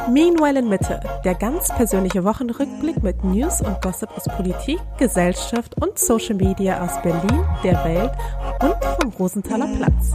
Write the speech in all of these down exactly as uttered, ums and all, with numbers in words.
Meanwhile in Mitte, der ganz persönliche Wochenrückblick mit News und Gossip aus Politik, Gesellschaft und Social Media aus Berlin, der Welt und vom Rosenthaler Platz.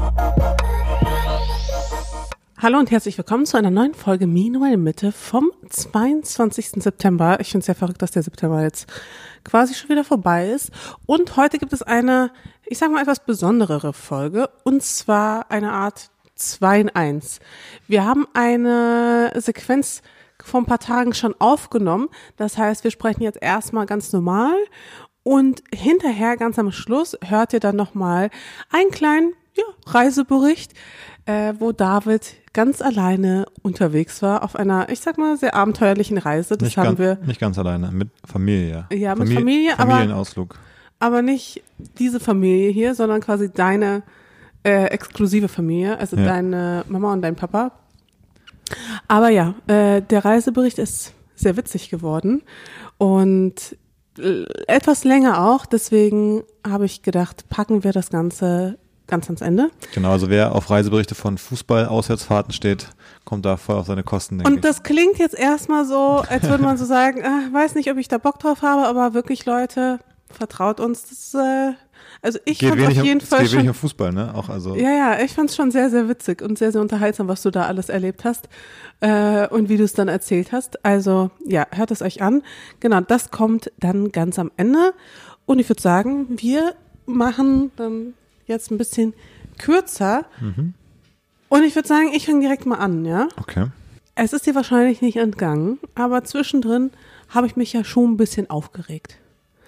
Hallo und herzlich willkommen zu einer neuen Folge Meanwhile in Mitte vom zweiundzwanzigsten September. Ich finde es sehr verrückt, dass der September jetzt quasi schon wieder vorbei ist. Und heute gibt es eine, ich sage mal, etwas besonderere Folge, und zwar eine Art zwei in eins. Wir haben eine Sequenz vor ein paar Tagen schon aufgenommen. Das heißt, wir sprechen jetzt erstmal ganz normal und hinterher, ganz am Schluss, hört ihr dann nochmal einen kleinen ja, Reisebericht, äh, wo David ganz alleine unterwegs war auf einer, ich sag mal, sehr abenteuerlichen Reise. Das nicht haben ganz, wir nicht ganz alleine, mit Familie. Ja, mit Famili- Familie, Familienausflug. aber, aber nicht diese Familie hier, sondern quasi deine Äh, exklusive Familie, also ja. Deine Mama und dein Papa. Aber ja, äh, der Reisebericht ist sehr witzig geworden und äh, etwas länger auch, deswegen habe ich gedacht, packen wir das Ganze ganz ans Ende. Genau, also wer auf Reiseberichte von Fußball-Auswärtsfahrten steht, kommt da voll auf seine Kosten, denke Und ich. das klingt jetzt erstmal so, als würde man so sagen, äh, weiß nicht, ob ich da Bock drauf habe, aber wirklich, Leute, vertraut uns, das äh, Also ich fand auf jeden um, Fall geht schon, wenig um Fußball, ne? Auch also. Ja, ja, ich fand es schon sehr, sehr witzig und sehr, sehr unterhaltsam, was du da alles erlebt hast äh, und wie du es dann erzählt hast. Also ja, hört es euch an. Genau, das kommt dann ganz am Ende. Und ich würde sagen, wir machen dann jetzt ein bisschen kürzer. Mhm. Und ich würde sagen, ich fange direkt mal an, ja? Okay. Es ist dir wahrscheinlich nicht entgangen, aber zwischendrin habe ich mich ja schon ein bisschen aufgeregt.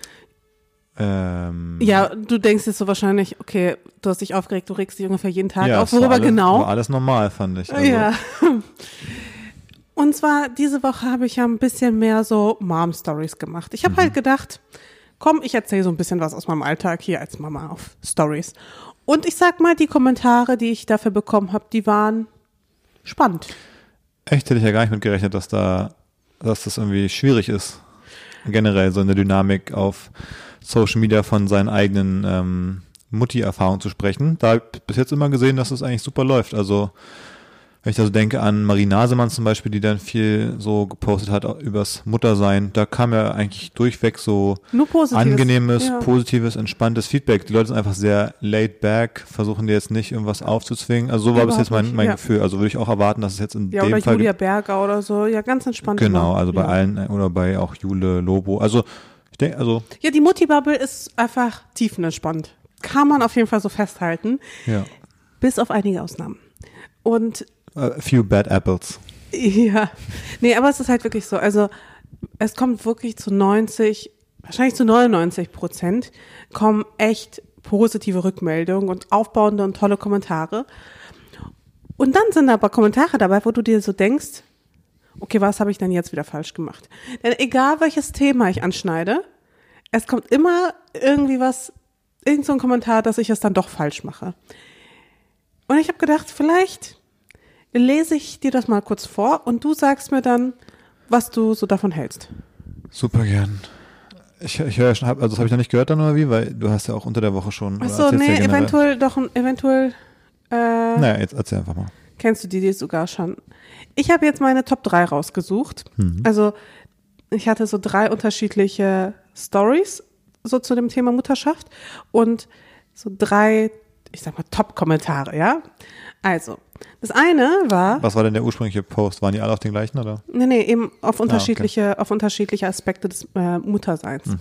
Ähm, ja, du denkst jetzt so wahrscheinlich, okay, du hast dich aufgeregt, du regst dich ungefähr jeden Tag ja, auf, worüber alles, genau? War alles normal, fand ich. Also. Ja. Und zwar, diese Woche habe ich ja ein bisschen mehr so Mom-Stories gemacht. Ich habe mhm. halt gedacht, komm, ich erzähle so ein bisschen was aus meinem Alltag hier als Mama auf Stories. Und ich sag mal, die Kommentare, die ich dafür bekommen habe, die waren spannend. Echt, hätte ich ja gar nicht mit gerechnet, dass da, dass das irgendwie schwierig ist. Generell so in der Dynamik auf Social Media von seinen eigenen ähm, Mutti-Erfahrungen zu sprechen. Da habe ich bis jetzt immer gesehen, dass es eigentlich super läuft. Also wenn ich da so denke an Marie Nasemann zum Beispiel, die dann viel so gepostet hat übers Muttersein, da kam ja eigentlich durchweg so Nur positives, angenehmes, ja. positives, entspanntes Feedback. Die Leute sind einfach sehr laid back, versuchen dir jetzt nicht irgendwas aufzuzwingen. Also so war bis jetzt mein, mein ja. Gefühl. Also würde ich auch erwarten, dass es jetzt in ja, dem oder Fall... Julia Berger oder so, ja, ganz entspannt. Genau, immer. also bei ja. allen, oder bei auch Jule Lobo. Also ich denke, also... Ja, die Mutti-Bubble ist einfach tiefenentspannt. Kann man auf jeden Fall so festhalten. Ja. Bis auf einige Ausnahmen. Und A few bad apples. Ja, nee, aber es ist halt wirklich so, also es kommt wirklich zu neunzig, wahrscheinlich zu neunundneunzig Prozent kommen echt positive Rückmeldungen und aufbauende und tolle Kommentare. Und dann sind aber Kommentare dabei, wo du dir so denkst, okay, was habe ich denn jetzt wieder falsch gemacht? Denn egal welches Thema ich anschneide, es kommt immer irgendwie was, irgend so ein Kommentar, dass ich es dann doch falsch mache. Und ich habe gedacht, vielleicht lese ich dir das mal kurz vor und du sagst mir dann, was du so davon hältst. Super gern. Ich, ich höre ja schon, also das habe ich noch nicht gehört dann oder wie, weil du hast ja auch unter der Woche schon. Ach so, nee, ja eventuell doch, eventuell. Äh, naja, jetzt erzähl einfach mal. Kennst du die, die sogar schon? Ich habe jetzt meine Top drei rausgesucht. Mhm. Also ich hatte so drei unterschiedliche Stories so zu dem Thema Mutterschaft und so drei, ich sag mal, Top-Kommentare, ja? Also, das eine war... Was war denn der ursprüngliche Post? Waren die alle auf den gleichen, oder? Nee, nee, eben auf unterschiedliche, ah, okay. auf unterschiedliche Aspekte des äh, Mutterseins. Mhm.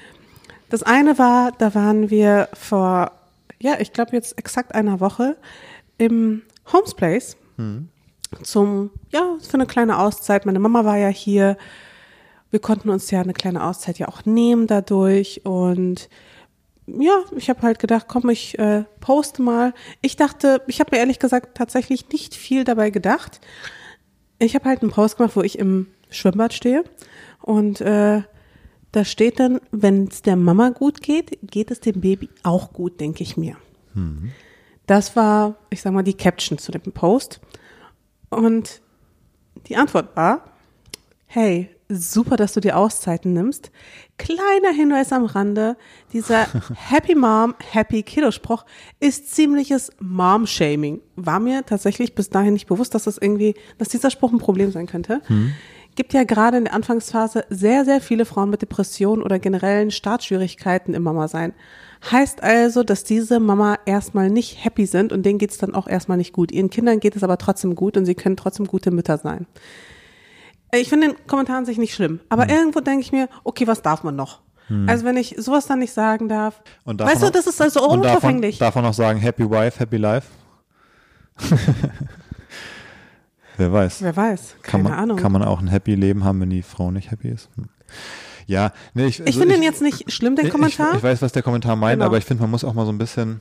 Das eine war, da waren wir vor, ja, ich glaube jetzt exakt einer Woche im Homes Place mhm. zum, ja, für eine kleine Auszeit. Meine Mama war ja hier. Wir konnten uns ja eine kleine Auszeit ja auch nehmen dadurch und ja, ich habe halt gedacht, komm, ich äh, poste mal. Ich dachte, ich habe mir ehrlich gesagt tatsächlich nicht viel dabei gedacht. Ich habe halt einen Post gemacht, wo ich im Schwimmbad stehe und äh, da steht dann, wenn es der Mama gut geht, geht es dem Baby auch gut, denke ich mir. Mhm. Das war, ich sag mal, die Caption zu dem Post und die Antwort war, hey, super, dass du dir Auszeiten nimmst. Kleiner Hinweis am Rande, dieser Happy Mom, Happy Kiddo Spruch ist ziemliches Mom-Shaming. War mir tatsächlich bis dahin nicht bewusst, dass das irgendwie, dass dieser Spruch ein Problem sein könnte. Hm. Gibt ja gerade in der Anfangsphase sehr, sehr viele Frauen mit Depressionen oder generellen Startschwierigkeiten im Mama-Sein. Heißt also, dass diese Mama erstmal nicht happy sind und denen geht es dann auch erstmal nicht gut. Ihren Kindern geht es aber trotzdem gut und sie können trotzdem gute Mütter sein. Ich finde den Kommentar an sich nicht schlimm, aber hm. irgendwo denke ich mir, okay, was darf man noch? Hm. Also wenn ich sowas dann nicht sagen darf, weißt du, das ist also unverfänglich. Darf man noch sagen, Happy Wife, Happy Life? Wer weiß. Wer weiß, keine kann man, Ahnung. Kann man auch ein happy Leben haben, wenn die Frau nicht happy ist? Hm. Ja, nee, ich, also ich finde den jetzt nicht schlimm, den Kommentar. Ich, ich weiß, was der Kommentar meint, genau. aber ich finde, man muss auch mal so ein bisschen,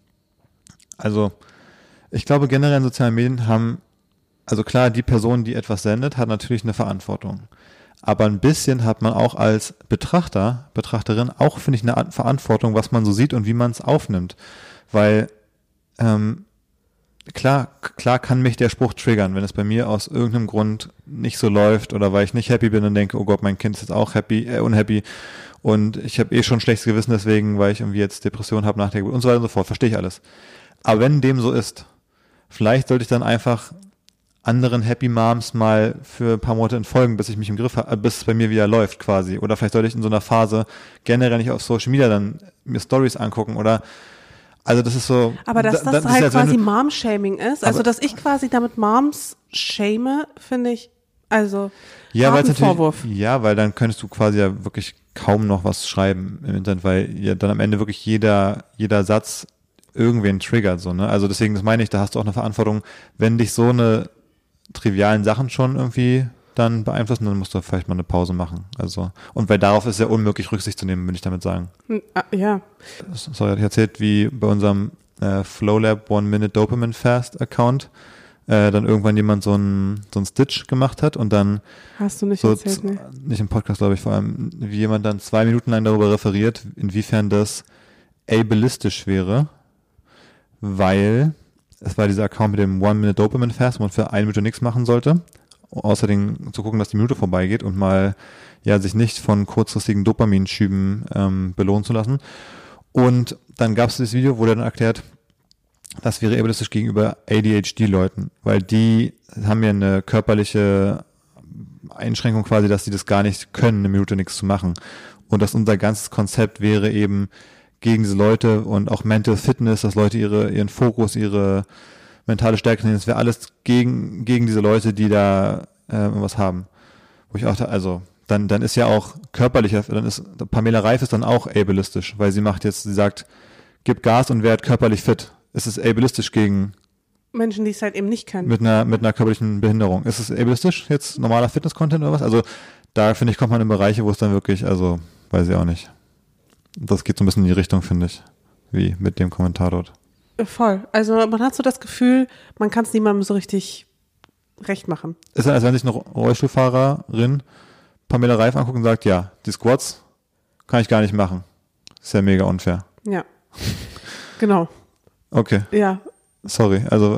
also ich glaube generell in sozialen Medien haben, also klar, die Person, die etwas sendet, hat natürlich eine Verantwortung. Aber ein bisschen hat man auch als Betrachter, Betrachterin auch, finde ich, eine Verantwortung, was man so sieht und wie man es aufnimmt. Weil, ähm, Klar, klar kann mich der Spruch triggern, wenn es bei mir aus irgendeinem Grund nicht so läuft oder weil ich nicht happy bin und denke, oh Gott, mein Kind ist jetzt auch happy, äh, unhappy und ich habe eh schon ein schlechtes Gewissen deswegen, weil ich irgendwie jetzt Depression habe nach der Geburt und so weiter und so fort, verstehe ich alles. Aber wenn dem so ist, vielleicht sollte ich dann einfach anderen Happy Moms mal für ein paar Monate entfolgen, bis ich mich im Griff habe, bis es bei mir wieder läuft quasi. Oder vielleicht sollte ich in so einer Phase generell nicht auf Social Media dann mir Stories angucken oder also das ist so. Aber dass das, das halt ist, quasi Mom-Shaming ist, also dass ich quasi damit Moms shame, finde ich, also ja, weil Vorwurf. Ja, weil dann könntest du quasi ja wirklich kaum noch was schreiben im Internet, weil ja dann am Ende wirklich jeder jeder Satz irgendwen triggert, so, ne? Also deswegen, das meine ich, da hast du auch eine Verantwortung, wenn dich so eine trivialen Sachen schon irgendwie dann beeinflussen, dann musst du vielleicht mal eine Pause machen. Also, und weil darauf ist ja unmöglich Rücksicht zu nehmen, würde ich damit sagen. Ja. Sorry, hatte ich erzählt, wie bei unserem äh, FlowLab One Minute Dopamine Fast Account äh, dann irgendwann jemand so ein so ein Stitch gemacht hat und dann hast du nicht so erzählt, ne? Nicht im Podcast, glaube ich, vor allem, wie jemand dann zwei Minuten lang darüber referiert, inwiefern das ableistisch wäre, weil es war dieser Account mit dem One Minute Dopamine Fast, wo man für eine Minute nichts machen sollte. Außerdem zu gucken, dass die Minute vorbeigeht und mal ja sich nicht von kurzfristigen Dopaminschüben ähm, belohnen zu lassen. Und dann gab es dieses Video, wo der dann erklärt, das wäre ableistisch gegenüber A D H D-Leuten, weil die haben ja eine körperliche Einschränkung quasi, dass sie das gar nicht können, eine Minute nichts zu machen. Und dass unser ganzes Konzept wäre eben gegen diese Leute und auch Mental Fitness, dass Leute ihre ihren Fokus, ihre mentale Stärke nehmen, das wäre alles gegen gegen diese Leute, die da äh, was haben. Wo ich auch da, also dann dann ist ja auch körperlicher, dann ist Pamela Reif ist dann auch ableistisch, weil sie macht jetzt, sie sagt, gib Gas und werd körperlich fit. Ist es ableistisch gegen Menschen, die es halt eben nicht können. Mit einer mit einer körperlichen Behinderung. Ist es ableistisch jetzt normaler Fitness-Content oder was? Also da finde ich, kommt man in Bereiche, wo es dann wirklich, also weiß ich auch nicht. Das geht so ein bisschen in die Richtung, finde ich, wie mit dem Kommentar dort. Voll. Also man hat so das Gefühl, man kann es niemandem so richtig recht machen. Ist ja, als wenn sich eine Rollstuhlfahrerin Pamela Reif anguckt und sagt, ja, die Squats kann ich gar nicht machen. Ist ja mega unfair. Ja, genau. Okay. Ja. Sorry, also.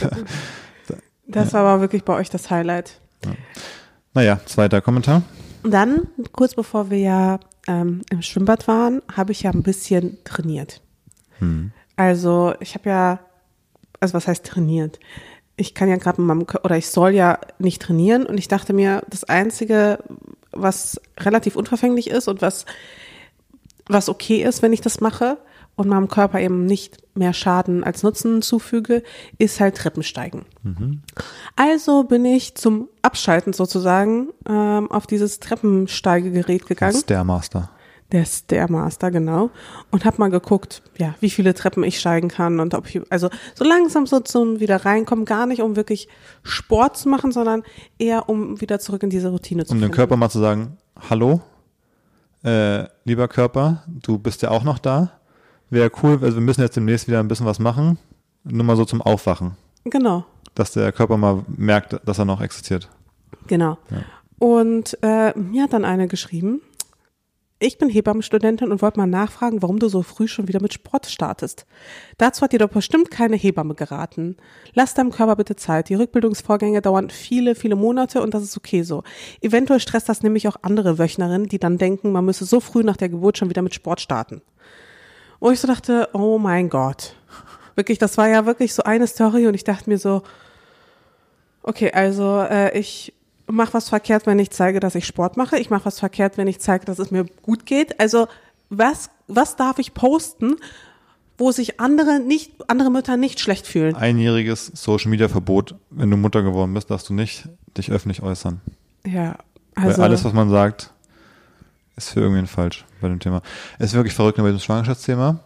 Das war aber wirklich bei euch das Highlight. Ja. Naja, zweiter Kommentar. Dann, kurz bevor wir ja ähm, im Schwimmbad waren, habe ich ja ein bisschen trainiert. Hm. Also ich habe ja, also was heißt trainiert? Ich kann ja gerade mit meinem, oder ich soll ja nicht trainieren und ich dachte mir, das Einzige, was relativ unverfänglich ist und was, was okay ist, wenn ich das mache und meinem Körper eben nicht mehr Schaden als Nutzen zufüge, ist halt Treppensteigen. Mhm. Also bin ich zum Abschalten sozusagen ähm, auf dieses Treppensteigegerät gegangen. Der Stairmaster. Der Stairmaster, genau. Und habe mal geguckt, ja, wie viele Treppen ich steigen kann und ob ich, also so langsam so zum wieder reinkommen, gar nicht, um wirklich Sport zu machen, sondern eher, um wieder zurück in diese Routine zu Um finden. dem Körper mal zu sagen, hallo, äh, lieber Körper, du bist ja auch noch da. Wäre cool, also wir müssen jetzt demnächst wieder ein bisschen was machen. Nur mal so zum Aufwachen. Genau. Dass der Körper mal merkt, dass er noch existiert. Genau. Ja. Und äh, mir hat dann eine geschrieben, Ich bin Hebammenstudentin und wollte mal nachfragen, warum du so früh schon wieder mit Sport startest. Dazu hat dir doch bestimmt keine Hebamme geraten. Lass deinem Körper bitte Zeit. Die Rückbildungsvorgänge dauern viele, viele Monate und das ist okay so. Eventuell stresst das nämlich auch andere Wöchnerinnen, die dann denken, man müsse so früh nach der Geburt schon wieder mit Sport starten. Und ich so dachte, oh mein Gott. Wirklich, das war ja wirklich so eine Story und ich dachte mir so, okay, also äh, ich mache was verkehrt, wenn ich zeige, dass ich Sport mache. Ich mache was verkehrt, wenn ich zeige, dass es mir gut geht. Also was was darf ich posten, wo sich andere nicht andere Mütter nicht schlecht fühlen? Einjähriges Social-Media-Verbot. Wenn du Mutter geworden bist, darfst du nicht dich öffentlich äußern. Ja, also weil alles, was man sagt, ist für irgendwen falsch bei dem Thema. Es ist wirklich verrückt bei dem Schwangerschaftsthema.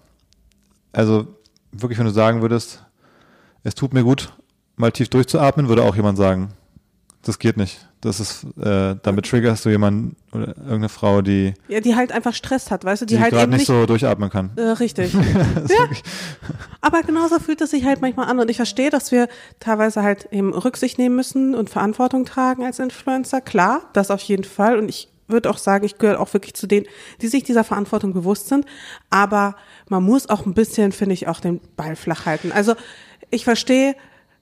Also wirklich, wenn du sagen würdest, es tut mir gut, mal tief durchzuatmen, würde auch jemand sagen, das geht nicht. Das ist, äh, damit triggerst du jemanden oder irgendeine Frau, die ja, die halt einfach Stress hat, weißt du, die, die halt gerade eben nicht nicht so durchatmen kann. Äh, richtig. Ja. Aber genauso fühlt es sich halt manchmal an und ich verstehe, dass wir teilweise halt eben Rücksicht nehmen müssen und Verantwortung tragen als Influencer. Klar, das auf jeden Fall und ich würde auch sagen, ich gehöre auch wirklich zu denen, die sich dieser Verantwortung bewusst sind, aber man muss auch ein bisschen, finde ich, auch den Ball flach halten. Also ich verstehe,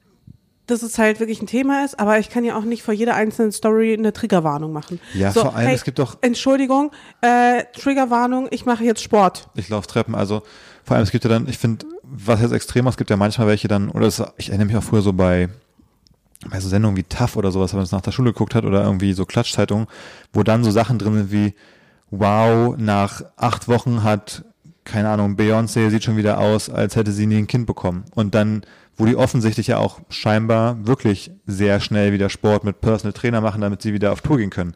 dass es halt wirklich ein Thema ist, aber ich kann ja auch nicht vor jeder einzelnen Story eine Triggerwarnung machen. Ja, so, vor allem, hey, es gibt doch... Entschuldigung, äh, Triggerwarnung, ich mache jetzt Sport. Ich laufe Treppen, also vor allem, es gibt ja dann, ich finde, was jetzt extrem ist, es gibt ja manchmal welche dann, oder das, ich erinnere mich auch früher so bei, bei so Sendungen wie Tough oder sowas, wenn man es nach der Schule geguckt hat, oder irgendwie so Klatschzeitungen, wo dann so Sachen drin sind wie, wow, nach acht Wochen hat, keine Ahnung, Beyoncé sieht schon wieder aus, als hätte sie nie ein Kind bekommen. Und dann, wo die offensichtlich ja auch scheinbar wirklich sehr schnell wieder Sport mit Personal Trainer machen, damit sie wieder auf Tour gehen können.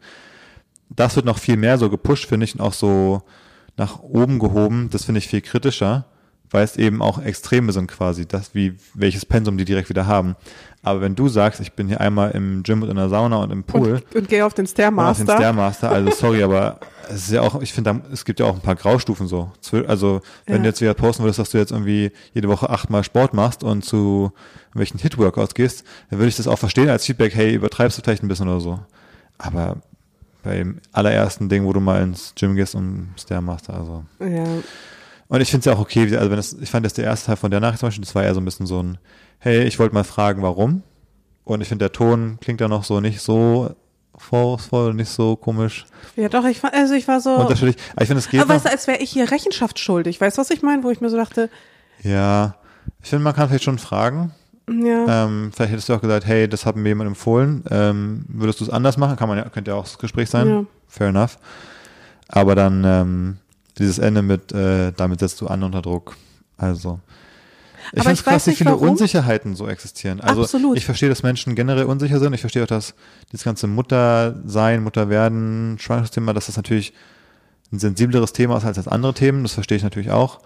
Das wird noch viel mehr so gepusht, finde ich, und auch so nach oben gehoben. Das finde ich viel kritischer, weil es eben auch Extreme sind quasi, das wie welches Pensum die direkt wieder haben. Aber wenn du sagst, ich bin hier einmal im Gym und in der Sauna und im Pool und, und gehe auf den Stairmaster. Und auf den Stairmaster, also sorry, aber es ist ja auch, ich finde, es gibt ja auch ein paar Graustufen so. Also wenn ja. du jetzt wieder posten würdest, dass du jetzt irgendwie jede Woche achtmal Sport machst und zu welchen Hit-Workouts gehst, dann würde ich das auch verstehen als Feedback, hey, übertreibst du vielleicht ein bisschen oder so. Aber beim allerersten Ding, wo du mal ins Gym gehst und Stairmaster, also. Ja. Und ich finde es ja auch okay, also wenn das, ich fand das der erste Teil von der Nachricht zum Beispiel, das war eher so ein bisschen so ein, hey, ich wollte mal fragen, warum? Und ich finde, der Ton klingt ja noch so nicht so vorwurfsvoll und nicht so komisch. Ja, doch, ich, also ich war so. Unterschiedlich. Aber ich finde, es geht. Aber noch, weißt du, als wäre ich hier Rechenschaft schuldig. Weißt du, was ich meine? Wo ich mir so dachte. Ja, ich finde, man kann vielleicht schon fragen. Ja. Ähm, vielleicht hättest du auch gesagt, hey, das hat mir jemand empfohlen. Ähm, würdest du es anders machen? Kann man ja, könnte ja auch das Gespräch sein. Ja. Fair enough. Aber dann ähm, dieses Ende mit, äh, damit setzt du an unter Druck. Also. Ich finde es krass, wie viele warum. Unsicherheiten so existieren. Also Absolut. Ich verstehe, dass Menschen generell unsicher sind. Ich verstehe auch, dass das ganze Muttersein, Mutterwerden, Schwangerschaftsthema, dass das natürlich ein sensibleres Thema ist als das andere Themen. Das verstehe ich natürlich auch.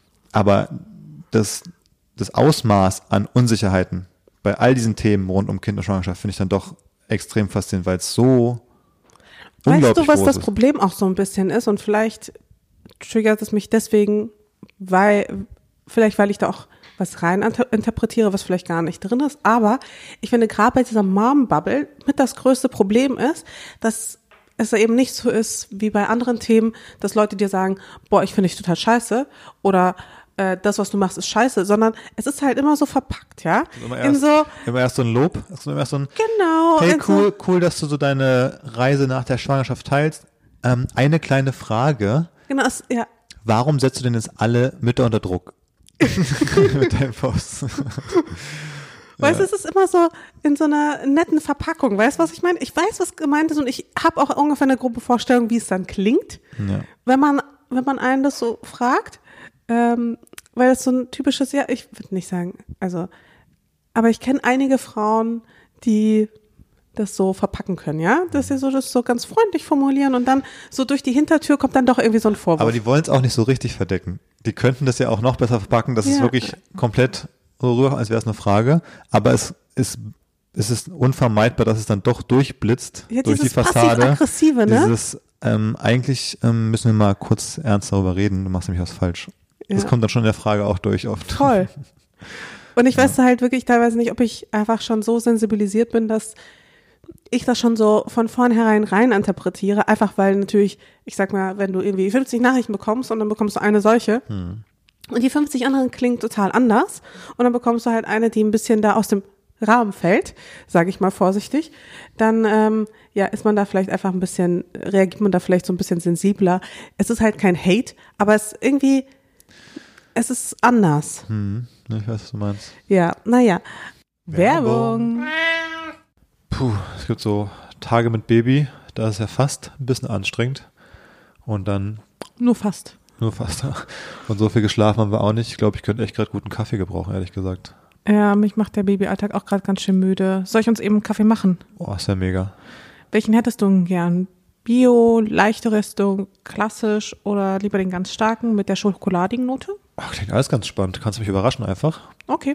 Aber das, das Ausmaß an Unsicherheiten bei all diesen Themen rund um Kind und Schwangerschaft finde ich dann doch extrem faszinierend, weil es so unglaublich Weißt du, was groß das ist. Problem auch so ein bisschen ist? Und vielleicht triggert es mich deswegen, weil, vielleicht weil ich da auch was rein interpretiere, was vielleicht gar nicht drin ist. Aber ich finde, gerade bei dieser Mom-Bubble mit das größte Problem ist, dass es eben nicht so ist wie bei anderen Themen, dass Leute dir sagen, boah, ich finde dich total scheiße oder äh, das, was du machst, ist scheiße, sondern es ist halt immer so verpackt, ja. Also immer, in erst, so, immer erst so ein Lob, also immer erst so ein genau. Hey, cool, so, cool, dass du so deine Reise nach der Schwangerschaft teilst. Ähm, eine kleine Frage. Genau, es, ja. Warum setzt du denn jetzt alle Mütter unter Druck? Mit deinem Post. Weißt du, Ja. es ist immer so in so einer netten Verpackung. Weißt du, was ich meine? Ich weiß, was gemeint ist und ich habe auch ungefähr eine grobe Vorstellung, wie es dann klingt, Ja. wenn man wenn man einen das so fragt. Ähm, weil es so ein typisches, ja, ich würde nicht sagen, also, aber ich kenne einige Frauen, die das so verpacken können, ja, dass sie so das so ganz freundlich formulieren und dann so durch die Hintertür kommt dann doch irgendwie so ein Vorwurf. Aber die wollen es auch nicht so richtig verdecken. Die könnten das ja auch noch besser verpacken, dass es Ja. wirklich komplett so rüber, als wäre es eine Frage. Aber es ist, es ist unvermeidbar, dass es dann doch durchblitzt Ja, durch die dieses Fassade. passiv-aggressive, ne? Dieses, ähm, eigentlich ähm, müssen wir mal kurz ernst darüber reden. Du machst nämlich was falsch. Das Ja. kommt dann schon in der Frage auch durch oft. Toll. Und ich weiß halt wirklich teilweise nicht, ob ich einfach schon so sensibilisiert bin, dass ich das schon so von vornherein rein interpretiere, einfach weil natürlich, ich sag mal, wenn du irgendwie fünfzig Nachrichten bekommst und dann bekommst du eine solche hm. und die fünfzig anderen klingen total anders und dann bekommst du halt eine, die ein bisschen da aus dem Rahmen fällt, sage ich mal vorsichtig, dann ähm, ja ist man da vielleicht einfach ein bisschen, reagiert man da vielleicht so ein bisschen sensibler. Es ist halt kein Hate, aber es irgendwie, es ist anders. Hm, ich weiß, was du meinst. Ja, naja. Werbung. Werbung. Puh, es gibt so Tage mit Baby, da ist ja fast ein bisschen anstrengend und dann... Nur fast. Nur fast. Und so viel geschlafen haben wir auch nicht. Ich glaube, ich könnte echt gerade guten Kaffee gebrauchen, ehrlich gesagt. Ja, mich macht der Babyalltag auch gerade ganz schön müde. Soll ich uns eben einen Kaffee machen? Oh, ist ja mega. Welchen hättest du denn gern? Bio, leichte Rüstung, klassisch oder lieber den ganz starken mit der schokoladigen Note? Ach, klingt alles ganz spannend. Kannst du mich überraschen einfach? Okay.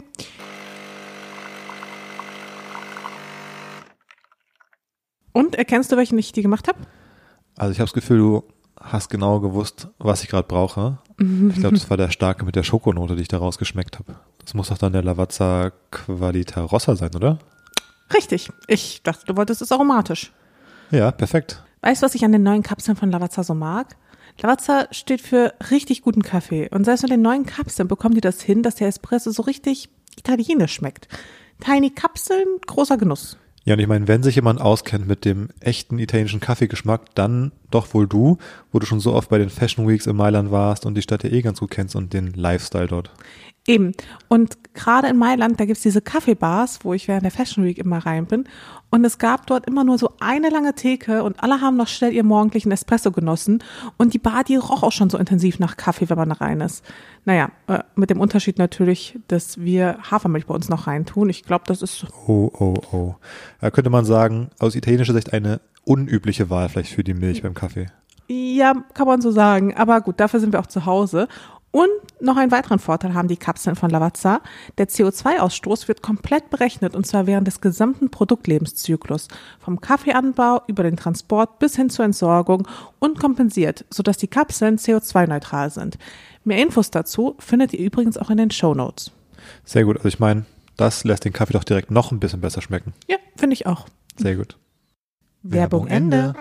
Und erkennst du, welchen ich dir gemacht habe? Also ich habe das Gefühl, du hast genau gewusst, was ich gerade brauche. Ich glaube, das war der starke mit der Schokonote, die ich da rausgeschmeckt habe. Das muss doch dann der Lavazza Qualita Rossa sein, oder? Richtig. Ich dachte, du wolltest es aromatisch. Ja, perfekt. Weißt du, was ich an den neuen Kapseln von Lavazza so mag? Lavazza steht für richtig guten Kaffee. Und selbst mit den neuen Kapseln bekommen die das hin, dass der Espresso so richtig italienisch schmeckt. Tiny Kapseln, großer Genuss. Ja, und ich meine, wenn sich jemand auskennt mit dem echten italienischen Kaffeegeschmack, dann doch wohl du, wo du schon so oft bei den Fashion Weeks in Mailand warst und die Stadt ja eh ganz gut kennst und den Lifestyle dort. Eben. Und gerade in Mailand, da gibt's diese Kaffeebars, wo ich während der Fashion Week immer rein bin. Und es gab dort immer nur so eine lange Theke und alle haben noch schnell ihren morgendlichen Espresso genossen. Und die Bar, die roch auch schon so intensiv nach Kaffee, wenn man da rein ist. Naja, äh, mit dem Unterschied natürlich, dass wir Hafermilch bei uns noch reintun. Ich glaube, das ist... Oh, oh, oh. Da könnte man sagen, aus italienischer Sicht eine unübliche Wahl vielleicht für die Milch beim Kaffee. Ja, kann man so sagen. Aber gut, dafür sind wir auch zu Hause. Und noch einen weiteren Vorteil haben die Kapseln von Lavazza. Der C O zwei Ausstoß wird komplett berechnet und zwar während des gesamten Produktlebenszyklus. Vom Kaffeeanbau über den Transport bis hin zur Entsorgung und kompensiert, sodass die Kapseln C O zwei neutral sind. Mehr Infos dazu findet ihr übrigens auch in den Shownotes. Sehr gut. Also ich meine, das lässt den Kaffee doch direkt noch ein bisschen besser schmecken. Ja, finde ich auch. Sehr gut. Werbung, Werbung Ende.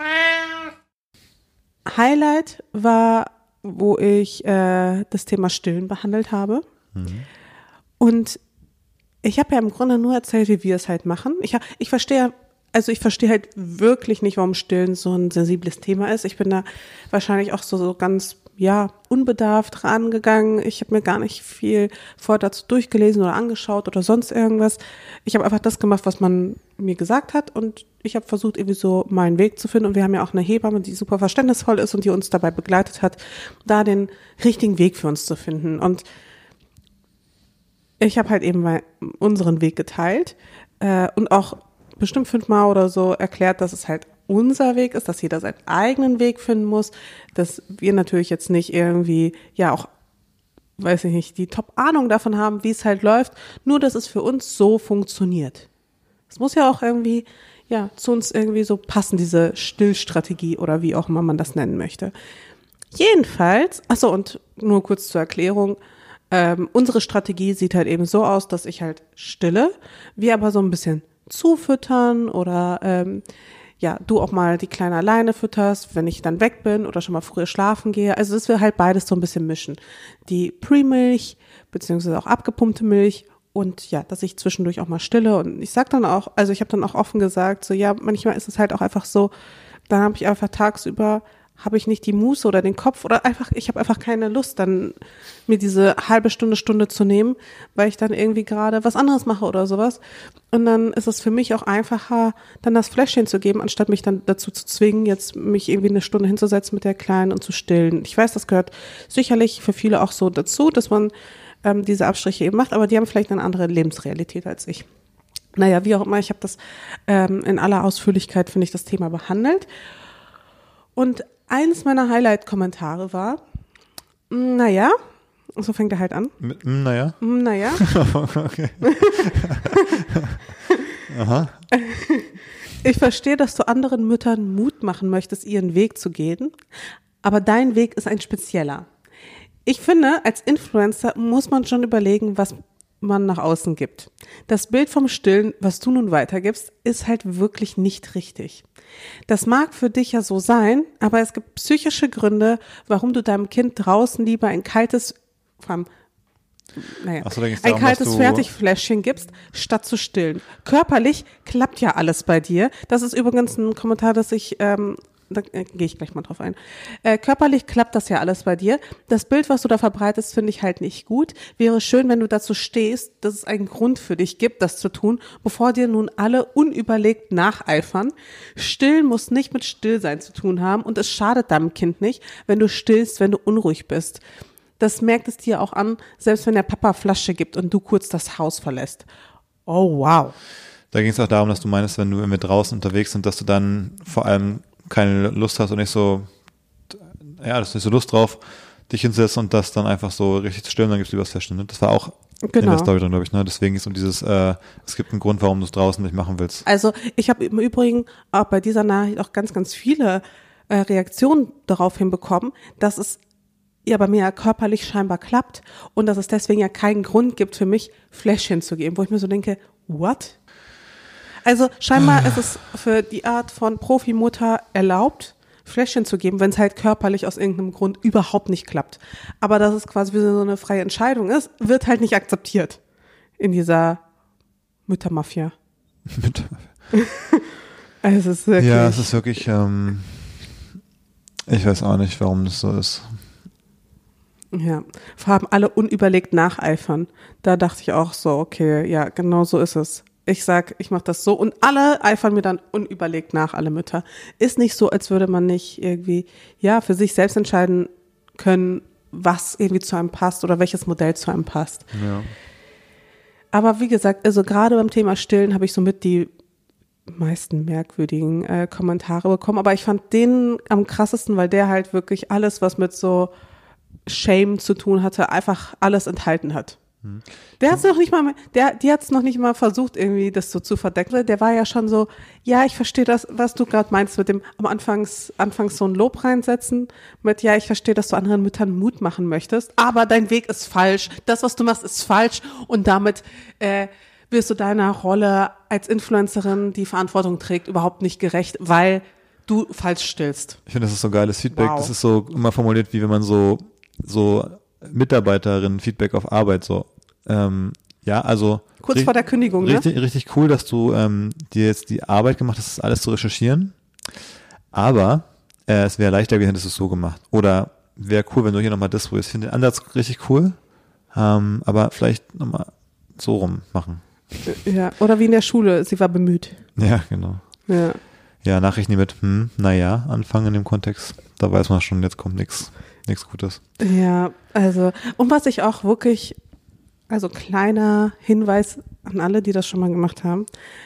Highlight war, wo ich äh, das Thema Stillen behandelt habe. Mhm. Und ich habe ja im Grunde nur erzählt, wie wir es halt machen. Ich, ich verstehe, also ich verstehe halt wirklich nicht, warum Stillen so ein sensibles Thema ist. Ich bin da wahrscheinlich auch so, so ganz, ja, unbedarft rangegangen. Ich habe mir gar nicht viel vor dazu durchgelesen oder angeschaut oder sonst irgendwas. Ich habe einfach das gemacht, was man mir gesagt hat und ich habe versucht, irgendwie so meinen Weg zu finden und wir haben ja auch eine Hebamme, die super verständnisvoll ist und die uns dabei begleitet hat, da den richtigen Weg für uns zu finden. Und ich habe halt eben mal unseren Weg geteilt äh, und auch bestimmt fünfmal oder so erklärt, dass es halt unser Weg ist, dass jeder seinen eigenen Weg finden muss, dass wir natürlich jetzt nicht irgendwie, ja auch, weiß ich nicht, die Top-Ahnung davon haben, wie es halt läuft, nur dass es für uns so funktioniert. Es muss ja auch irgendwie, ja, zu uns irgendwie so passen, diese Stillstrategie oder wie auch immer man das nennen möchte. Jedenfalls, achso, und nur kurz zur Erklärung, ähm, unsere Strategie sieht halt eben so aus, dass ich halt stille, wir aber so ein bisschen zufüttern oder ähm, ja, du auch mal die Kleine alleine fütterst, wenn ich dann weg bin oder schon mal früher schlafen gehe. Also dass wir halt beides so ein bisschen mischen. Die Pre-Milch, beziehungsweise auch abgepumpte Milch und ja, dass ich zwischendurch auch mal stille. Und ich sag dann auch, also ich habe dann auch offen gesagt, so ja, manchmal ist es halt auch einfach so, dann habe ich einfach tagsüber, habe ich nicht die Muße oder den Kopf oder einfach, ich habe einfach keine Lust, dann mir diese halbe Stunde, Stunde zu nehmen, weil ich dann irgendwie gerade was anderes mache oder sowas. Und dann ist es für mich auch einfacher, dann das Fläschchen zu geben, anstatt mich dann dazu zu zwingen, jetzt mich irgendwie eine Stunde hinzusetzen mit der Kleinen und zu stillen. Ich weiß, das gehört sicherlich für viele auch so dazu, dass man ähm, diese Abstriche eben macht, aber die haben vielleicht eine andere Lebensrealität als ich. Naja, wie auch immer, ich habe das ähm, in aller Ausführlichkeit, finde ich, das Thema behandelt. Und eines meiner Highlight-Kommentare war, naja, so fängt er halt an. Mit, naja? Naja. Okay. Aha. Ich verstehe, dass du anderen Müttern Mut machen möchtest, ihren Weg zu gehen, aber dein Weg ist ein spezieller. Ich finde, als Influencer muss man schon überlegen, was man nach außen gibt. Das Bild vom Stillen, was du nun weitergibst, ist halt wirklich nicht richtig. Das mag für dich ja so sein, aber es gibt psychische Gründe, warum du deinem Kind draußen lieber ein kaltes, vor allem, naja, Ach so, da ging's ein darum, kaltes dass du- Fertigfläschchen gibst, statt zu stillen. Körperlich klappt ja alles bei dir. Das ist übrigens ein Kommentar, das ich, ähm, da äh, gehe ich gleich mal drauf ein. Äh, körperlich klappt das ja alles bei dir. Das Bild, was du da verbreitest, finde ich halt nicht gut. Wäre schön, wenn du dazu stehst, dass es einen Grund für dich gibt, das zu tun, bevor dir nun alle unüberlegt nacheifern. Stillen muss nicht mit Stillsein zu tun haben und es schadet deinem Kind nicht, wenn du stillst, wenn du unruhig bist. Das merkt es dir auch an, selbst wenn der Papa Flasche gibt und du kurz das Haus verlässt. Oh, wow. Da ging es auch darum, dass du meinst, wenn du wenn wir draußen unterwegs sind, dass du dann vor allem keine Lust hast und nicht so, ja, das ist nicht so Lust drauf, dich hinsetzt und das dann einfach so richtig zu stillen, dann gibst du lieber das Fläschchen. Ne? Das war auch in Genau. der Story drin, glaube ich. Ne? Deswegen ist um dieses, äh, es gibt einen Grund, warum du es draußen nicht machen willst. Also ich habe im Übrigen auch bei dieser Nachricht auch ganz, ganz viele äh, Reaktionen darauf hinbekommen, dass es ja bei mir ja körperlich scheinbar klappt und dass es deswegen ja keinen Grund gibt für mich, Fläschchen zu geben, wo ich mir so denke, what? Also scheinbar ist es für die Art von Profimutter erlaubt, Fläschchen zu geben, wenn es halt körperlich aus irgendeinem Grund überhaupt nicht klappt. Aber dass es quasi wie so eine freie Entscheidung ist, wird halt nicht akzeptiert in dieser Müttermafia. Mit, Also es ist wirklich, ja, es ist wirklich, ähm, ich weiß auch nicht, warum das so ist. ja, vor allem alle unüberlegt nacheifern. Da dachte ich auch so, okay, ja, genau so ist es. Ich sag, ich mache das so und alle eifern mir dann unüberlegt nach, alle Mütter. Ist nicht so, als würde man nicht irgendwie, ja, für sich selbst entscheiden können, was irgendwie zu einem passt oder welches Modell zu einem passt. Ja. Aber wie gesagt, also gerade beim Thema Stillen habe ich somit die meisten merkwürdigen äh, Kommentare bekommen. Aber ich fand den am krassesten, weil der halt wirklich alles, was mit so Shame zu tun hatte, einfach alles enthalten hat. Hm. Der hat's noch nicht mal, der, die hat's noch nicht mal versucht, irgendwie das so zu verdecken. Der war ja schon so, ja, ich verstehe das, was du gerade meinst, mit dem am Anfangs, Anfangs so ein Lob reinsetzen, mit, ja, ich verstehe, dass du anderen Müttern Mut machen möchtest, aber dein Weg ist falsch. Das, was du machst, ist falsch und damit äh, wirst du deiner Rolle als Influencerin, die Verantwortung trägt, überhaupt nicht gerecht, weil du falsch stillst. Ich finde, das ist so geiles Feedback. Wow. Das ist so immer formuliert, wie wenn man so, so Mitarbeiterinnen-Feedback auf Arbeit so, ähm, ja, also. Kurz ri- vor der Kündigung, richtig, ne? Richtig cool, dass du ähm, dir jetzt die Arbeit gemacht hast, das alles zu recherchieren. Aber äh, es wäre leichter gewesen, hättest du es so gemacht. Oder wäre cool, wenn du hier nochmal das probierst. Ich finde den Ansatz richtig cool, ähm, aber vielleicht nochmal so rum machen. Ja, oder wie in der Schule, sie war bemüht. Ja, genau. Ja. Ja, Nachrichten, die mit, hm, naja, anfangen in dem Kontext, da weiß man schon, jetzt kommt nichts, nichts Gutes. Ja, also, und was ich auch wirklich, also kleiner Hinweis an alle, die das schon mal gemacht haben,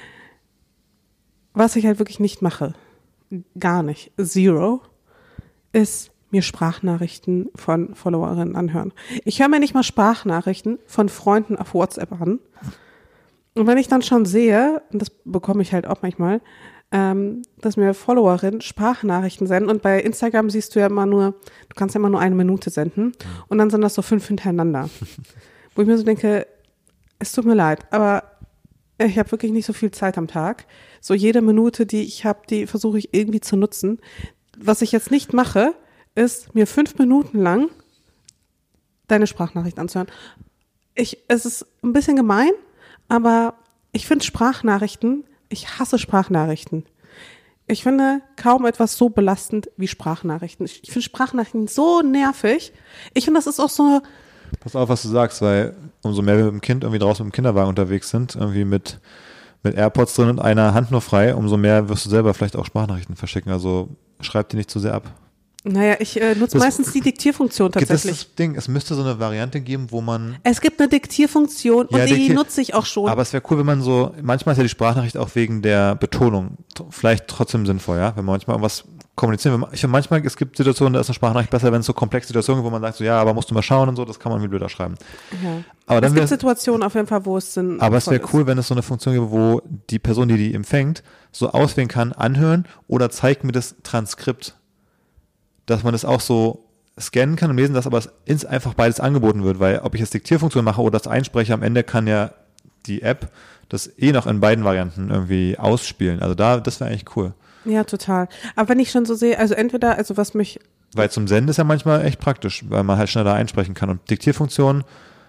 was ich halt wirklich nicht mache, gar nicht, zero, ist mir Sprachnachrichten von Followerinnen anhören. Ich höre mir nicht mal Sprachnachrichten von Freunden auf WhatsApp an. Und wenn ich dann schon sehe, und das bekomme ich halt auch manchmal, ähm, dass mir Followerinnen Sprachnachrichten senden und bei Instagram siehst du ja immer nur, du kannst ja immer nur eine Minute senden und dann sind das so fünf hintereinander. Wo ich mir so denke, es tut mir leid, aber ich habe wirklich nicht so viel Zeit am Tag. So jede Minute, die ich habe, die versuche ich irgendwie zu nutzen. Was ich jetzt nicht mache, ist mir fünf Minuten lang deine Sprachnachricht anzuhören. Ich, es ist ein bisschen gemein, aber ich finde Sprachnachrichten, ich hasse Sprachnachrichten. Ich finde kaum etwas so belastend wie Sprachnachrichten. Ich finde Sprachnachrichten so nervig. Ich finde, das ist auch so. Pass auf, was du sagst, weil umso mehr wir mit dem Kind irgendwie draußen im Kinderwagen unterwegs sind, irgendwie mit, mit AirPods drin und einer Hand nur frei, umso mehr wirst du selber vielleicht auch Sprachnachrichten verschicken. Also schreib die nicht zu sehr ab. Naja, ich äh, nutze Das- meistens die Diktierfunktion Das ist tatsächlich. das Ding, es müsste so eine Variante geben, wo man, Es gibt eine Diktierfunktion und Ja, die Diktier- nutze ich auch schon. aber es wäre cool, wenn man so, manchmal ist ja die Sprachnachricht auch wegen der Betonung t- vielleicht trotzdem sinnvoll, ja, wenn man manchmal irgendwas kommunizieren, wenn man, ich finde manchmal, es gibt Situationen, da ist eine Sprachnachricht besser, wenn es so komplexe Situationen gibt, wo man sagt so, ja, aber musst du mal schauen und so, das kann man viel blöder schreiben. ja. Aber dann Es gibt wäre Situationen auf jeden Fall, wo es Sinn Aber es wäre ist. cool, wenn es so eine Funktion gibt, wo die Person, die die empfängt, so auswählen kann, anhören oder zeigt mir das Transkript, dass man das auch so scannen kann und lesen, dass aber es einfach beides angeboten wird, weil ob ich jetzt Diktierfunktion mache oder das einspreche, am Ende kann ja die App das eh noch in beiden Varianten irgendwie ausspielen. Also da, das wäre eigentlich cool. Ja, total. Aber wenn ich schon so sehe, also entweder, also was mich... Weil zum Senden ist ja manchmal echt praktisch, weil man halt schneller einsprechen kann. Und Diktierfunktion,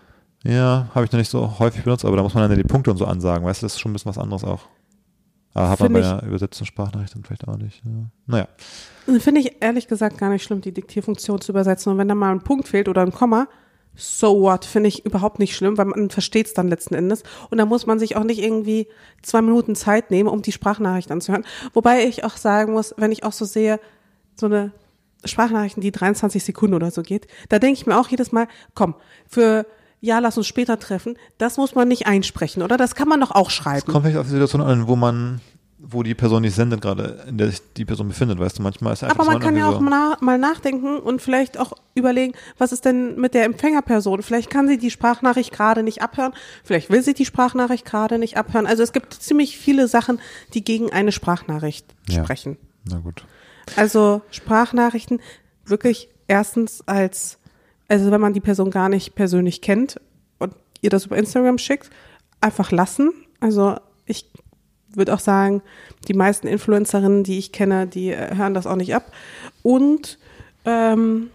ja, habe ich noch nicht so häufig benutzt, aber da muss man dann ja die Punkte und so ansagen. Weißt du, das ist schon ein bisschen was anderes auch. Aber hat man bei einer übersetzten Sprachnachricht dann vielleicht auch nicht. Ja. Naja. Finde ich ehrlich gesagt gar nicht schlimm, die Diktierfunktion zu übersetzen. Und wenn da mal ein Punkt fehlt oder ein Komma, so what, finde ich überhaupt nicht schlimm, weil man versteht es dann letzten Endes. Und da muss man sich auch nicht irgendwie zwei Minuten Zeit nehmen, um die Sprachnachricht anzuhören. Wobei ich auch sagen muss, wenn ich auch so sehe, so eine Sprachnachrichten, die dreiundzwanzig Sekunden oder so geht, da denke ich mir auch jedes Mal, komm, für ja, lass uns später treffen, das muss man nicht einsprechen, oder? Das kann man doch auch schreiben. Es kommt vielleicht auf die Situation an, wo man, wo die Person nicht sendet gerade, in der sich die Person befindet, weißt du, manchmal ist einfach Aber man so kann ja auch so mal, mal nachdenken und vielleicht auch überlegen, was ist denn mit der Empfängerperson? Vielleicht kann sie die Sprachnachricht gerade nicht abhören, vielleicht will sie die Sprachnachricht gerade nicht abhören. Also es gibt ziemlich viele Sachen, die gegen eine Sprachnachricht ja. sprechen. Na gut. Also Sprachnachrichten wirklich erstens als, also wenn man die Person gar nicht persönlich kennt und ihr das über Instagram schickt, einfach lassen. Also ich würde auch sagen, die meisten Influencerinnen, die ich kenne, die hören das auch nicht ab. Und ähm,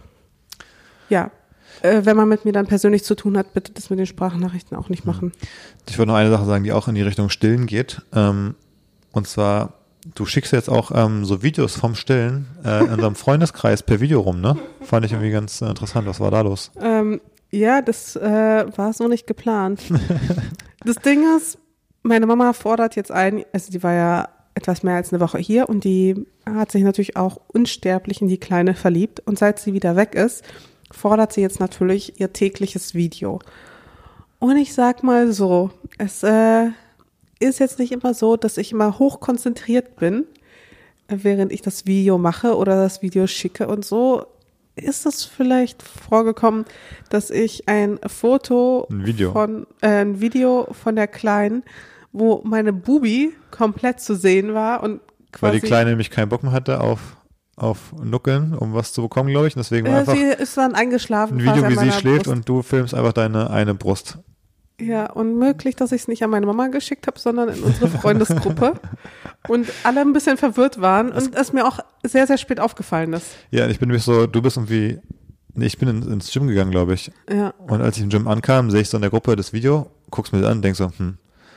ja, äh, wenn man mit mir dann persönlich zu tun hat, bitte das mit den Sprachnachrichten auch nicht machen. Ich würde noch eine Sache sagen, die auch in die Richtung Stillen geht. Ähm, und zwar, du schickst jetzt auch ähm, so Videos vom Stillen äh, in unserem Freundeskreis per Video rum, ne? Fand ich irgendwie ganz äh, interessant. Was war da los? Ähm, ja, das äh, war so nicht geplant. Das Ding ist, meine Mama fordert jetzt ein, also die war ja etwas mehr als eine Woche hier und die hat sich natürlich auch unsterblich in die Kleine verliebt und seit sie wieder weg ist, fordert sie jetzt natürlich ihr tägliches Video. Und ich sag mal so, es äh, ist jetzt nicht immer so, dass ich immer hochkonzentriert bin, während ich das Video mache oder das Video schicke und so. Ist es vielleicht vorgekommen, dass ich ein Foto ein Video. von äh, ein Video von der Kleinen, wo meine Bubi komplett zu sehen war und quasi weil die Kleine nämlich keinen Bock mehr hatte auf auf Nuckeln, um was zu bekommen, glaube ich. Und deswegen war äh, einfach sie ist dann eingeschlafen. ein Video, wie sie schläft Brust. Und du filmst einfach deine eine Brust. Ja, und möglich, dass ich es nicht an meine Mama geschickt habe, sondern in unsere Freundesgruppe und alle ein bisschen verwirrt waren und es mir auch sehr, sehr spät aufgefallen ist. Ja, ich bin nämlich so, du bist irgendwie, nee, ich bin in, ins Gym gegangen, glaube ich. Ja. Und als ich im Gym ankam, sehe ich so in der Gruppe das Video, guck's mir das an und denk so, hm,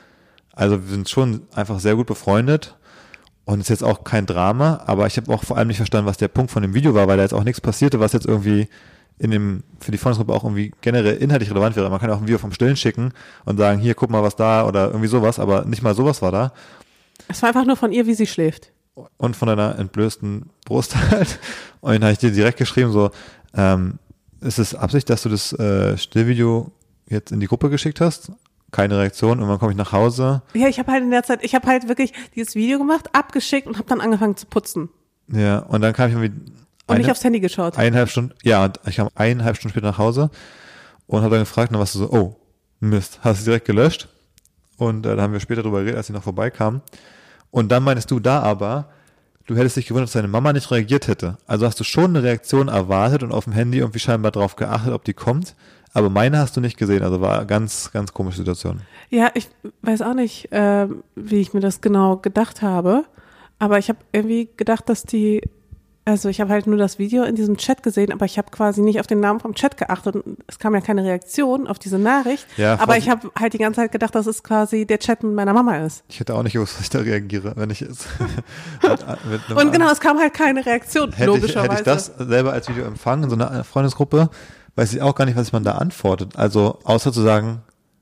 also wir sind schon einfach sehr gut befreundet und ist jetzt auch kein Drama, aber ich habe auch vor allem nicht verstanden, was der Punkt von dem Video war, weil da jetzt auch nichts passierte, was jetzt irgendwie in dem, für die Freundesgruppe auch irgendwie generell inhaltlich relevant wäre. Man kann ja auch ein Video vom Stillen schicken und sagen, hier, guck mal, was da oder irgendwie sowas, aber nicht mal sowas war da. Es war einfach nur von ihr, wie sie schläft. Und von deiner entblößten Brust halt. Und dann habe ich dir direkt geschrieben, so, ähm, ist es Absicht, dass du das äh, Stillvideo jetzt in die Gruppe geschickt hast? Keine Reaktion. Irgendwann komme ich nach Hause. Ja, ich habe halt in der Zeit, ich habe halt wirklich dieses Video gemacht, abgeschickt und habe dann angefangen zu putzen. Ja, und dann kam ich irgendwie Und eine, nicht aufs Handy geschaut. Eineinhalb Stunden, ja, und ich kam eineinhalb Stunden später nach Hause und habe dann gefragt, dann warst du so, oh, Mist, hast du direkt gelöscht? Und äh, da haben wir später drüber geredet, als sie noch vorbeikam. Und dann meinst du da aber, du hättest dich gewundert, dass deine Mama nicht reagiert hätte. Also hast du schon eine Reaktion erwartet und auf dem Handy irgendwie scheinbar drauf geachtet, ob die kommt. Aber meine hast du nicht gesehen. Also war eine ganz, ganz komische Situation. Ja, ich weiß auch nicht, äh, wie ich mir das genau gedacht habe. Aber ich habe irgendwie gedacht, dass die, also ich habe halt nur das Video in diesem Chat gesehen, aber ich habe quasi nicht auf den Namen vom Chat geachtet. Und es kam ja keine Reaktion auf diese Nachricht. Ja, aber ich habe halt die ganze Zeit gedacht, dass es quasi der Chat mit meiner Mama ist. Ich hätte auch nicht gewusst, dass ich da reagiere, wenn ich jetzt. mit, mit Und genau, es kam halt keine Reaktion, hätte logischerweise. Ich, hätte ich das selber als Video empfangen in so einer Freundesgruppe, weiß ich auch gar nicht, was man da antwortet. Also außer zu sagen,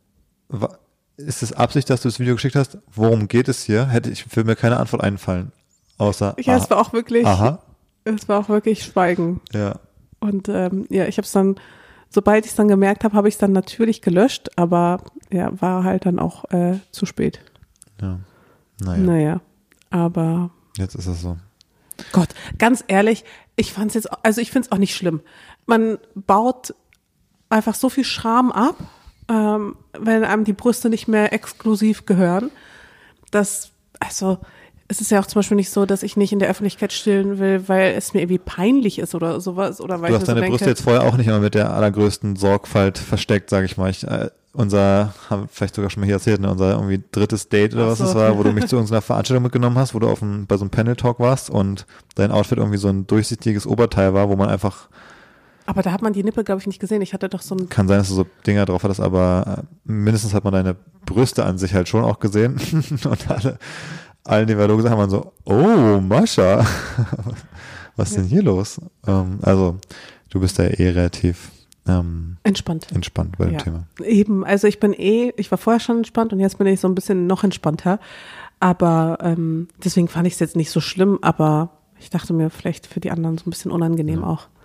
ist es Absicht, dass du das Video geschickt hast? Worum geht es hier? Hätte ich für mir keine Antwort einfallen. Außer. Ja, aha. Es war auch wirklich. Aha. Es war auch wirklich Schweigen. Ja. Und ähm, ja, ich habe es dann, sobald ich es dann gemerkt habe, habe ich es dann natürlich gelöscht, aber ja, war halt dann auch äh, zu spät. Ja. Naja. Naja, aber. Jetzt ist es so. Gott, ganz ehrlich, ich fand es jetzt, also ich finde es auch nicht schlimm. Man baut einfach so viel Scham ab, ähm, wenn einem die Brüste nicht mehr exklusiv gehören, dass, also es ist ja auch zum Beispiel nicht so, dass ich nicht in der Öffentlichkeit stillen will, weil es mir irgendwie peinlich ist oder sowas. Oder weil Du ich hast mir deine so denke, Brüste jetzt vorher auch nicht immer mit der allergrößten Sorgfalt versteckt, sage ich mal. Ich, äh, unser, haben wir vielleicht sogar schon mal hier erzählt, ne, unser irgendwie drittes Date oder Ach was so. es war, wo du mich zu irgendeiner Veranstaltung mitgenommen hast, wo du auf einem, bei so einem Panel-Talk warst und dein Outfit irgendwie so ein durchsichtiges Oberteil war, wo man einfach, Aber da hat man die Nippel, glaube ich, nicht gesehen. Ich hatte doch so ein, kann sein, dass du so Dinger drauf hattest, aber äh, mindestens hat man deine Brüste an sich halt schon auch gesehen. Und alle, allen, die wir Hallo gesagt haben, waren so, oh, Mascha, was ist denn hier los? Ähm, also, du bist da eh relativ ähm, entspannt. entspannt bei dem Ja. Thema. Eben, also ich bin eh, ich war vorher schon entspannt und jetzt bin ich so ein bisschen noch entspannter. Aber ähm, deswegen fand ich es jetzt nicht so schlimm, aber ich dachte mir vielleicht für die anderen so ein bisschen unangenehm Ja. auch.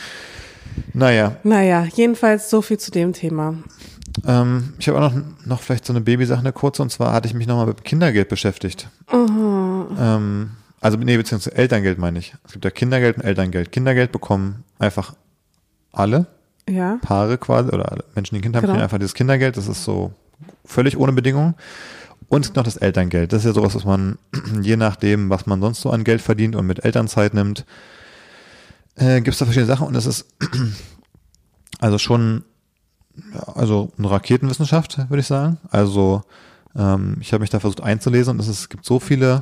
Naja, Naja, jedenfalls so viel zu dem Thema. ähm, ich habe auch noch, noch vielleicht so eine Babysache, eine kurze, und zwar hatte ich mich nochmal mit Kindergeld beschäftigt. Mhm. Ähm, also, nee, beziehungsweise Elterngeld meine ich. Es gibt ja Kindergeld und Elterngeld. Kindergeld bekommen einfach alle Ja, Paare quasi, oder alle Menschen, die ein Kind haben, Genau. kriegen einfach dieses Kindergeld. Das ist so völlig ohne Bedingungen. Und es gibt noch das Elterngeld. Das ist ja sowas, was man je nachdem, was man sonst so an Geld verdient und mit Elternzeit nimmt, äh, gibt es da verschiedene Sachen. Und es ist also schon, ja, also eine Raketenwissenschaft, würde ich sagen. Also ähm, ich habe mich da versucht einzulesen und es, ist, es gibt so viele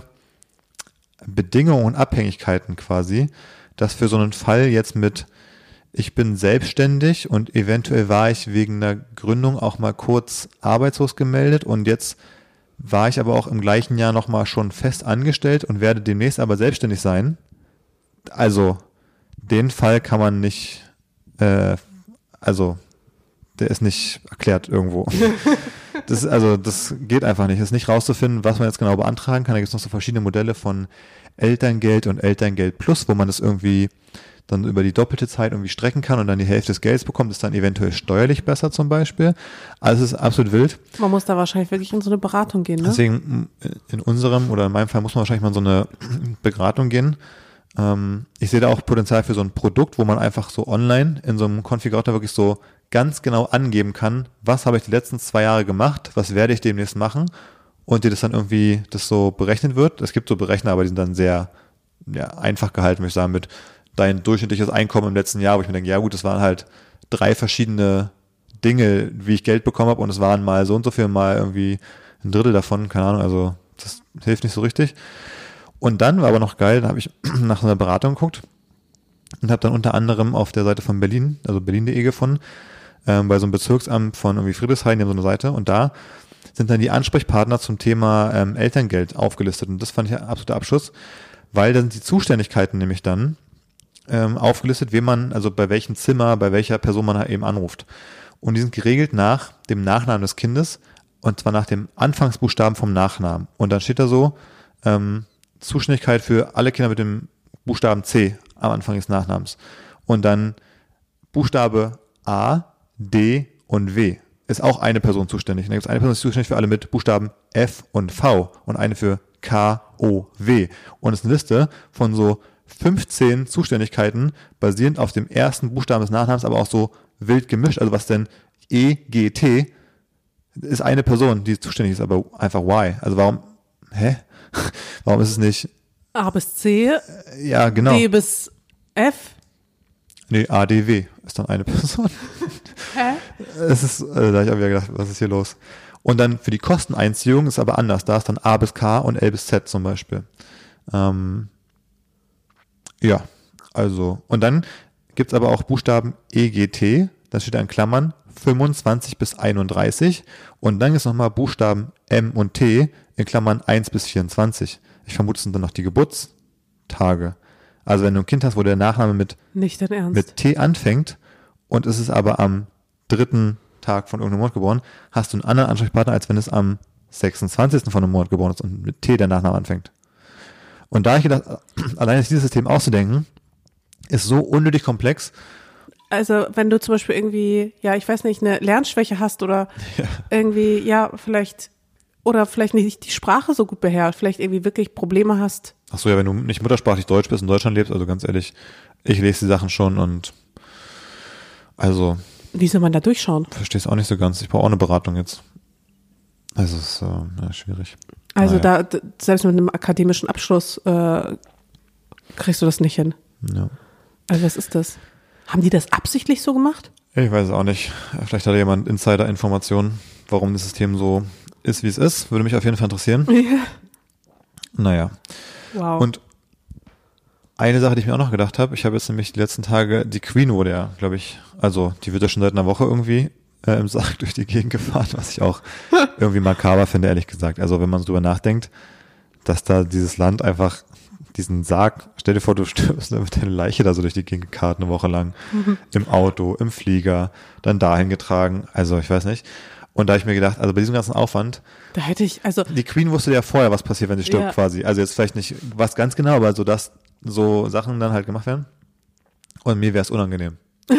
Bedingungen und Abhängigkeiten quasi, dass für so einen Fall jetzt mit ich bin selbstständig und eventuell war ich wegen einer Gründung auch mal kurz arbeitslos gemeldet und jetzt war ich aber auch im gleichen Jahr nochmal schon fest angestellt und werde demnächst aber selbstständig sein. Also den Fall kann man nicht, äh, also der ist nicht erklärt irgendwo. Das, also das geht einfach nicht. Es ist nicht rauszufinden, was man jetzt genau beantragen kann. Da gibt es noch so verschiedene Modelle von Elterngeld und Elterngeld Plus, wo man das irgendwie dann über die doppelte Zeit irgendwie strecken kann und dann die Hälfte des Geldes bekommt, ist dann eventuell steuerlich besser zum Beispiel. Also es ist absolut wild. man muss da wahrscheinlich wirklich in so eine Beratung gehen, ne? Deswegen in unserem oder in meinem Fall muss man wahrscheinlich mal in so eine Beratung gehen. Ähm, ich sehe da auch Potenzial für so ein Produkt, wo man einfach so online in so einem Konfigurator wirklich so ganz genau angeben kann, was habe ich die letzten zwei Jahre gemacht, was werde ich demnächst machen und dir das dann irgendwie, das so berechnet wird. Es gibt so Berechner, aber die sind dann sehr ja, einfach gehalten, würde ich sagen, mit dein durchschnittliches Einkommen im letzten Jahr, wo ich mir denke, ja gut, das waren halt drei verschiedene Dinge, wie ich Geld bekommen habe und es waren mal so und so viel, mal irgendwie ein Drittel davon, keine Ahnung, also das hilft nicht so richtig. Und dann war aber noch geil, da habe ich nach einer Beratung geguckt und habe dann unter anderem auf der Seite von Berlin, also berlin punkt de gefunden, ähm, bei so einem Bezirksamt von irgendwie Friedrichshain, die haben so eine Seite und da sind dann die Ansprechpartner zum Thema ähm, Elterngeld aufgelistet und das fand ich ein absoluter Abschuss, weil da sind die Zuständigkeiten nämlich dann ähm, aufgelistet, wem man, also bei welchem Zimmer, bei welcher Person man eben anruft. Und die sind geregelt nach dem Nachnamen des Kindes und zwar nach dem Anfangsbuchstaben vom Nachnamen. Und dann steht da so, ähm, Zuständigkeit für alle Kinder mit dem Buchstaben C am Anfang des Nachnamens. Und dann Buchstabe A, D und W ist auch eine Person zuständig. Und dann gibt es eine Person, die ist zuständig für alle mit Buchstaben F und V und eine für K, O, W. Und es ist eine Liste von so fünfzehn Zuständigkeiten basierend auf dem ersten Buchstaben des Nachnamens, aber auch so wild gemischt. Also was denn E, G, T ist eine Person, die zuständig ist, aber einfach Y. Also warum, hä? Warum ist es nicht? A bis C, Ja, genau. D bis F. Nee, A, D, W ist dann eine Person. Hä? Es ist, äh, da habe ich auch wieder gedacht, was ist hier los? Und dann für die Kosteneinziehung ist aber anders. Da ist dann A bis K und L bis Z zum Beispiel. Ähm, ja, also. Und dann gibt's aber auch Buchstaben E, G, T. Da steht da in Klammern fünfundzwanzig bis einunddreißig. Und dann ist nochmal Buchstaben M und T in Klammern eins bis vierundzwanzig. Ich vermute, es sind dann noch die Geburtstage. Also wenn du ein Kind hast, wo der Nachname mit, Nicht dein Ernst. mit T anfängt und es ist aber am dritten Tag von irgendeinem Monat geboren, hast du einen anderen Ansprechpartner, als wenn es am sechsundzwanzigsten von einem Monat geboren ist und mit T der Nachname anfängt. Und da ich gedacht, allein dieses System auszudenken, ist so unnötig komplex. Also wenn du zum Beispiel irgendwie, ja, ich weiß nicht, eine Lernschwäche hast oder Ja. irgendwie, ja, vielleicht, oder vielleicht nicht die Sprache so gut beherrscht, vielleicht irgendwie wirklich Probleme hast. Ach so, ja, wenn du nicht muttersprachlich Deutsch bist und in Deutschland lebst, also ganz ehrlich, ich lese die Sachen schon und also Wie soll man da durchschauen? verstehe es auch nicht so ganz. Ich brauche auch eine Beratung jetzt. Also es ist äh, ja, schwierig. Also Naja. da, d- selbst mit einem akademischen Abschluss äh, kriegst du das nicht hin. Ja. Also was ist das? Haben die das absichtlich so gemacht? Ich weiß es auch nicht. Vielleicht hat jemand Insider-Informationen, warum das System so ist, wie es ist. Würde mich auf jeden Fall interessieren. Ja. Naja. Wow. Und eine Sache, die ich mir auch noch gedacht habe, ich habe jetzt nämlich die letzten Tage, die Queen wurde ja, glaube ich, also die wird ja schon seit einer Woche irgendwie äh, im Sarg durch die Gegend gefahren, was ich auch irgendwie makaber finde, ehrlich gesagt. Also wenn man so drüber nachdenkt, dass da dieses Land einfach diesen Sarg, stell dir vor, du stirbst, dann wird deine Leiche da so durch die Gegend gekarrt eine Woche lang. Mhm. Im Auto, im Flieger, dann dahin getragen. Also ich weiß nicht. Und da habe ich mir gedacht, also bei diesem ganzen Aufwand, Da hätte ich, also die Queen wusste ja vorher, was passiert, wenn sie stirbt Ja. quasi. Also jetzt vielleicht nicht was ganz genau, aber so, dass so Sachen dann halt gemacht werden. Und mir wäre es unangenehm.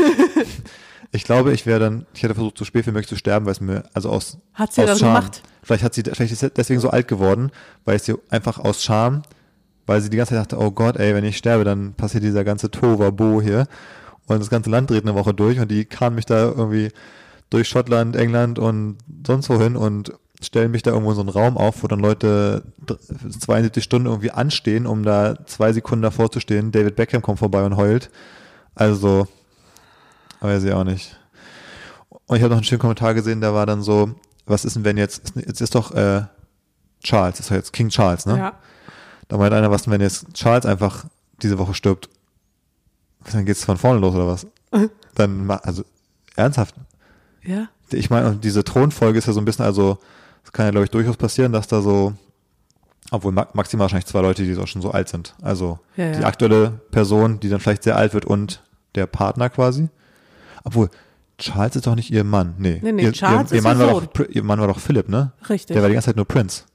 Ich glaube, ich wäre dann, ich hätte versucht, so spät wie möglich zu sterben, weil es mir, also aus, hat sie aus das Scham, gemacht? vielleicht hat sie, vielleicht ist sie deswegen so alt geworden, weil es sie einfach aus Scham, weil sie die ganze Zeit dachte, oh Gott, ey, wenn ich sterbe, dann passiert dieser ganze Tohuwabohu hier und das ganze Land dreht eine Woche durch und die kamen mich da irgendwie durch Schottland, England und sonst wohin und stellen mich da irgendwo in so einen Raum auf, wo dann Leute zweiundsiebzig Stunden irgendwie anstehen, um da zwei Sekunden davor zu stehen. David Beckham kommt vorbei und heult. Also, weiß ich auch nicht. Und ich habe noch einen schönen Kommentar gesehen, da war dann so, was ist denn, wenn jetzt, jetzt ist doch äh, Charles, ist doch jetzt King Charles, ne? Ja. Da meint einer, was denn, wenn jetzt Charles einfach diese Woche stirbt? Dann geht's von vorne los, oder was? Dann, ma- also, ernsthaft. Ja. Ich meine, diese Thronfolge ist ja so ein bisschen, also, es kann ja, glaube ich, durchaus passieren, dass da so, obwohl ma- maximal wahrscheinlich zwei Leute, die auch schon so alt sind. Also, Ja, ja. die aktuelle Person, die dann vielleicht sehr alt wird und der Partner quasi. Obwohl, Charles ist doch nicht ihr Mann. Nee, Nee, nee, ihr, Charles ihr, ihr ist Mann ihr war Sohn. doch, Pri- ihr Mann war doch Philipp, ne? Richtig. Der war die ganze Zeit nur Prinz.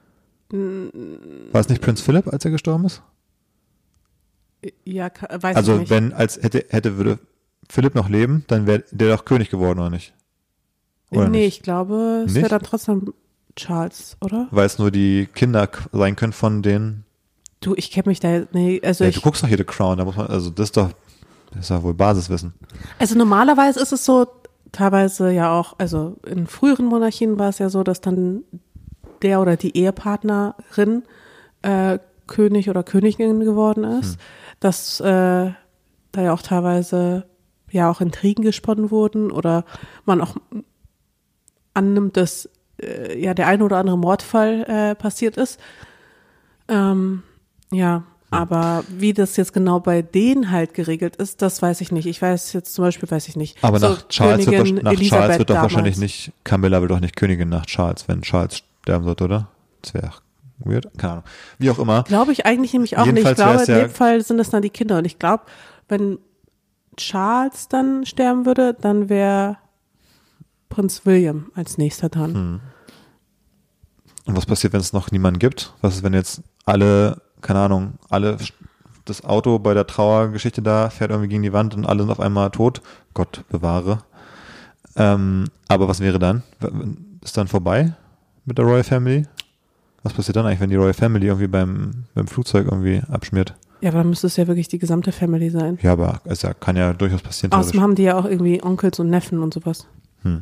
War es nicht Prinz Philipp, als er gestorben ist? Ja, ka- weiß Also ich nicht. wenn, als hätte, hätte, würde Philipp noch leben, dann wäre der doch König geworden, oder nicht? Oder nee, nicht? ich glaube, es wäre Nicht? dann trotzdem Charles, oder? Weil es nur die Kinder k- sein können von den, Du, ich kenne mich da, nee, also ja, ich, du guckst doch hier The Crown, da muss man, also das ist doch, das ist doch wohl Basiswissen. also normalerweise ist es so, teilweise ja auch, also in früheren Monarchien war es ja so, dass dann der oder die Ehepartnerin äh, König oder Königin geworden ist, Hm. dass äh, da ja auch teilweise ja auch Intrigen gesponnen wurden oder man auch annimmt, dass äh, ja der ein oder andere Mordfall äh, passiert ist. Ähm, ja, aber wie das jetzt genau bei denen halt geregelt ist, das weiß ich nicht. Ich weiß jetzt zum Beispiel, weiß ich nicht. Aber So nach Charles wird, Königin doch, nach Elisabeth Charles wird doch damals. wahrscheinlich nicht, Camilla will doch nicht Königin nach Charles, wenn Charles sterben sollte, oder? Das wäre weird, keine Ahnung. Wie auch immer. Glaube ich eigentlich nämlich auch Jedenfalls nicht. Ich glaube, wär's in ja- dem Fall sind es dann die Kinder. Und ich glaube, wenn Charles dann sterben würde, dann wäre Prinz William als nächster dran. Hm. Und was passiert, wenn es noch niemanden gibt? Was ist, wenn jetzt alle, keine Ahnung, alle, das Auto bei der Trauergeschichte da fährt irgendwie gegen die Wand und alle sind auf einmal tot? Gott bewahre. Ähm, aber was wäre dann? Ist dann vorbei mit der Royal Family? Was passiert dann eigentlich, wenn die Royal Family irgendwie beim, beim Flugzeug irgendwie abschmiert? Ja, aber dann müsste es ja wirklich die gesamte Family sein. Ja, aber es ja, kann ja durchaus passieren. Außerdem haben die ja auch irgendwie Onkels und Neffen und sowas. Hm.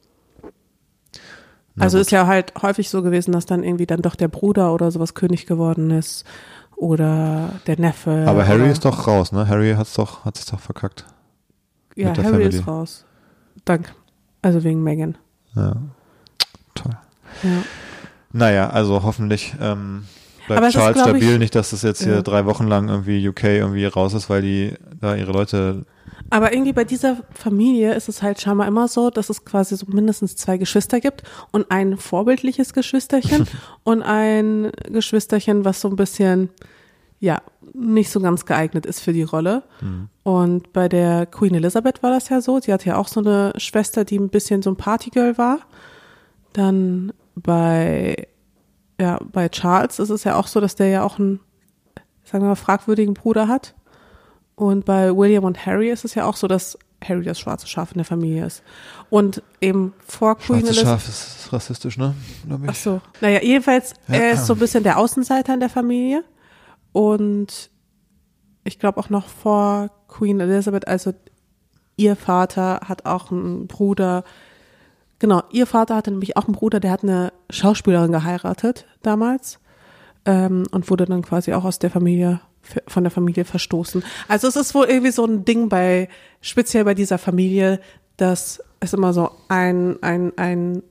Na Also gut. ist ja halt häufig so gewesen, dass dann irgendwie dann doch der Bruder oder sowas König geworden ist oder der Neffe. Aber Harry oder, ist doch raus, ne? Harry hat's doch, hat's doch verkackt. ja, mit der Harry Family. ist raus. Dank. Also wegen Meghan. Ja. Toll. Ja. Naja, also hoffentlich ähm, bleibt Aber es ist, Charles glaub ich- stabil, nicht, dass das jetzt hier Ja. drei Wochen lang irgendwie U K irgendwie raus ist, weil die da ihre Leute. Aber irgendwie bei dieser Familie ist es halt scheinbar immer so, dass es quasi so mindestens zwei Geschwister gibt und ein vorbildliches Geschwisterchen und ein Geschwisterchen, was so ein bisschen, ja, nicht so ganz geeignet ist für die Rolle. Hm. Und bei der Queen Elizabeth war das ja so. Sie hatte ja auch so eine Schwester, die ein bisschen so ein Partygirl war. Dann bei, ja, bei Charles ist es ja auch so, dass der ja auch einen, sagen wir mal, fragwürdigen Bruder hat. Und bei William und Harry ist es ja auch so, dass Harry das schwarze Schaf in der Familie ist. Und eben vor Queen Schwarzes Elizabeth. Schaf ist rassistisch, ne? Glaub ich. Ach so. Naja, jedenfalls, er ist so ein bisschen der Außenseiter in der Familie. Und ich glaube auch noch vor Queen Elizabeth, also ihr Vater hat auch einen Bruder genau, ihr Vater hatte nämlich auch einen Bruder, der hat eine Schauspielerin geheiratet damals ähm, und wurde dann quasi auch aus der Familie, von der Familie verstoßen. Also es ist wohl irgendwie so ein Ding bei, speziell bei dieser Familie, dass es immer so ein, ein, ein,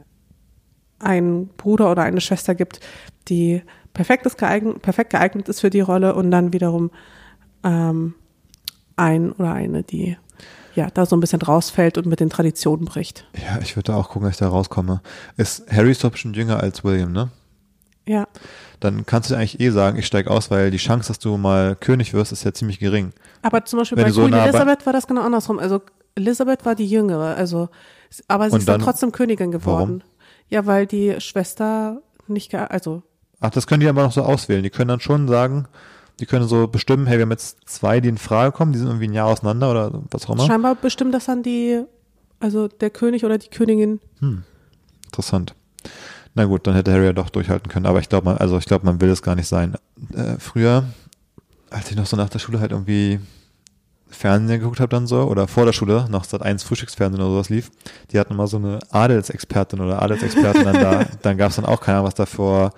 ein Bruder oder eine Schwester gibt, die perfekt, ist geeignet, perfekt geeignet ist für die Rolle und dann wiederum ähm, ein oder eine, die ja da so ein bisschen rausfällt und mit den Traditionen bricht. Ja, ich würde auch gucken, dass ich da rauskomme. Ist Harry ist doch schon jünger als William, ne? Ja. Dann kannst du eigentlich eh sagen, ich steige aus, weil die Chance, dass du mal König wirst, ist ja ziemlich gering. Aber zum Beispiel Wenn bei du so Queen nah bei- Elizabeth war das genau andersrum. Also Elizabeth war die Jüngere, also aber sie Und ist dann dann- trotzdem Königin geworden. Warum? Ja, weil die Schwester nicht, ge also Ach, das können die aber noch so auswählen. Die können dann schon sagen, die können so bestimmen, hey, wir haben jetzt zwei, die in Frage kommen, die sind irgendwie ein Jahr auseinander oder was auch immer. scheinbar bestimmt das dann die, also der König oder die Königin. Hm. Interessant. Na gut, dann hätte Harry ja doch durchhalten können, aber ich glaube, man, also ich glaube, man will es gar nicht sein. Äh, früher, als ich noch so nach der Schule halt irgendwie Fernsehen geguckt habe dann so, oder vor der Schule, noch Sat eins Frühstücksfernsehen oder sowas lief, die hatten immer so eine Adelsexpertin oder Adelsexpertin dann da, dann gab es dann auch keine Ahnung, was da vor,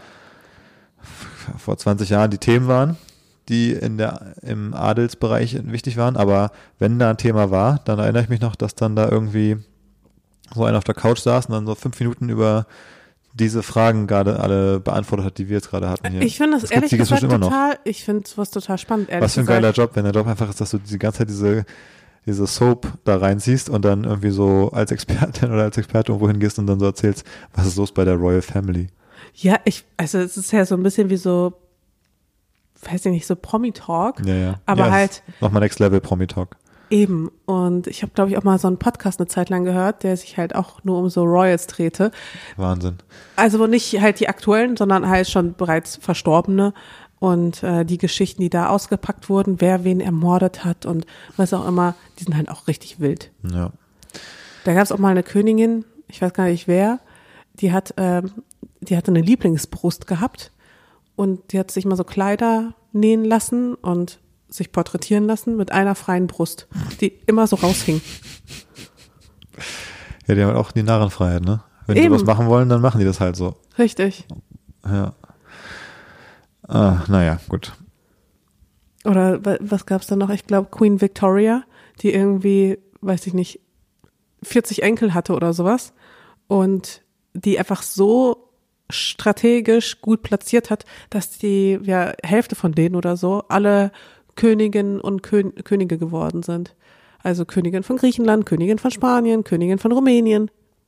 vor zwanzig Jahren die Themen waren, die in der, im Adelsbereich wichtig waren, aber wenn da ein Thema war, dann erinnere ich mich noch, dass dann da irgendwie so einer auf der Couch saß und dann so fünf Minuten über diese Fragen gerade alle beantwortet hat, die wir jetzt gerade hatten hier. Ich finde das, Das ehrlich gibt's gesagt bestimmt immer noch. total, ich finde was total spannend, ehrlich Was für ein gesagt. geiler Job, wenn der Job einfach ist, dass du die ganze Zeit diese, diese Soap da reinziehst und dann irgendwie so als Expertin oder als Experte irgendwo hingehst und dann so erzählst, was ist los bei der Royal Family. Ja, ich, also es ist ja so ein bisschen wie so, weiß ich nicht, so Promi-Talk, Ja, ja. aber ja, halt nochmal Next Level Promi-Talk. eben. Und ich habe, glaube ich, auch mal so einen Podcast eine Zeit lang gehört, der sich halt auch nur um so Royals drehte. Wahnsinn. Also wo nicht halt die aktuellen, sondern halt schon bereits Verstorbene und äh, die Geschichten, die da ausgepackt wurden, wer wen ermordet hat und was auch immer, die sind halt auch richtig wild. Ja. Da gab es auch mal eine Königin, ich weiß gar nicht wer, die hat, ähm, die hatte eine Lieblingsbrust gehabt und die hat sich mal so Kleider nähen lassen und sich porträtieren lassen mit einer freien Brust, die immer so raushing. Ja, die haben halt auch die Narrenfreiheit, ne? Wenn die Eben. sowas machen wollen, dann machen die das halt so. Richtig. Ja. Ah, naja, gut. Oder wa- was gab's da noch? Ich glaube Queen Victoria, die irgendwie, weiß ich nicht, vierzig Enkel hatte oder sowas und die einfach so strategisch gut platziert hat, dass die ja Hälfte von denen oder so alle Königinnen und Kön Könige geworden sind. Also Königin von Griechenland, Königin von Spanien, Königin von Rumänien.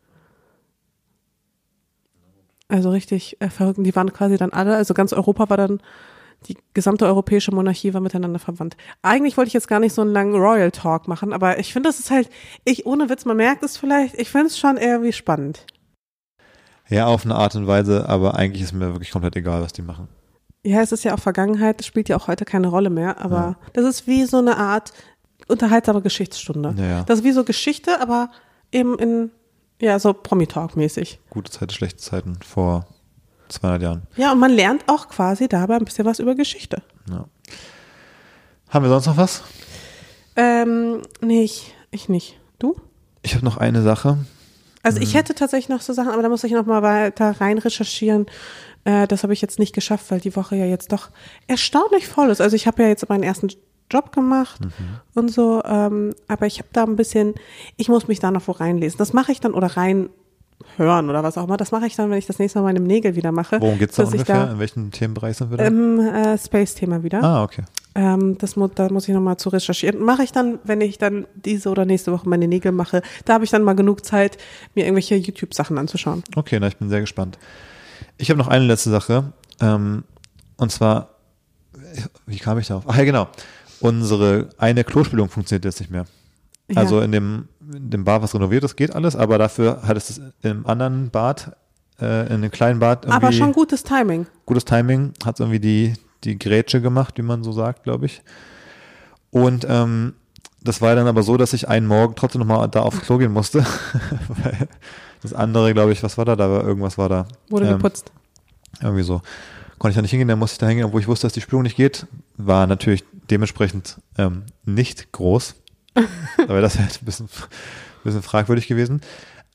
Also richtig äh, verrückt. Und die waren quasi dann alle, also ganz Europa war dann, die gesamte europäische Monarchie war miteinander verwandt. Eigentlich wollte ich jetzt gar nicht so einen langen Royal Talk machen, aber ich finde, das ist halt, ich, ohne Witz, man merkt es vielleicht, ich finde es schon irgendwie spannend. Ja, auf eine Art und Weise, aber eigentlich ist mir wirklich komplett egal, was die machen. Ja, es ist ja auch Vergangenheit, das spielt ja auch heute keine Rolle mehr, aber Ja. das ist wie so eine Art unterhaltsame Geschichtsstunde. Ja, ja. Das ist wie so Geschichte, aber eben in, ja, so Promi-Talk-mäßig. Gute Zeiten, schlechte Zeiten vor zweihundert Jahren. Ja, und man lernt auch quasi dabei ein bisschen was über Geschichte. Ja. Haben wir sonst noch was? Ähm, nee, ich, ich nicht. Du? Ich habe noch eine Sache. Also ich hätte tatsächlich noch so Sachen, aber da muss ich noch mal weiter rein recherchieren. Äh, das habe ich jetzt nicht geschafft, weil die Woche ja jetzt doch erstaunlich voll ist. Also ich habe ja jetzt meinen ersten Job gemacht Mhm. und so, ähm, aber ich habe da ein bisschen, ich muss mich da noch wo reinlesen. Das mache ich dann oder reinhören oder was auch immer. Das mache ich dann, wenn ich das nächste Mal meine Nägel wieder mache. Worum geht's da dass ich ungefähr? Da, In welchem Themenbereich sind wir da? Im äh, Space-Thema wieder. ah, okay. Ähm, das mu da muss ich nochmal zu recherchieren. Mache ich dann, wenn ich dann diese oder nächste Woche meine Nägel mache. Da habe ich dann mal genug Zeit, mir irgendwelche YouTube-Sachen anzuschauen. Okay, na, ich bin sehr gespannt. Ich habe noch eine letzte Sache. Ähm, und zwar, wie kam ich darauf? Ach ja, genau. Unsere eine Klospülung funktioniert jetzt nicht mehr. Ja. Also in dem, in dem Bad, was renoviert ist, geht alles, aber dafür hat es im anderen Bad, äh, in einem kleinen Bad irgendwie Aber schon gutes Timing. gutes Timing, hat irgendwie die, die Grätsche gemacht, wie man so sagt, glaube ich. Und ähm, das war dann aber so, dass ich einen Morgen trotzdem nochmal da aufs Klo gehen musste. Weil das andere, glaube ich, was war da? Da war irgendwas war da. Wurde Ähm, geputzt. Irgendwie so. Konnte ich da nicht hingehen, dann musste ich da hingehen, obwohl ich wusste, dass die Spülung nicht geht. War natürlich dementsprechend ähm, nicht groß. Aber das wäre halt ein bisschen, bisschen fragwürdig gewesen.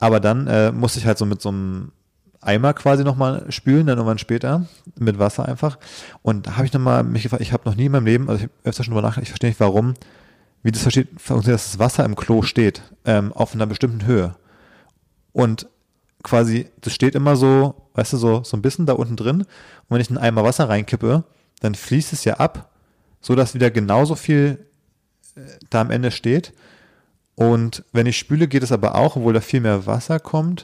aber dann äh, musste ich halt so mit so einem Eimer quasi nochmal spülen, dann irgendwann später, mit Wasser einfach. Und da habe ich nochmal mich gefragt, ich habe noch nie in meinem Leben, also ich habe öfter schon drüber nachgedacht, ich verstehe nicht, warum, wie das versteht, funktioniert, dass das Wasser im Klo steht, ähm, auf einer bestimmten Höhe. Und quasi, das steht immer so, weißt du, so, so ein bisschen da unten drin. Und wenn ich einen Eimer Wasser reinkippe, dann fließt es ja ab, so dass wieder genauso viel äh, da am Ende steht. Und wenn ich spüle, geht es aber auch, obwohl da viel mehr Wasser kommt.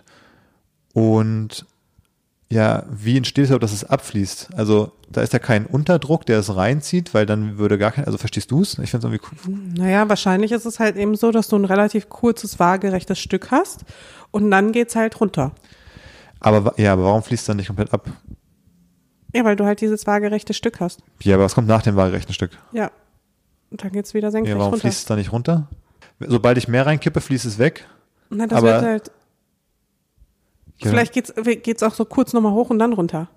Und ja, wie entsteht es überhaupt, dass es abfließt? Also da ist ja kein Unterdruck, der es reinzieht, weil dann würde gar kein, also verstehst du es? Ich finde es irgendwie cool. Naja, wahrscheinlich ist es halt eben so, dass du ein relativ kurzes, waagerechtes Stück hast und dann geht's halt runter. Aber ja, aber warum fließt es dann nicht komplett ab? Ja, weil du halt dieses waagerechte Stück hast. Ja, aber was kommt nach dem waagerechten Stück? Ja, und dann geht's wieder senkrecht Ja, warum runter. fließt es da nicht runter? Sobald ich mehr reinkippe, fließt es weg. Na, das aber wird halt, ja, vielleicht geht's, geht's auch so kurz nochmal hoch und dann runter.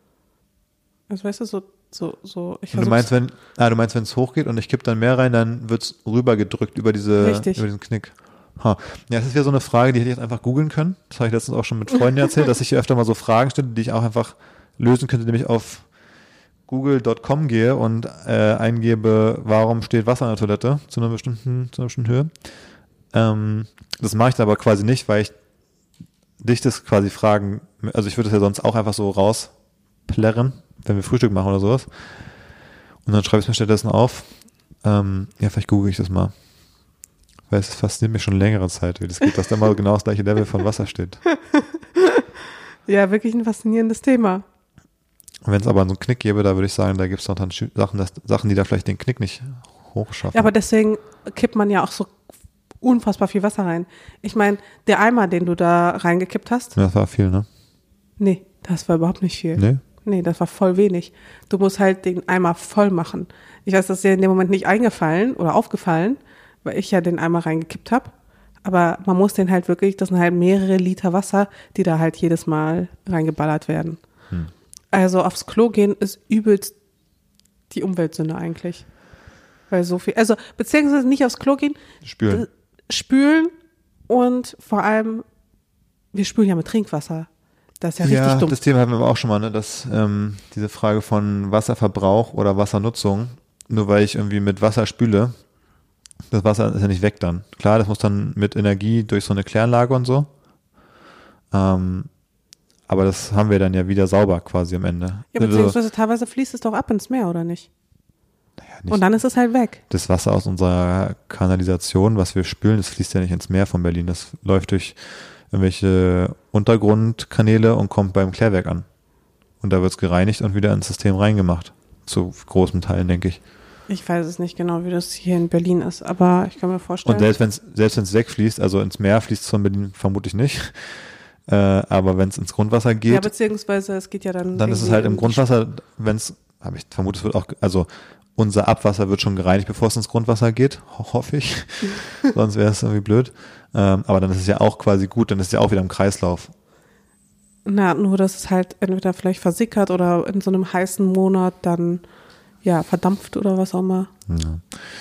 Also weißt du, so, so, so. Ich und du meinst, wenn, ah, du meinst, wenn es hochgeht und ich kippe dann mehr rein, dann wird's rübergedrückt über diese, Richtig. über diesen Knick. Ha. Ja, das ist ja so eine Frage, die hätte ich jetzt einfach googeln können. Das habe ich letztens auch schon mit Freunden erzählt, dass ich hier öfter mal so Fragen stelle, die ich auch einfach lösen könnte, indem ich auf google Punkt com gehe und äh, eingebe, warum steht Wasser in der Toilette zu einer bestimmten, zu einer bestimmten Höhe. Ähm, das mache ich aber quasi nicht, weil ich dich das quasi fragen, also ich würde das ja sonst auch einfach so rausplärren, wenn wir Frühstück machen oder sowas. Und dann schreibe ich es mir stattdessen auf. Ähm, ja, vielleicht google ich das mal. Weil es fasziniert mich schon längere Zeit, wie das geht, dass da mal genau das gleiche Level von Wasser steht. Ja, wirklich ein faszinierendes Thema. Und wenn es aber so einen Knick gäbe, da würde ich sagen, da gibt es noch dann Sachen, das, Sachen, die da vielleicht den Knick nicht hochschaffen. Ja, aber deswegen kippt man ja auch so unfassbar viel Wasser rein. Ich meine, der Eimer, den du da reingekippt hast. Ja, das war viel, ne? Nee, das war überhaupt nicht viel. Nee? Nee, das war voll wenig. Du musst halt den Eimer voll machen. Ich weiß, das ist dir in dem Moment nicht eingefallen oder aufgefallen, weil ich ja den Eimer reingekippt habe. Aber man muss den halt wirklich, das sind halt mehrere Liter Wasser, die da halt jedes Mal reingeballert werden. Hm. Also aufs Klo gehen ist übelst die Umweltsünde eigentlich. Weil so viel, also beziehungsweise nicht aufs Klo gehen. Spülen. Spülen und vor allem, wir spülen ja mit Trinkwasser. Das ist ja, ja richtig dumm. Das Thema hatten wir aber auch schon mal, ne, dass ähm, diese Frage von Wasserverbrauch oder Wassernutzung, nur weil ich irgendwie mit Wasser spüle, das Wasser ist ja nicht weg dann. Klar, das muss dann mit Energie durch so eine Kläranlage und so. Ähm, aber das haben wir dann ja wieder sauber quasi am Ende. Ja, beziehungsweise teilweise fließt es doch ab ins Meer, oder nicht? Naja, nicht. Und dann ist es halt weg. Das Wasser aus unserer Kanalisation, was wir spülen, das fließt ja nicht ins Meer von Berlin. Das läuft durch irgendwelche Untergrundkanäle und kommt beim Klärwerk an. Und da wird es gereinigt und wieder ins System reingemacht. Zu großen Teilen, denke ich. Ich weiß es nicht genau, wie das hier in Berlin ist, aber ich kann mir vorstellen. Und selbst wenn es selbst wenn's wegfließt, also ins Meer fließt es von Berlin vermutlich nicht, äh, aber wenn es ins Grundwasser geht, ja, beziehungsweise es geht ja dann. dann ist es halt im Grundwasser, wenn es, habe ich vermutet, es wird auch, also unser Abwasser wird schon gereinigt, bevor es ins Grundwasser geht, ho- hoffe ich, sonst wäre es irgendwie blöd. Ähm, aber dann ist es ja auch quasi gut, dann ist es ja auch wieder im Kreislauf. Na, nur dass es halt entweder vielleicht versickert oder in so einem heißen Monat dann ja verdampft oder was auch immer. Ja.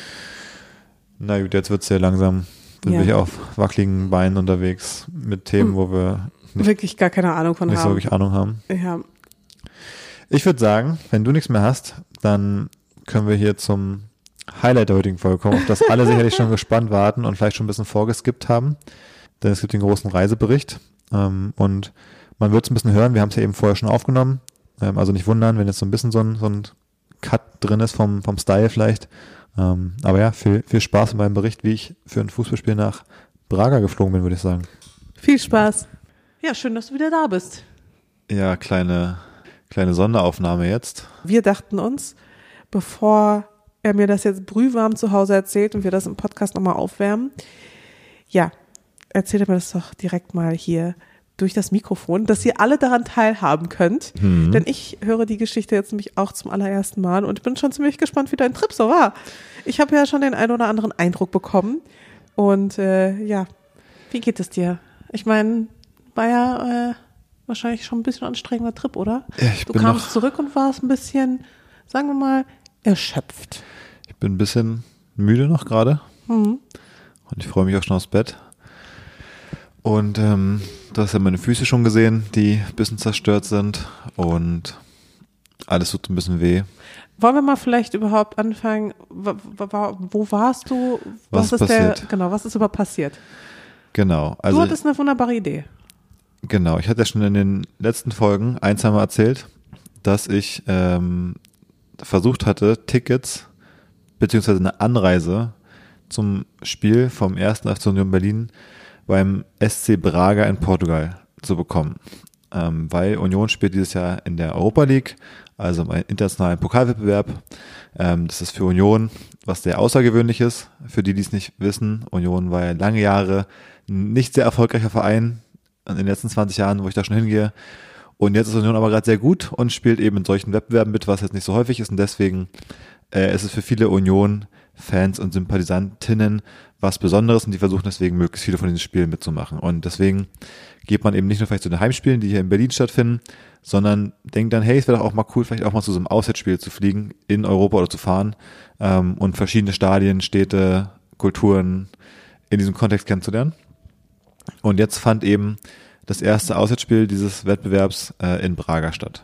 Na gut, jetzt wird es ja langsam, sind Ja. wir hier auf wackeligen Beinen unterwegs mit Themen, Mhm. wo wir nicht, Wirklich gar keine Ahnung von nicht so haben. wirklich Ahnung haben. Ja. Ich würde sagen, wenn du nichts mehr hast, dann können wir hier zum Highlight der heutigen Folge kommen, auf das alle sicherlich schon gespannt warten und vielleicht schon ein bisschen vorgeskippt haben. Denn es gibt den großen Reisebericht. Ähm, und man wird es ein bisschen hören, wir haben es ja eben vorher schon aufgenommen. Ähm, also nicht wundern, wenn jetzt so ein bisschen so ein, so ein Cut drin ist vom, vom Style vielleicht. Ähm, aber ja, viel, viel Spaß in meinem Bericht, wie ich für ein Fußballspiel nach Braga geflogen bin, würde ich sagen. Viel Spaß. Ja, schön, dass du wieder da bist. Ja, kleine, kleine Sonderaufnahme jetzt. Wir dachten uns, bevor er mir das jetzt brühwarm zu Hause erzählt und wir das im Podcast nochmal aufwärmen, ja, erzählt er mir das doch direkt mal hier durch das Mikrofon, dass ihr alle daran teilhaben könnt. Mhm. Denn ich höre die Geschichte jetzt nämlich auch zum allerersten Mal und bin schon ziemlich gespannt, wie dein Trip so war. Ich habe ja schon den einen oder anderen Eindruck bekommen. Und äh, ja, wie geht es dir? Ich meine, war ja äh, wahrscheinlich schon ein bisschen anstrengender Trip, oder? Ja, ich du bin kamst noch, zurück und warst ein bisschen, sagen wir mal, erschöpft. ich bin ein bisschen müde noch gerade. Mhm. Und ich freue mich auch schon aufs Bett. Und ähm, du hast ja meine Füße schon gesehen, die ein bisschen zerstört sind und alles tut ein bisschen weh. Wollen wir mal vielleicht überhaupt anfangen, wo, wo warst du? Was, was ist der, passiert? Genau, was ist überhaupt passiert? Genau. Also, du hattest eine wunderbare Idee. Genau, ich hatte ja schon in den letzten Folgen ein, zwei Mal erzählt, dass ich ähm, versucht hatte, Tickets beziehungsweise eine Anreise zum Spiel vom ersten F C Union Berlin beim S C Braga in Portugal zu bekommen. Ähm, weil Union spielt dieses Jahr in der Europa League, also im internationalen Pokalwettbewerb. Ähm, das ist für Union was sehr Außergewöhnliches. Für die, die es nicht wissen, Union war ja lange Jahre ein nicht sehr erfolgreicher Verein in den letzten zwanzig Jahren, wo ich da schon hingehe. Und jetzt ist Union aber gerade sehr gut und spielt eben in solchen Wettbewerben mit, was jetzt nicht so häufig ist. Und deswegen äh, ist es für viele Union-Fans und Sympathisantinnen was Besonderes und die versuchen deswegen möglichst viele von diesen Spielen mitzumachen. Und deswegen geht man eben nicht nur vielleicht zu den Heimspielen, die hier in Berlin stattfinden, sondern denkt dann, hey, es wäre doch auch mal cool, vielleicht auch mal zu so einem Auswärtsspiel zu fliegen, in Europa oder zu fahren ähm, und verschiedene Stadien, Städte, Kulturen in diesem Kontext kennenzulernen. Und jetzt fand eben das erste Auswärtsspiel dieses Wettbewerbs äh, in Braga statt.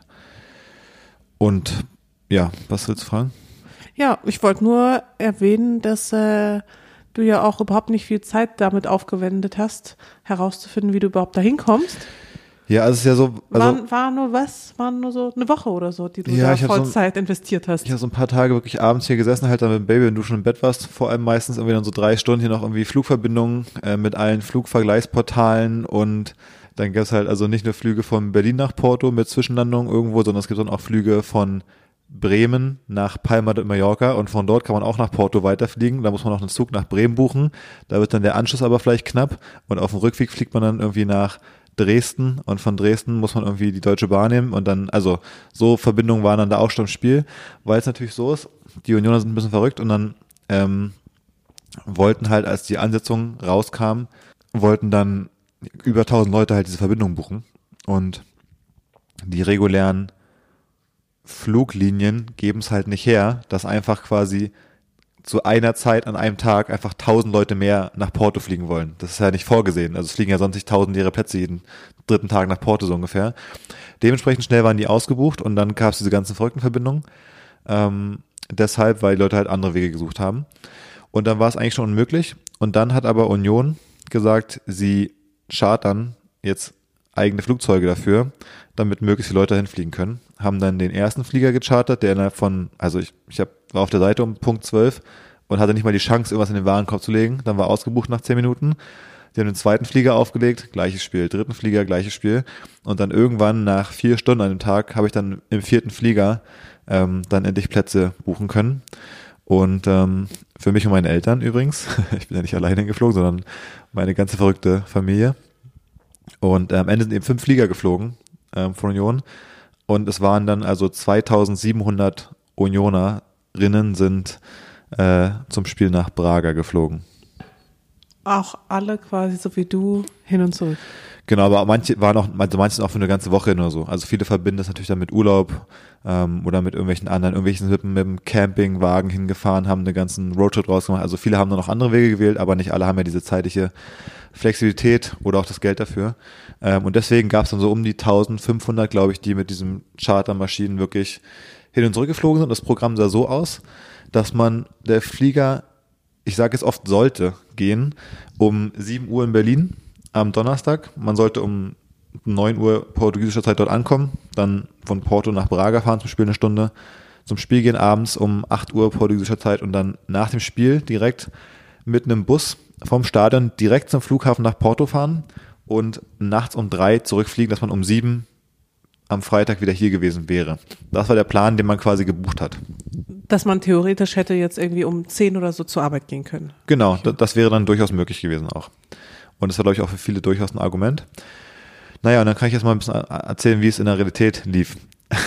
Und ja, was willst du fragen? Ja, ich wollte nur erwähnen, dass äh, du ja auch überhaupt nicht viel Zeit damit aufgewendet hast, herauszufinden, wie du überhaupt dahin kommst. Ja, also es ist ja so. Also, war, war nur was? War nur so eine Woche oder so, die du ja, da Vollzeit so, investiert hast. Ich habe so ein paar Tage wirklich abends hier gesessen, halt dann mit dem Baby, wenn du schon im Bett warst, vor allem meistens irgendwie dann so drei Stunden hier noch irgendwie Flugverbindungen äh, mit allen Flugvergleichsportalen und dann gab es halt also nicht nur Flüge von Berlin nach Porto mit Zwischenlandung irgendwo, sondern es gibt dann auch Flüge von Bremen nach Palma de Mallorca und von dort kann man auch nach Porto weiterfliegen. Da muss man auch einen Zug nach Bremen buchen. Da wird dann der Anschluss aber vielleicht knapp und auf dem Rückweg fliegt man dann irgendwie nach Dresden und von Dresden muss man irgendwie die Deutsche Bahn nehmen und dann, also so Verbindungen waren dann da auch schon im Spiel, weil es natürlich so ist, die Unioner sind ein bisschen verrückt und dann ähm, wollten halt, als die Ansetzung rauskam, wollten dann über tausend Leute halt diese Verbindung buchen und die regulären Fluglinien geben es halt nicht her, dass einfach quasi zu einer Zeit an einem Tag einfach tausend Leute mehr nach Porto fliegen wollen. Das ist ja nicht vorgesehen. Also es fliegen ja sonst nicht tausend leere Plätze jeden dritten Tag nach Porto so ungefähr. Dementsprechend schnell waren die ausgebucht und dann gab es diese ganzen verrückten Verbindungen. Ähm, deshalb, weil die Leute halt andere Wege gesucht haben. Und dann war es eigentlich schon unmöglich. Und dann hat aber Union gesagt, sie chartern jetzt eigene Flugzeuge dafür, damit möglichst viele Leute hinfliegen können. Haben dann den ersten Flieger gechartert, der innerhalb von, also ich, ich hab, war auf der Seite um Punkt zwölf und hatte nicht mal die Chance, irgendwas in den Warenkorb zu legen. Dann war ausgebucht nach zehn Minuten. Die haben den zweiten Flieger aufgelegt, gleiches Spiel. Dritten Flieger, gleiches Spiel. Und dann irgendwann nach vier Stunden an dem Tag habe ich dann im vierten Flieger ähm, dann endlich Plätze buchen können. Und ähm, für mich und meine Eltern übrigens, ich bin ja nicht alleine geflogen, sondern meine ganze verrückte Familie. Und äh, am Ende sind eben fünf Flieger geflogen ähm, von Union. Und es waren dann also zweitausendsiebenhundert Unionerinnen sind äh, zum Spiel nach Braga geflogen. Auch alle quasi so wie du hin und zurück. Genau, aber manche waren auch, also manche sind auch für eine ganze Woche nur so. Also viele verbinden das natürlich dann mit Urlaub ähm, oder mit irgendwelchen anderen, irgendwelchen mit, mit dem Campingwagen hingefahren, haben einen ganzen Roadtrip draus gemacht. Also viele haben dann noch andere Wege gewählt, aber nicht alle haben ja diese zeitliche Flexibilität oder auch das Geld dafür. Ähm, und deswegen gab es dann so um die eintausendfünfhundert, glaube ich, die mit diesem Chartermaschinen wirklich hin und zurück geflogen sind. Das Programm sah so aus, dass man der Flieger, ich sage es oft, sollte gehen um sieben Uhr in Berlin am Donnerstag. Man sollte um neun Uhr portugiesischer Zeit dort ankommen, dann von Porto nach Braga fahren zum Spiel eine Stunde, zum Spiel gehen abends um acht Uhr portugiesischer Zeit und dann nach dem Spiel direkt mit einem Bus vom Stadion direkt zum Flughafen nach Porto fahren und nachts um drei zurückfliegen, dass man um sieben am Freitag wieder hier gewesen wäre. Das war der Plan, den man quasi gebucht hat. Dass man theoretisch hätte jetzt irgendwie um zehn oder so zur Arbeit gehen können. Genau, das, das wäre dann durchaus möglich gewesen auch. Und das war, glaube ich, auch für viele durchaus ein Argument. Naja, und dann kann ich jetzt mal ein bisschen erzählen, wie es in der Realität lief.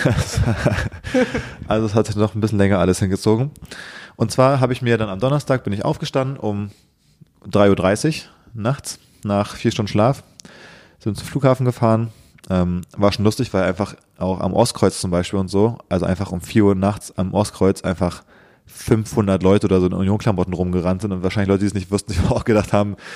Also es hat sich noch ein bisschen länger alles hingezogen. Und zwar habe ich mir dann am Donnerstag, bin ich aufgestanden um drei Uhr dreißig nachts, nach vier Stunden Schlaf, sind zum Flughafen gefahren. Ähm, war schon lustig, weil einfach auch am Ostkreuz zum Beispiel und so, also einfach um vier Uhr nachts am Ostkreuz einfach fünfhundert Leute oder so in Union-Klamotten rumgerannt sind und wahrscheinlich Leute, die es nicht wussten, sich auch gedacht haben,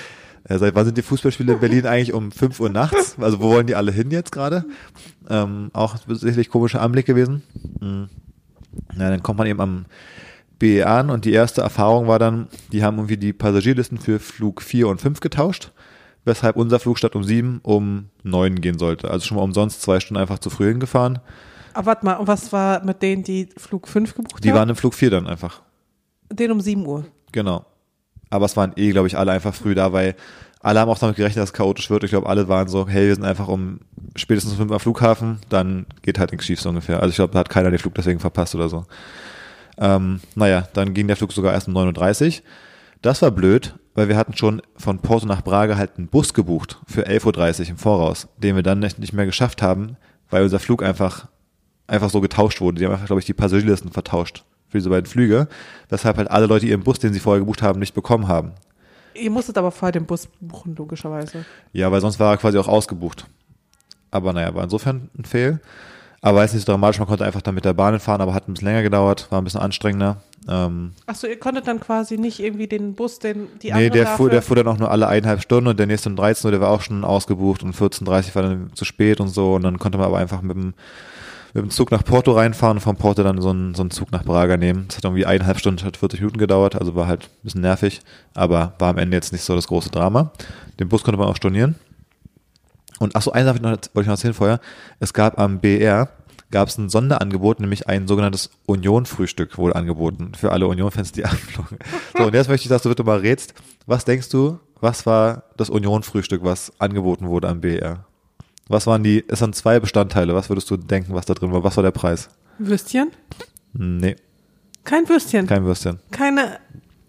Äh, seit wann sind die Fußballspiele in Berlin eigentlich um fünf Uhr nachts? Also wo wollen die alle hin jetzt gerade? Ähm, auch sicherlich komischer Anblick gewesen. Mhm. Ja, dann kommt man eben am B E an und die erste Erfahrung war dann, die haben irgendwie die Passagierlisten für Flug vier und fünf getauscht, weshalb unser Flug statt um sieben um neun gehen sollte. Also schon mal umsonst zwei Stunden einfach zu früh hingefahren. Aber warte mal, und was war mit denen, die Flug fünf gebucht Die haben? waren im Flug vier dann einfach. Den um sieben Uhr. Genau. Aber es waren eh, glaube ich, alle einfach früh da, weil alle haben auch damit gerechnet, dass es chaotisch wird. Ich glaube, alle waren so, hey, wir sind einfach um spätestens um fünf am Flughafen, dann geht halt nichts schief so ungefähr. Also ich glaube, da hat keiner den Flug deswegen verpasst oder so. Ähm, naja, dann ging der Flug sogar erst um neun Uhr dreißig. Das war blöd, weil wir hatten schon von Porto nach Braga halt einen Bus gebucht für elf Uhr dreißig im Voraus, den wir dann nicht, nicht mehr geschafft haben, weil unser Flug einfach, einfach so getauscht wurde. Die haben einfach, glaube ich, die Passagierlisten vertauscht für diese beiden Flüge, weshalb halt alle Leute ihren Bus, den sie vorher gebucht haben, nicht bekommen haben. Ihr musstet aber vorher den Bus buchen, logischerweise. Ja, weil sonst war er quasi auch ausgebucht. Aber naja, war insofern ein Fail. Aber war jetzt nicht so dramatisch, man konnte einfach dann mit der Bahn fahren, aber hat ein bisschen länger gedauert, war ein bisschen anstrengender. Ähm, Achso, ihr konntet dann quasi nicht irgendwie den Bus, den die nee, andere der dafür... fuhr, der fuhr dann auch nur alle eineinhalb Stunden und der nächste um dreizehn Uhr, der war auch schon ausgebucht und vierzehn Uhr dreißig war dann zu spät und so und dann konnte man aber einfach mit dem, mit dem Zug nach Porto reinfahren und vom Porto dann so einen, so einen Zug nach Braga nehmen. Das hat irgendwie eineinhalb Stunden, hat vierzig Minuten gedauert, also war halt ein bisschen nervig, aber war am Ende jetzt nicht so das große Drama. Den Bus konnte man auch stornieren. Und achso, eine Sache wollte ich noch erzählen vorher. Es gab am B R gab es ein Sonderangebot, nämlich ein sogenanntes Union-Frühstück wohl angeboten für alle Union-Fans, die abflogen. So, und jetzt möchte ich, dass du bitte mal rätst, was denkst du, was war das Union-Frühstück, was angeboten wurde am B R? Was waren die, es sind zwei Bestandteile, was würdest du denken, was da drin war? Was war der Preis? Würstchen? Nee. Kein Würstchen? Kein Würstchen. Keine...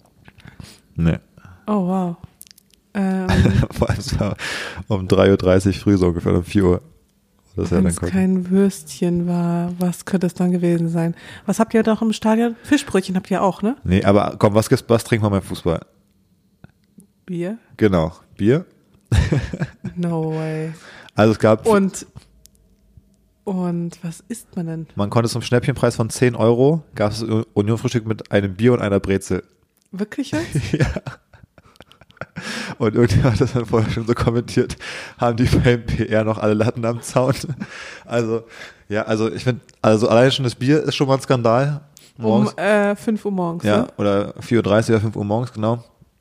Nee. Oh, wow. Ähm, Vor allem es war um drei Uhr dreißig früh so ungefähr, um vier Uhr. Wenn es kein Würstchen war, was könnte es dann gewesen sein? Was habt ihr doch im Stadion? Fischbrötchen habt ihr auch, ne? Nee, aber komm, was, gibt's, was trinkt man beim Fußball? Bier? Genau, Bier. No way. Also es gab... Und, und was isst man denn? Man konnte zum Schnäppchenpreis von zehn Euro, gab es Union-Frühstück mit einem Bier und einer Brezel. Wirklich jetzt? Ja. Und irgendjemand hat das dann vorher schon so kommentiert, haben die beim P R noch alle Latten am Zaun. Also, ja, also ich finde, also allein schon das Bier ist schon mal ein Skandal. Morgens. Um äh, fünf Uhr morgens, Ja, ne? oder vier Uhr dreißig oder fünf Uhr morgens, genau.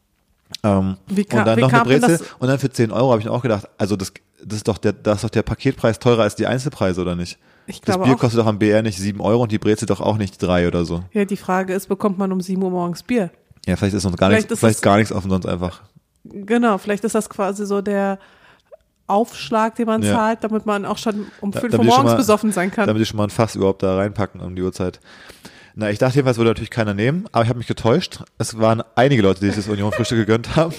Ähm, Wie kam, und dann wie noch eine kam denn Brezel. das? Und dann für zehn Euro habe ich mir auch gedacht, also das, das ist doch der, das ist doch der Paketpreis teurer als die Einzelpreise, oder nicht? Ich Das glaube Bier auch. kostet doch am B R nicht sieben Euro und die Brezel doch auch nicht drei oder so. Ja, die Frage ist, bekommt man um sieben Uhr morgens Bier? Ja, vielleicht ist uns gar Vielleicht nichts, ist vielleicht es- gar nichts offen, sonst einfach. Genau, vielleicht ist das quasi so der Aufschlag, den man Ja. zahlt, damit man auch schon um Da- fünf damit Uhr die schon morgens mal- besoffen sein kann. Damit die schon mal ein Fass überhaupt da reinpacken um die Uhrzeit. Na, ich dachte jedenfalls, würde natürlich keiner nehmen, aber ich habe mich getäuscht. Es waren einige Leute, die sich das Union-Frühstück gegönnt haben.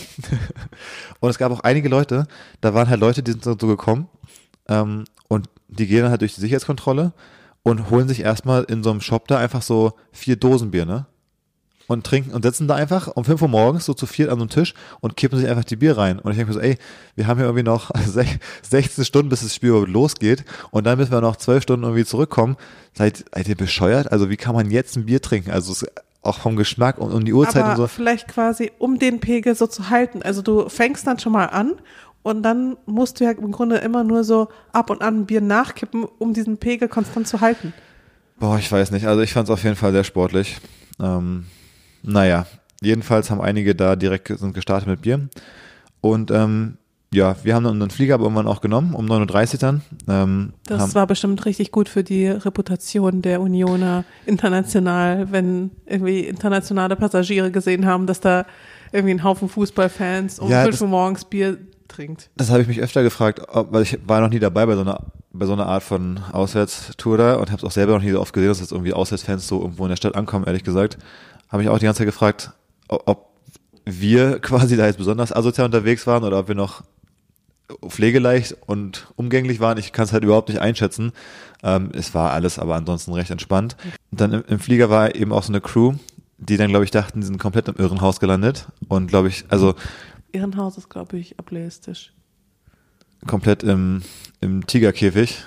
Und es gab auch einige Leute, da waren halt Leute, die sind so gekommen ähm, und die gehen dann halt durch die Sicherheitskontrolle und holen sich erstmal in so einem Shop da einfach so vier Dosen Bier, ne? Und trinken und sitzen da einfach um fünf Uhr morgens so zu viert an so einem Tisch und kippen sich einfach die Bier rein. Und ich denke mir so, ey, wir haben hier irgendwie noch sechzehn Stunden, bis das Spiel überhaupt losgeht und dann müssen wir noch zwölf Stunden irgendwie zurückkommen. Seid, seid ihr bescheuert? Also wie kann man jetzt ein Bier trinken? Also es, auch vom Geschmack und um die Uhrzeit Aber und so. vielleicht quasi, um den Pegel so zu halten. Also du fängst dann schon mal an und dann musst du ja im Grunde immer nur so ab und an ein Bier nachkippen, um diesen Pegel konstant zu halten. Boah, ich weiß nicht. Also ich fand es auf jeden Fall sehr sportlich. Ähm, naja, jedenfalls haben einige da direkt sind gestartet mit Bier. Und ähm, ja, wir haben dann unseren Flieger aber irgendwann auch genommen, um neun Uhr dreißig dann. Ähm, Das haben, war bestimmt richtig gut für die Reputation der Unioner international, wenn irgendwie internationale Passagiere gesehen haben, dass da irgendwie ein Haufen Fußballfans um Ja, fünf das- Uhr morgens Bier trinkt. Das habe ich mich öfter gefragt, ob, weil ich war noch nie dabei bei so einer bei so einer Art von Auswärtstour da und habe es auch selber noch nie so oft gesehen, dass jetzt irgendwie Auswärtsfans so irgendwo in der Stadt ankommen, ehrlich gesagt. Habe ich auch die ganze Zeit gefragt, ob, ob wir quasi da jetzt besonders asozial unterwegs waren oder ob wir noch pflegeleicht und umgänglich waren. Ich kann es halt überhaupt nicht einschätzen. Ähm, es war alles aber ansonsten recht entspannt. Und dann im, im Flieger war eben auch so eine Crew, die dann, glaube ich, dachten, die sind komplett im Irrenhaus gelandet und, glaube ich, also Irrenhaus ist, glaube ich, ableistisch. komplett im, im Tigerkäfig.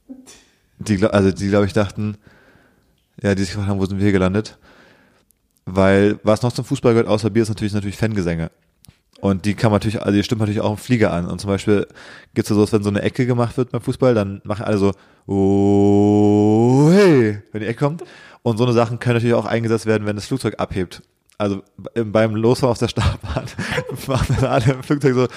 Die, gla- also die, glaube ich, dachten, ja, die sich gefragt haben, wo sind wir hier gelandet? Weil was noch zum Fußball gehört, außer Bier, ist natürlich natürlich Fangesänge. Und die kann man natürlich, also die stimmt natürlich auch im Flieger an. Und zum Beispiel gibt's ja so, dass wenn so eine Ecke gemacht wird beim Fußball, dann machen alle so, oh, hey, wenn die Ecke kommt. Und so eine Sachen können natürlich auch eingesetzt werden, wenn das Flugzeug abhebt. Also beim Losfahren auf der Startbahn machen dann alle im Flugzeug so,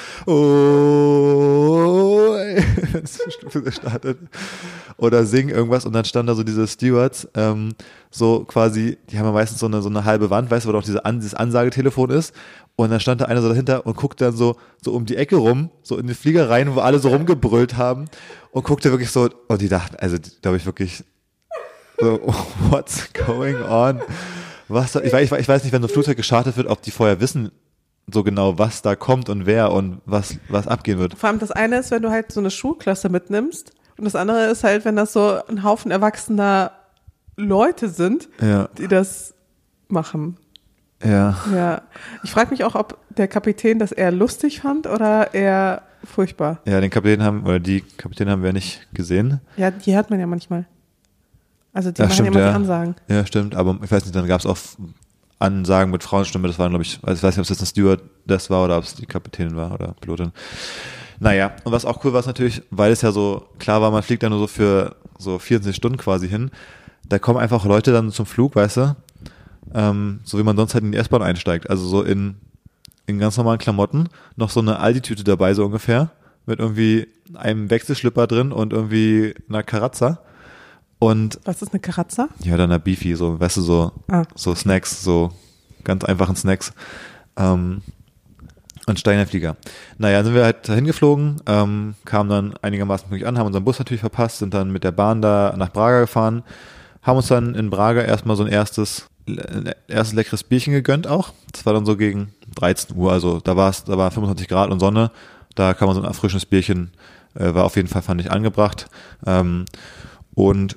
oh, hey, wenn das Flugzeug startet. Oder singen irgendwas und dann standen da so diese Stewards, ähm, so quasi, die haben ja meistens so eine, so eine halbe Wand, weißt du, wo doch diese An- dieses Ansagetelefon ist. Und dann stand da einer so dahinter und guckte dann so, so um die Ecke rum, so in den Flieger rein, wo alle so rumgebrüllt haben und guckte wirklich so, und die dachten, also, glaube ich wirklich, so, what's going on? Was, ich weiß, ich weiß nicht, wenn so ein Flugzeug gestartet wird, ob die vorher wissen, so genau, was da kommt und wer und was, was abgehen wird. Vor allem das eine ist, wenn du halt so eine Schulklasse mitnimmst und das andere ist halt, wenn das so ein Haufen erwachsener Leute sind, ja. die das machen. Ja. Ja. Ich frage mich auch, ob der Kapitän das eher lustig fand oder eher furchtbar. Ja, den Kapitän haben, oder die Kapitän haben wir nicht gesehen. Ja, die hat man ja manchmal. Also die ja, machen stimmt, ja immer ja. die Ansagen. Ja, stimmt, aber ich weiß nicht, dann gab es auch Ansagen mit Frauenstimme, das waren, glaube ich, also ich weiß nicht, ob es jetzt ein Steward das war oder ob es die Kapitänin war oder Pilotin. Naja, und was auch cool war, ist natürlich, weil es ja so klar war, man fliegt ja nur so für so vierundzwanzig Stunden quasi hin, da kommen einfach Leute dann zum Flug, weißt du, ähm, so wie man sonst halt in die S-Bahn einsteigt, also so in, in ganz normalen Klamotten, noch so eine Aldi-Tüte dabei, so ungefähr, mit irgendwie einem Wechselschlipper drin und irgendwie einer Karazza. Und was ist eine Karazza? ja, dann eine Beefy, so, weißt du, so, ah. so Snacks, so ganz einfachen Snacks. Ähm, und steigen in den Flieger. Naja, sind wir halt dahin geflogen, ähm, kamen dann einigermaßen pünktlich an, haben unseren Bus natürlich verpasst, sind dann mit der Bahn da nach Braga gefahren, haben uns dann in Braga erstmal so ein erstes, ein erstes leckeres Bierchen gegönnt auch. Das war dann so gegen dreizehn Uhr, also da war es, da war fünfundzwanzig Grad und Sonne, da kann man so ein erfrischendes Bierchen, äh, war auf jeden Fall, fand ich, angebracht. Ähm, und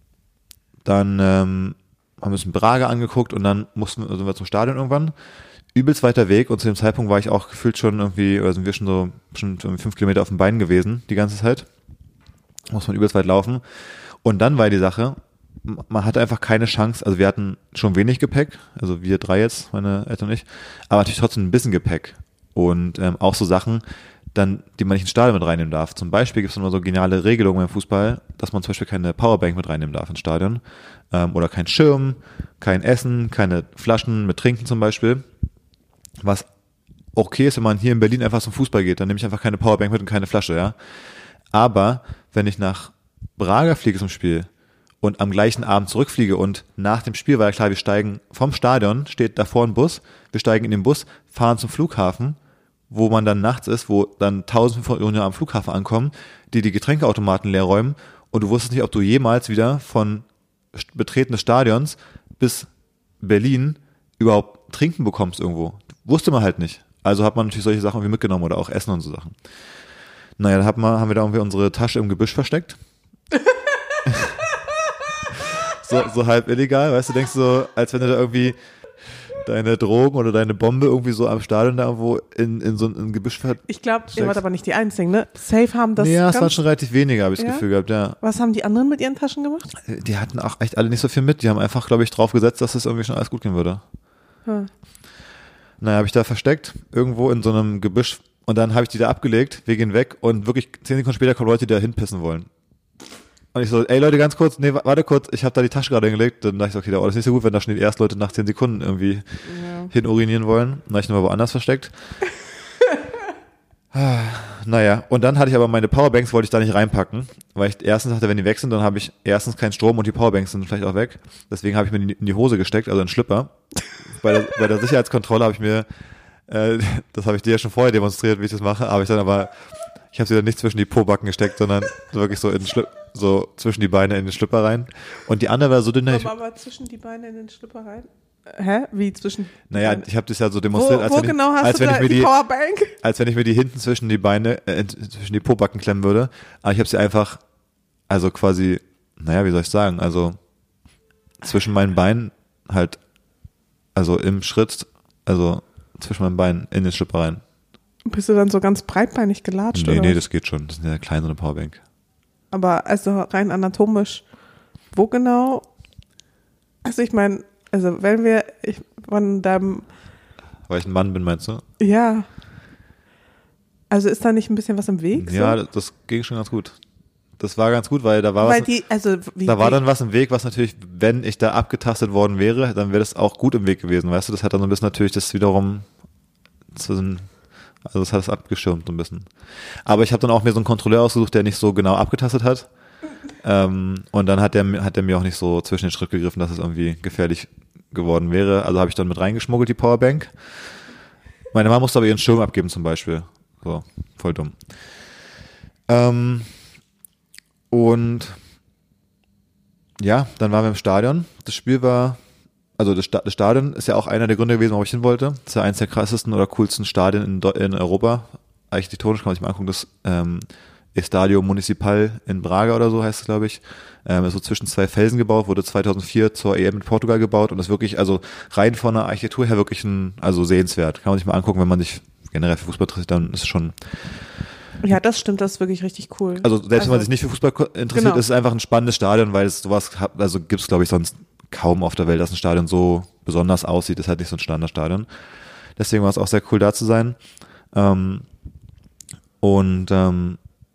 dann ähm, haben wir uns in Braga angeguckt und dann mussten sind wir zum Stadion irgendwann. Übelst weiter Weg und zu dem Zeitpunkt war ich auch gefühlt schon irgendwie, oder sind wir schon so schon fünf Kilometer auf den Beinen gewesen, die ganze Zeit. Muss man übelst weit laufen. Und dann war die Sache, man hatte einfach keine Chance, also wir hatten schon wenig Gepäck, also wir drei jetzt, meine Eltern und ich, aber natürlich trotzdem ein bisschen Gepäck. Und ähm, auch so Sachen, dann, die man nicht ins Stadion mit reinnehmen darf. Zum Beispiel gibt es immer so geniale Regelungen beim Fußball, dass man zum Beispiel keine Powerbank mit reinnehmen darf ins Stadion. Ähm, oder kein Schirm, kein Essen, keine Flaschen mit Trinken zum Beispiel. Was okay ist, wenn man hier in Berlin einfach zum Fußball geht, dann nehme ich einfach keine Powerbank mit und keine Flasche, ja. Aber wenn ich nach Braga fliege zum Spiel und am gleichen Abend zurückfliege und nach dem Spiel war ja klar, wir steigen vom Stadion, steht davor ein Bus, wir steigen in den Bus, fahren zum Flughafen, wo man dann nachts ist, wo dann tausendfünfhundert Junior am Flughafen ankommen, die die Getränkeautomaten leer räumen und du wusstest nicht, ob du jemals wieder von Betreten des Stadions bis Berlin überhaupt Trinken bekommst irgendwo. Wusste man halt nicht. Also hat man natürlich solche Sachen irgendwie mitgenommen oder auch Essen und so Sachen. Naja, dann haben wir, haben wir da irgendwie unsere Tasche im Gebüsch versteckt. so, so halb illegal, weißt du, denkst so, als wenn du da irgendwie deine Drogen oder deine Bombe irgendwie so am Stadion da irgendwo in, in so ein Gebüsch versteckt. Ich glaube, ihr wart aber nicht die Einzigen, ne? Safe haben das. Nee, ja, es waren schon relativ wenige, habe ich das ja? Gefühl gehabt, ja. Was haben die anderen mit ihren Taschen gemacht? Die hatten auch echt alle nicht so viel mit. Die haben einfach, glaube ich, drauf gesetzt, dass es irgendwie schon alles gut gehen würde. Hm. Naja, habe ich da versteckt, irgendwo in so einem Gebüsch. Und dann habe ich die da abgelegt, wir gehen weg und wirklich zehn Sekunden später kommen Leute, die da hinpissen wollen. Und ich so, ey Leute, ganz kurz, nee, warte kurz, ich habe da die Tasche gerade hingelegt. Dann dachte ich so, okay, oh, das ist nicht so gut, wenn da schon die ersten Leute nach zehn Sekunden irgendwie ja. hin urinieren wollen. Dann habe ich nochmal woanders versteckt. Naja, und dann hatte ich aber meine Powerbanks, wollte ich da nicht reinpacken, weil ich erstens dachte, wenn die weg sind, dann habe ich erstens keinen Strom und die Powerbanks sind vielleicht auch weg. Deswegen habe ich mir die in die Hose gesteckt, also in den Schlüpper. bei, der, bei der Sicherheitskontrolle habe ich mir, äh, das habe ich dir ja schon vorher demonstriert, wie ich das mache, aber ich dann aber, ich habe sie dann nicht zwischen die Pobacken gesteckt, sondern wirklich so in den Schlüpper, so zwischen die Beine in den Schlüpper rein. Und die andere war so dünn. Aber, aber zwischen die Beine in den Schlüpper rein? Hä? Wie zwischen? Naja, ich habe das ja so demonstriert, wo, als, wo wenn, genau ich, hast als du wenn da ich mir die, die Powerbank? Als wenn ich mir die hinten zwischen die Beine, äh, zwischen die Pobacken klemmen würde. Aber ich habe sie einfach, also quasi, naja, wie soll ich sagen, also zwischen meinen Beinen halt, also im Schritt, also zwischen meinen Beinen in den Schlüpper rein. Bist du dann so ganz breitbeinig gelatscht? Nee, oder? nee, das geht schon. Das ist ja klein, so eine Powerbank. Aber also rein anatomisch, wo genau? Also ich meine, also wenn wir ich, von deinem... Weil ich ein Mann bin, meinst du? Ja. Also ist da nicht ein bisschen was im Weg? Ja, so? das ging schon ganz gut. Das war ganz gut, weil da war weil was, die, also wie, da war wie, dann was im Weg, was natürlich, wenn ich da abgetastet worden wäre, dann wäre das auch gut im Weg gewesen, weißt du? Das hat dann so ein bisschen natürlich das wiederum, zu so ein, also das hat es abgeschirmt so ein bisschen. Aber ich habe dann auch mir so einen Kontrolleur ausgesucht, der nicht so genau abgetastet hat. Ähm, und dann hat der, hat der mir auch nicht so zwischen den Schritt gegriffen, dass es irgendwie gefährlich geworden wäre. Also habe ich dann mit reingeschmuggelt, die Powerbank. Meine Mama musste aber ihren Schirm abgeben zum Beispiel. So, voll dumm. Ähm, und ja, dann waren wir im Stadion. Das Spiel war, also das, Sta- das Stadion ist ja auch einer der Gründe gewesen, warum ich hin wollte. Das ist ja eins der krassesten oder coolsten Stadien in, Do- in Europa. Architektonisch kann man sich mal angucken, das ähm, Estadio Municipal in Braga oder so heißt es, glaube ich. Ähm, ist so zwischen zwei Felsen gebaut, wurde zweitausendvier zur E M in Portugal gebaut und ist wirklich, also rein von der Architektur her wirklich ein, also sehenswert. Kann man sich mal angucken, wenn man sich generell für Fußball interessiert, dann ist es schon. ja, das stimmt, das ist wirklich richtig cool. Also selbst also, wenn man sich nicht für Fußball ko- interessiert, genau. ist es einfach ein spannendes Stadion, weil es sowas, hat- also gibt es glaube ich sonst kaum auf der Welt, dass ein Stadion so besonders aussieht. Das ist halt nicht so ein Standardstadion. Deswegen war es auch sehr cool, da zu sein. Ähm, und ähm,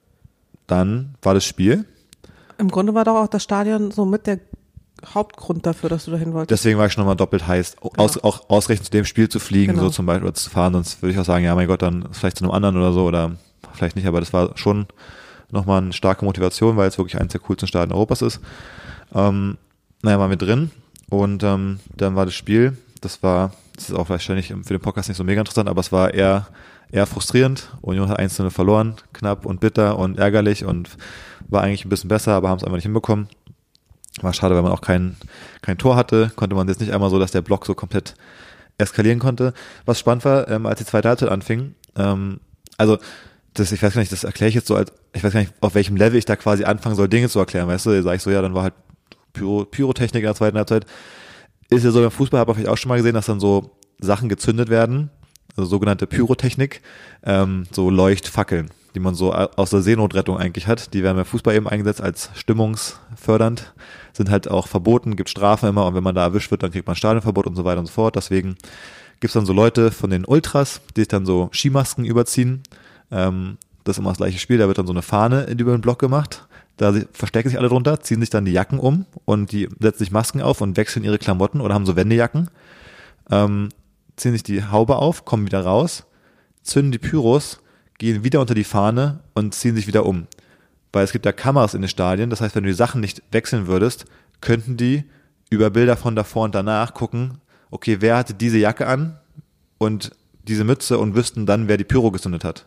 dann war das Spiel. Im Grunde war doch auch das Stadion so mit der Hauptgrund dafür, dass du dahin wolltest. Deswegen war ich schon nochmal doppelt heiß, aus, Genau. auch ausgerechnet zu dem Spiel zu fliegen, Genau. so zum Beispiel, oder zu fahren. Sonst würde ich auch sagen, ja mein Gott, dann vielleicht zu einem anderen oder so, oder vielleicht nicht, aber das war schon nochmal eine starke Motivation, weil es wirklich eines der coolsten Stadien Europas ist. Ähm, naja, waren wir drin und ähm, dann war das Spiel, das war, das ist auch wahrscheinlich für den Podcast nicht so mega interessant, aber es war eher eher frustrierend. Union hat eins zu null verloren, knapp und bitter und ärgerlich und war eigentlich ein bisschen besser, aber haben es einfach nicht hinbekommen. War schade, weil man auch kein, kein Tor hatte, konnte man jetzt nicht einmal so, dass der Block so komplett eskalieren konnte. Was spannend war, ähm, als die zweite Halbzeit anfing, ähm, also das, ich weiß gar nicht, das erkläre ich jetzt so, als ich weiß gar nicht, auf welchem Level ich da quasi anfangen soll, Dinge zu erklären, weißt du, da sag ich so, ja, dann war halt Pyro, Pyrotechnik in der zweiten Halbzeit. Ist ja so, beim Fußball habe ich vielleicht auch schon mal gesehen, dass dann so Sachen gezündet werden, also sogenannte Pyrotechnik, ähm, so Leuchtfackeln, die man so aus der Seenotrettung eigentlich hat. Die werden beim Fußball eben eingesetzt als stimmungsfördernd, sind halt auch verboten, gibt Strafen immer und wenn man da erwischt wird, dann kriegt man Stadionverbot und so weiter und so fort. Deswegen gibt's dann so Leute von den Ultras, die sich dann so Skimasken überziehen. Ähm, das ist immer das gleiche Spiel, da wird dann so eine Fahne über den Block gemacht. Da verstecken sich alle drunter, ziehen sich dann die Jacken um und die setzen sich Masken auf und wechseln ihre Klamotten oder haben so Wendejacken. Ähm, ziehen sich die Haube auf, kommen wieder raus, zünden die Pyros, gehen wieder unter die Fahne und ziehen sich wieder um. Weil es gibt ja Kameras in den Stadien, das heißt, wenn du die Sachen nicht wechseln würdest, könnten die über Bilder von davor und danach gucken, okay, wer hatte diese Jacke an und diese Mütze und wüssten dann, wer die Pyro gezündet hat.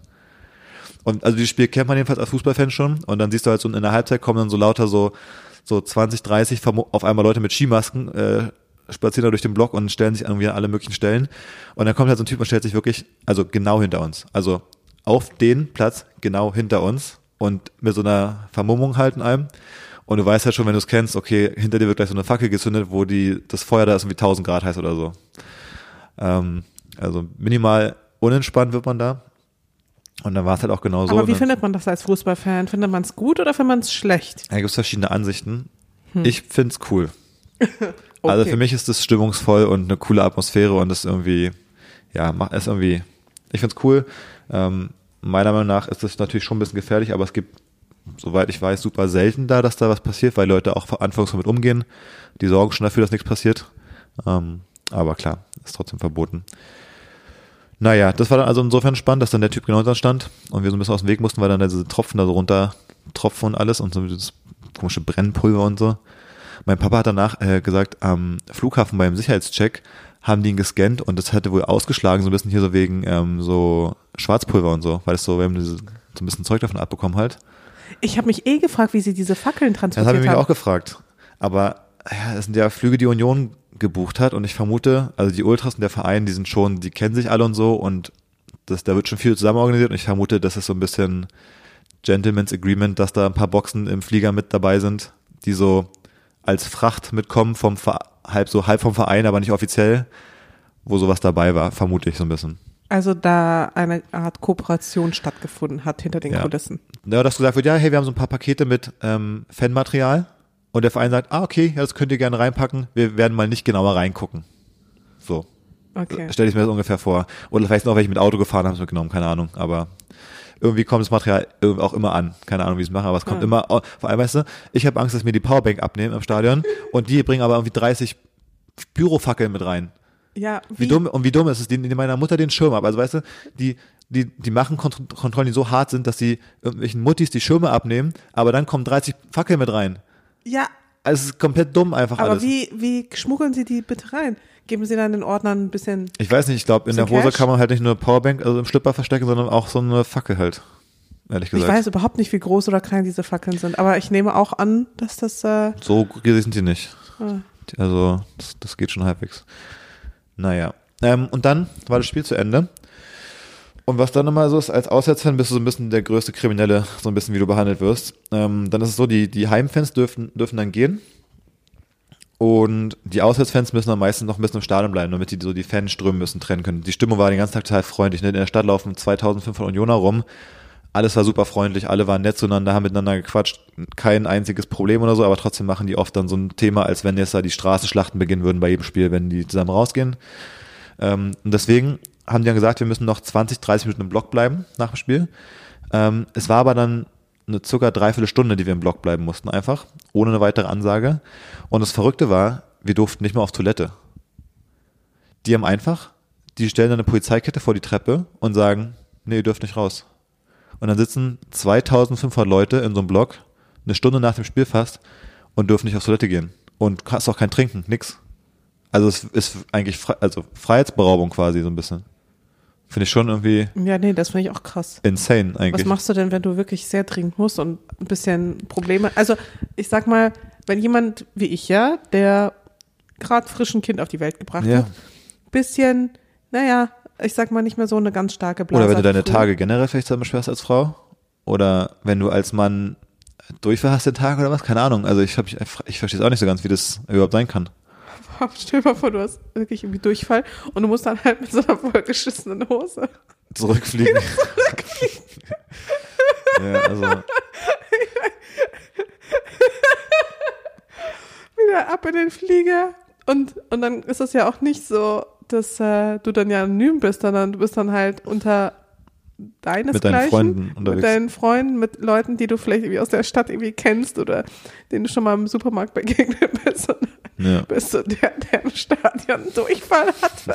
Und also dieses Spiel kennt man jedenfalls als Fußballfan schon und dann siehst du halt so in der Halbzeit kommen dann so lauter so, so zwanzig, dreißig auf einmal Leute mit Skimasken, äh, spazieren da durch den Block und stellen sich irgendwie an alle möglichen Stellen. Und dann kommt halt so ein Typ und stellt sich wirklich, also genau hinter uns. Also auf den Platz genau hinter uns und mit so einer Vermummung halt in allem. Und du weißt halt schon, wenn du es kennst, okay, hinter dir wird gleich so eine Fackel gezündet, wo die das Feuer da ist irgendwie tausend Grad heiß oder so. Ähm, also minimal unentspannt wird man da. Und dann war es halt auch genau so. Aber wie dann, findet man das als Fußballfan? Findet man es gut oder findet man es schlecht? Da gibt es verschiedene Ansichten. Hm. Ich find's cool. Okay. Also für mich ist das stimmungsvoll und eine coole Atmosphäre und das irgendwie, ja, macht es irgendwie, ich find's cool. Ähm, meiner Meinung nach ist das natürlich schon ein bisschen gefährlich, aber es gibt, soweit ich weiß, super selten da, dass da was passiert, weil Leute auch anfangs damit umgehen. Die sorgen schon dafür, dass nichts passiert. Ähm, aber klar, ist trotzdem verboten. Naja, das war dann also insofern spannend, dass dann der Typ genau da stand und wir so ein bisschen aus dem Weg mussten, weil dann diese Tropfen da so runter tropfen und alles und so dieses komische Brennpulver und so. Mein Papa hat danach äh, gesagt, am Flughafen beim Sicherheitscheck haben die ihn gescannt und das hätte wohl ausgeschlagen, so ein bisschen hier so wegen ähm, so Schwarzpulver und so, weil es so, wir haben diese, so ein bisschen Zeug davon abbekommen halt. Ich habe mich eh gefragt, wie sie diese Fackeln Das transportiert habe ich mich haben. auch gefragt. Aber ja, das sind ja Flüge, die Union gebucht hat und ich vermute, also die Ultras und der Verein, die sind schon, die kennen sich alle und so und das, da wird schon viel zusammen organisiert und ich vermute, das ist so ein bisschen Gentleman's Agreement, dass da ein paar Boxen im Flieger mit dabei sind, die so als Fracht mitkommen, vom halb so halb vom Verein, aber nicht offiziell, wo sowas dabei war, vermute ich so ein bisschen. Also da eine Art Kooperation stattgefunden hat hinter den Ja. Kulissen. Ja, dass gesagt wird, ja, hey, wir haben so ein paar Pakete mit ähm, Fanmaterial und der Verein sagt, ah, okay, ja, das könnt ihr gerne reinpacken, wir werden mal nicht genauer reingucken. So. Okay. Stelle ich mir das ungefähr vor. Oder vielleicht noch welche mit Auto gefahren haben es mitgenommen, keine Ahnung, aber irgendwie kommt das Material irgendwie auch immer an. Keine Ahnung, wie sie es machen, aber es kommt Ja. immer, vor allem, weißt du, ich habe Angst, dass mir die Powerbank abnehmen im Stadion und die bringen aber irgendwie dreißig Pyrofackeln mit rein. Ja, Wie dumm, und wie dumm ist es, die, die meiner Mutter den Schirm ab. Also weißt du, die, die, die machen Kont- Kontrollen, die so hart sind, dass sie irgendwelchen Muttis die Schirme abnehmen, aber dann kommen dreißig Fackeln mit rein. Ja, Also es ist komplett dumm einfach aber alles. wie, wie schmuggeln sie die bitte rein? Geben sie dann den Ordnern ein bisschen. Ich weiß nicht, ich glaube, in der Bisschen Hose Cash? kann man halt nicht nur Powerbank, also im Schlipper verstecken, sondern auch so eine Fackel halt. Ehrlich Ich gesagt. weiß überhaupt nicht, wie groß oder klein diese Fackeln sind, aber ich nehme auch an, dass das. Äh, So riesig sind die nicht. ah. Also das, das geht schon halbwegs. Naja. Ähm, und dann war das Spiel zu Ende. Und was dann immer so ist, als Auswärtsfan bist du so ein bisschen der größte Kriminelle, so ein bisschen wie du behandelt wirst. Ähm, dann ist es so, die, die Heimfans dürfen, dürfen dann gehen. Und die Auswärtsfans müssen dann meistens noch ein bisschen im Stadion bleiben, damit die so die Fanströme ein bisschen trennen können. Die Stimmung war den ganzen Tag total freundlich. Ne? In der Stadt laufen zweitausendfünfhundert Unioner rum. Alles war super freundlich, alle waren nett zueinander, haben miteinander gequatscht. Kein einziges Problem oder so, aber trotzdem machen die oft dann so ein Thema, als wenn jetzt da die Straßenschlachten beginnen würden bei jedem Spiel, wenn die zusammen rausgehen. Ähm, und deswegen haben die dann gesagt, wir müssen noch zwanzig, dreißig Minuten im Block bleiben nach dem Spiel. Ähm, es war aber dann eine circa dreiviertel Stunde, die wir im Block bleiben mussten, einfach, ohne eine weitere Ansage. Und das Verrückte war, wir durften nicht mehr auf Toilette. Die haben einfach, die stellen dann eine Polizeikette vor die Treppe und sagen, nee, ihr dürft nicht raus. Und dann sitzen zweitausendfünfhundert Leute in so einem Block, eine Stunde nach dem Spiel fast, und dürfen nicht auf Toilette gehen. Und hast auch kein Trinken, nix. Also es ist eigentlich Fre- also Freiheitsberaubung quasi so ein bisschen. Finde ich schon irgendwie Ja, nee, das finde ich auch krass. insane eigentlich. Was machst du denn, wenn du wirklich sehr dringend musst und ein bisschen Probleme? Also ich sag mal, wenn jemand wie ich, ja, der gerade frisch ein Kind auf die Welt gebracht Ja. hat, bisschen, naja, ich sag mal nicht mehr so eine ganz starke Blase. Oder wenn du deine hat früher. Tage generell vielleicht zusammen beschwerst als Frau. Oder wenn du als Mann Durchfall hast den Tag oder was? Keine Ahnung. Also ich, hab, ich, ich verstehe es auch nicht so ganz, wie das überhaupt sein kann. Stell dir mal vor, du hast wirklich irgendwie Durchfall und du musst dann halt mit so einer vollgeschissenen Hose. Zurückfliegen. Ja, also Wieder ab in den Flieger. Und, und dann ist es ja auch nicht so, dass äh, du dann ja anonym bist, sondern du bist dann halt unter deinesgleichen. Mit deinen Freunden unterwegs. Mit deinen Freunden, mit Leuten, die du vielleicht irgendwie aus der Stadt irgendwie kennst oder denen du schon mal im Supermarkt begegnet bist. Und dann ja. bist du der, der im Stadion einen Durchfall hatte.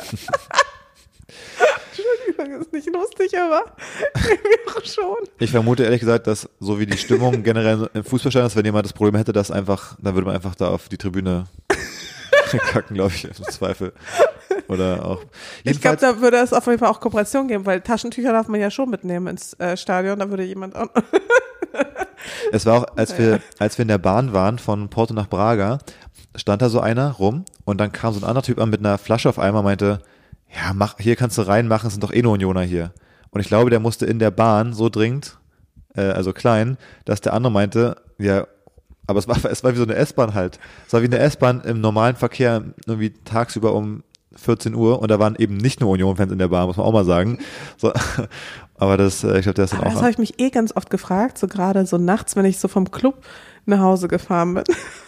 Entschuldigung, ist nicht lustig, aber irgendwie auch schon. Ich vermute ehrlich gesagt, dass so wie die Stimmung generell im Fußballstadion ist, wenn jemand das Problem hätte, dass einfach, dann würde man einfach da auf die Tribüne kacken, glaube ich, im Zweifel. Oder auch. Ich glaube, Jedenfalls, da würde es auf jeden Fall auch Kooperation geben, weil Taschentücher darf man ja schon mitnehmen ins äh, Stadion, da würde jemand auch es war auch, als wir, als wir in der Bahn waren von Porto nach Braga, stand da so einer rum und dann kam so ein anderer Typ an mit einer Flasche auf einmal und meinte, ja, mach, hier kannst du reinmachen, es sind doch eh nur Unioner hier. Und ich glaube, der musste in der Bahn so dringend, äh, also klein, dass der andere meinte, ja, aber es war, es war wie so eine S-Bahn halt. Es war wie eine S-Bahn im normalen Verkehr, irgendwie tagsüber um vierzehn Uhr und da waren eben nicht nur Union-Fans in der Bahn, muss man auch mal sagen. So, aber das, äh, ich glaube, der ist dann Aber auch. das habe ich mich eh ganz oft gefragt, so gerade so nachts, wenn ich so vom Club nach Hause gefahren bin.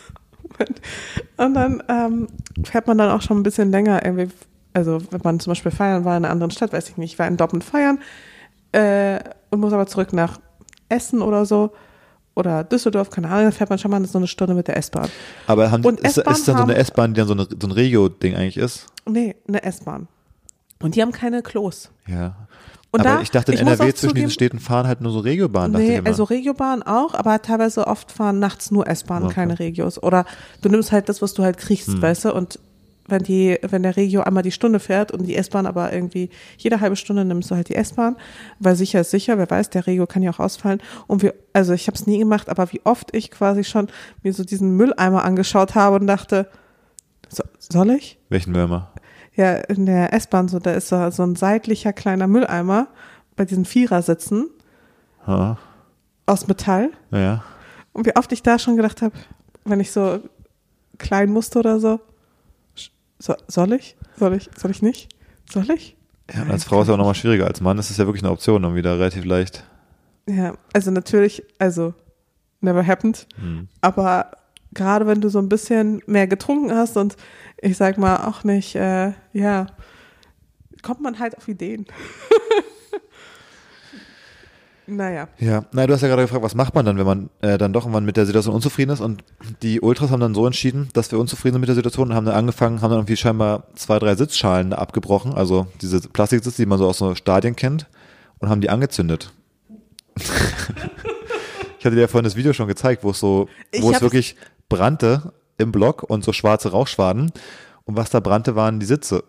Und dann ähm, fährt man dann auch schon ein bisschen länger irgendwie, also wenn man zum Beispiel feiern war in einer anderen Stadt, weiß ich nicht, ich war in Dortmund feiern äh, und muss aber zurück nach Essen oder so oder Düsseldorf, keine Ahnung, dann fährt man schon mal so eine Stunde mit der S-Bahn. Aber haben, Und ist, S-Bahn ist dann so eine haben- S-Bahn, die dann so, eine, so ein Regio-Ding eigentlich ist? Nee, eine S-Bahn. Und die haben keine Klos. Ja. Und aber da, ich dachte, in ich muss N R W auch zwischen diesen zugeben- Städten fahren halt nur so Regiobahnen, dachte ich Nee, immer. also Regiobahn auch, aber teilweise oft fahren nachts nur S-Bahnen, Okay. keine Regios. Oder du nimmst halt das, was du halt kriegst, Hm. weißt du, und wenn die, wenn der Regio einmal die Stunde fährt und die S-Bahn aber irgendwie jede halbe Stunde nimmst du halt die S-Bahn, weil sicher ist sicher, wer weiß, der Regio kann ja auch ausfallen. Und wie, also ich habe es nie gemacht, aber wie oft ich quasi schon mir so diesen Mülleimer angeschaut habe und dachte, so, soll ich? Welchen Würmer? Ja, in der S-Bahn so, da ist so, so ein seitlicher kleiner Mülleimer bei diesen Vierersitzen Ha, aus Metall. ja. Und wie oft ich da schon gedacht habe, wenn ich so klein musste oder so, so soll ich? Soll ich? Soll ich nicht? Soll ich? Ja, und als Frau ist ja auch nochmal schwieriger. Als Mann ist es ja wirklich eine Option und wieder relativ leicht. Ja, also natürlich, also never happened, Hm. aber gerade wenn du so ein bisschen mehr getrunken hast und ich sag mal auch nicht, äh, ja, kommt man halt auf Ideen. Naja. Ja, na, du hast ja gerade gefragt, was macht man dann, wenn man äh, dann doch irgendwann mit der Situation unzufrieden ist, und die Ultras haben dann so entschieden, dass wir unzufrieden sind mit der Situation und haben dann angefangen, haben dann irgendwie scheinbar zwei, drei Sitzschalen da abgebrochen, also diese Plastiksitze, die man so aus so Stadien kennt, und haben die angezündet. Ich hatte dir ja vorhin das Video schon gezeigt, wo es so, wo es wirklich brannte im Block und so schwarze Rauchschwaden, und was da brannte, waren die Sitze.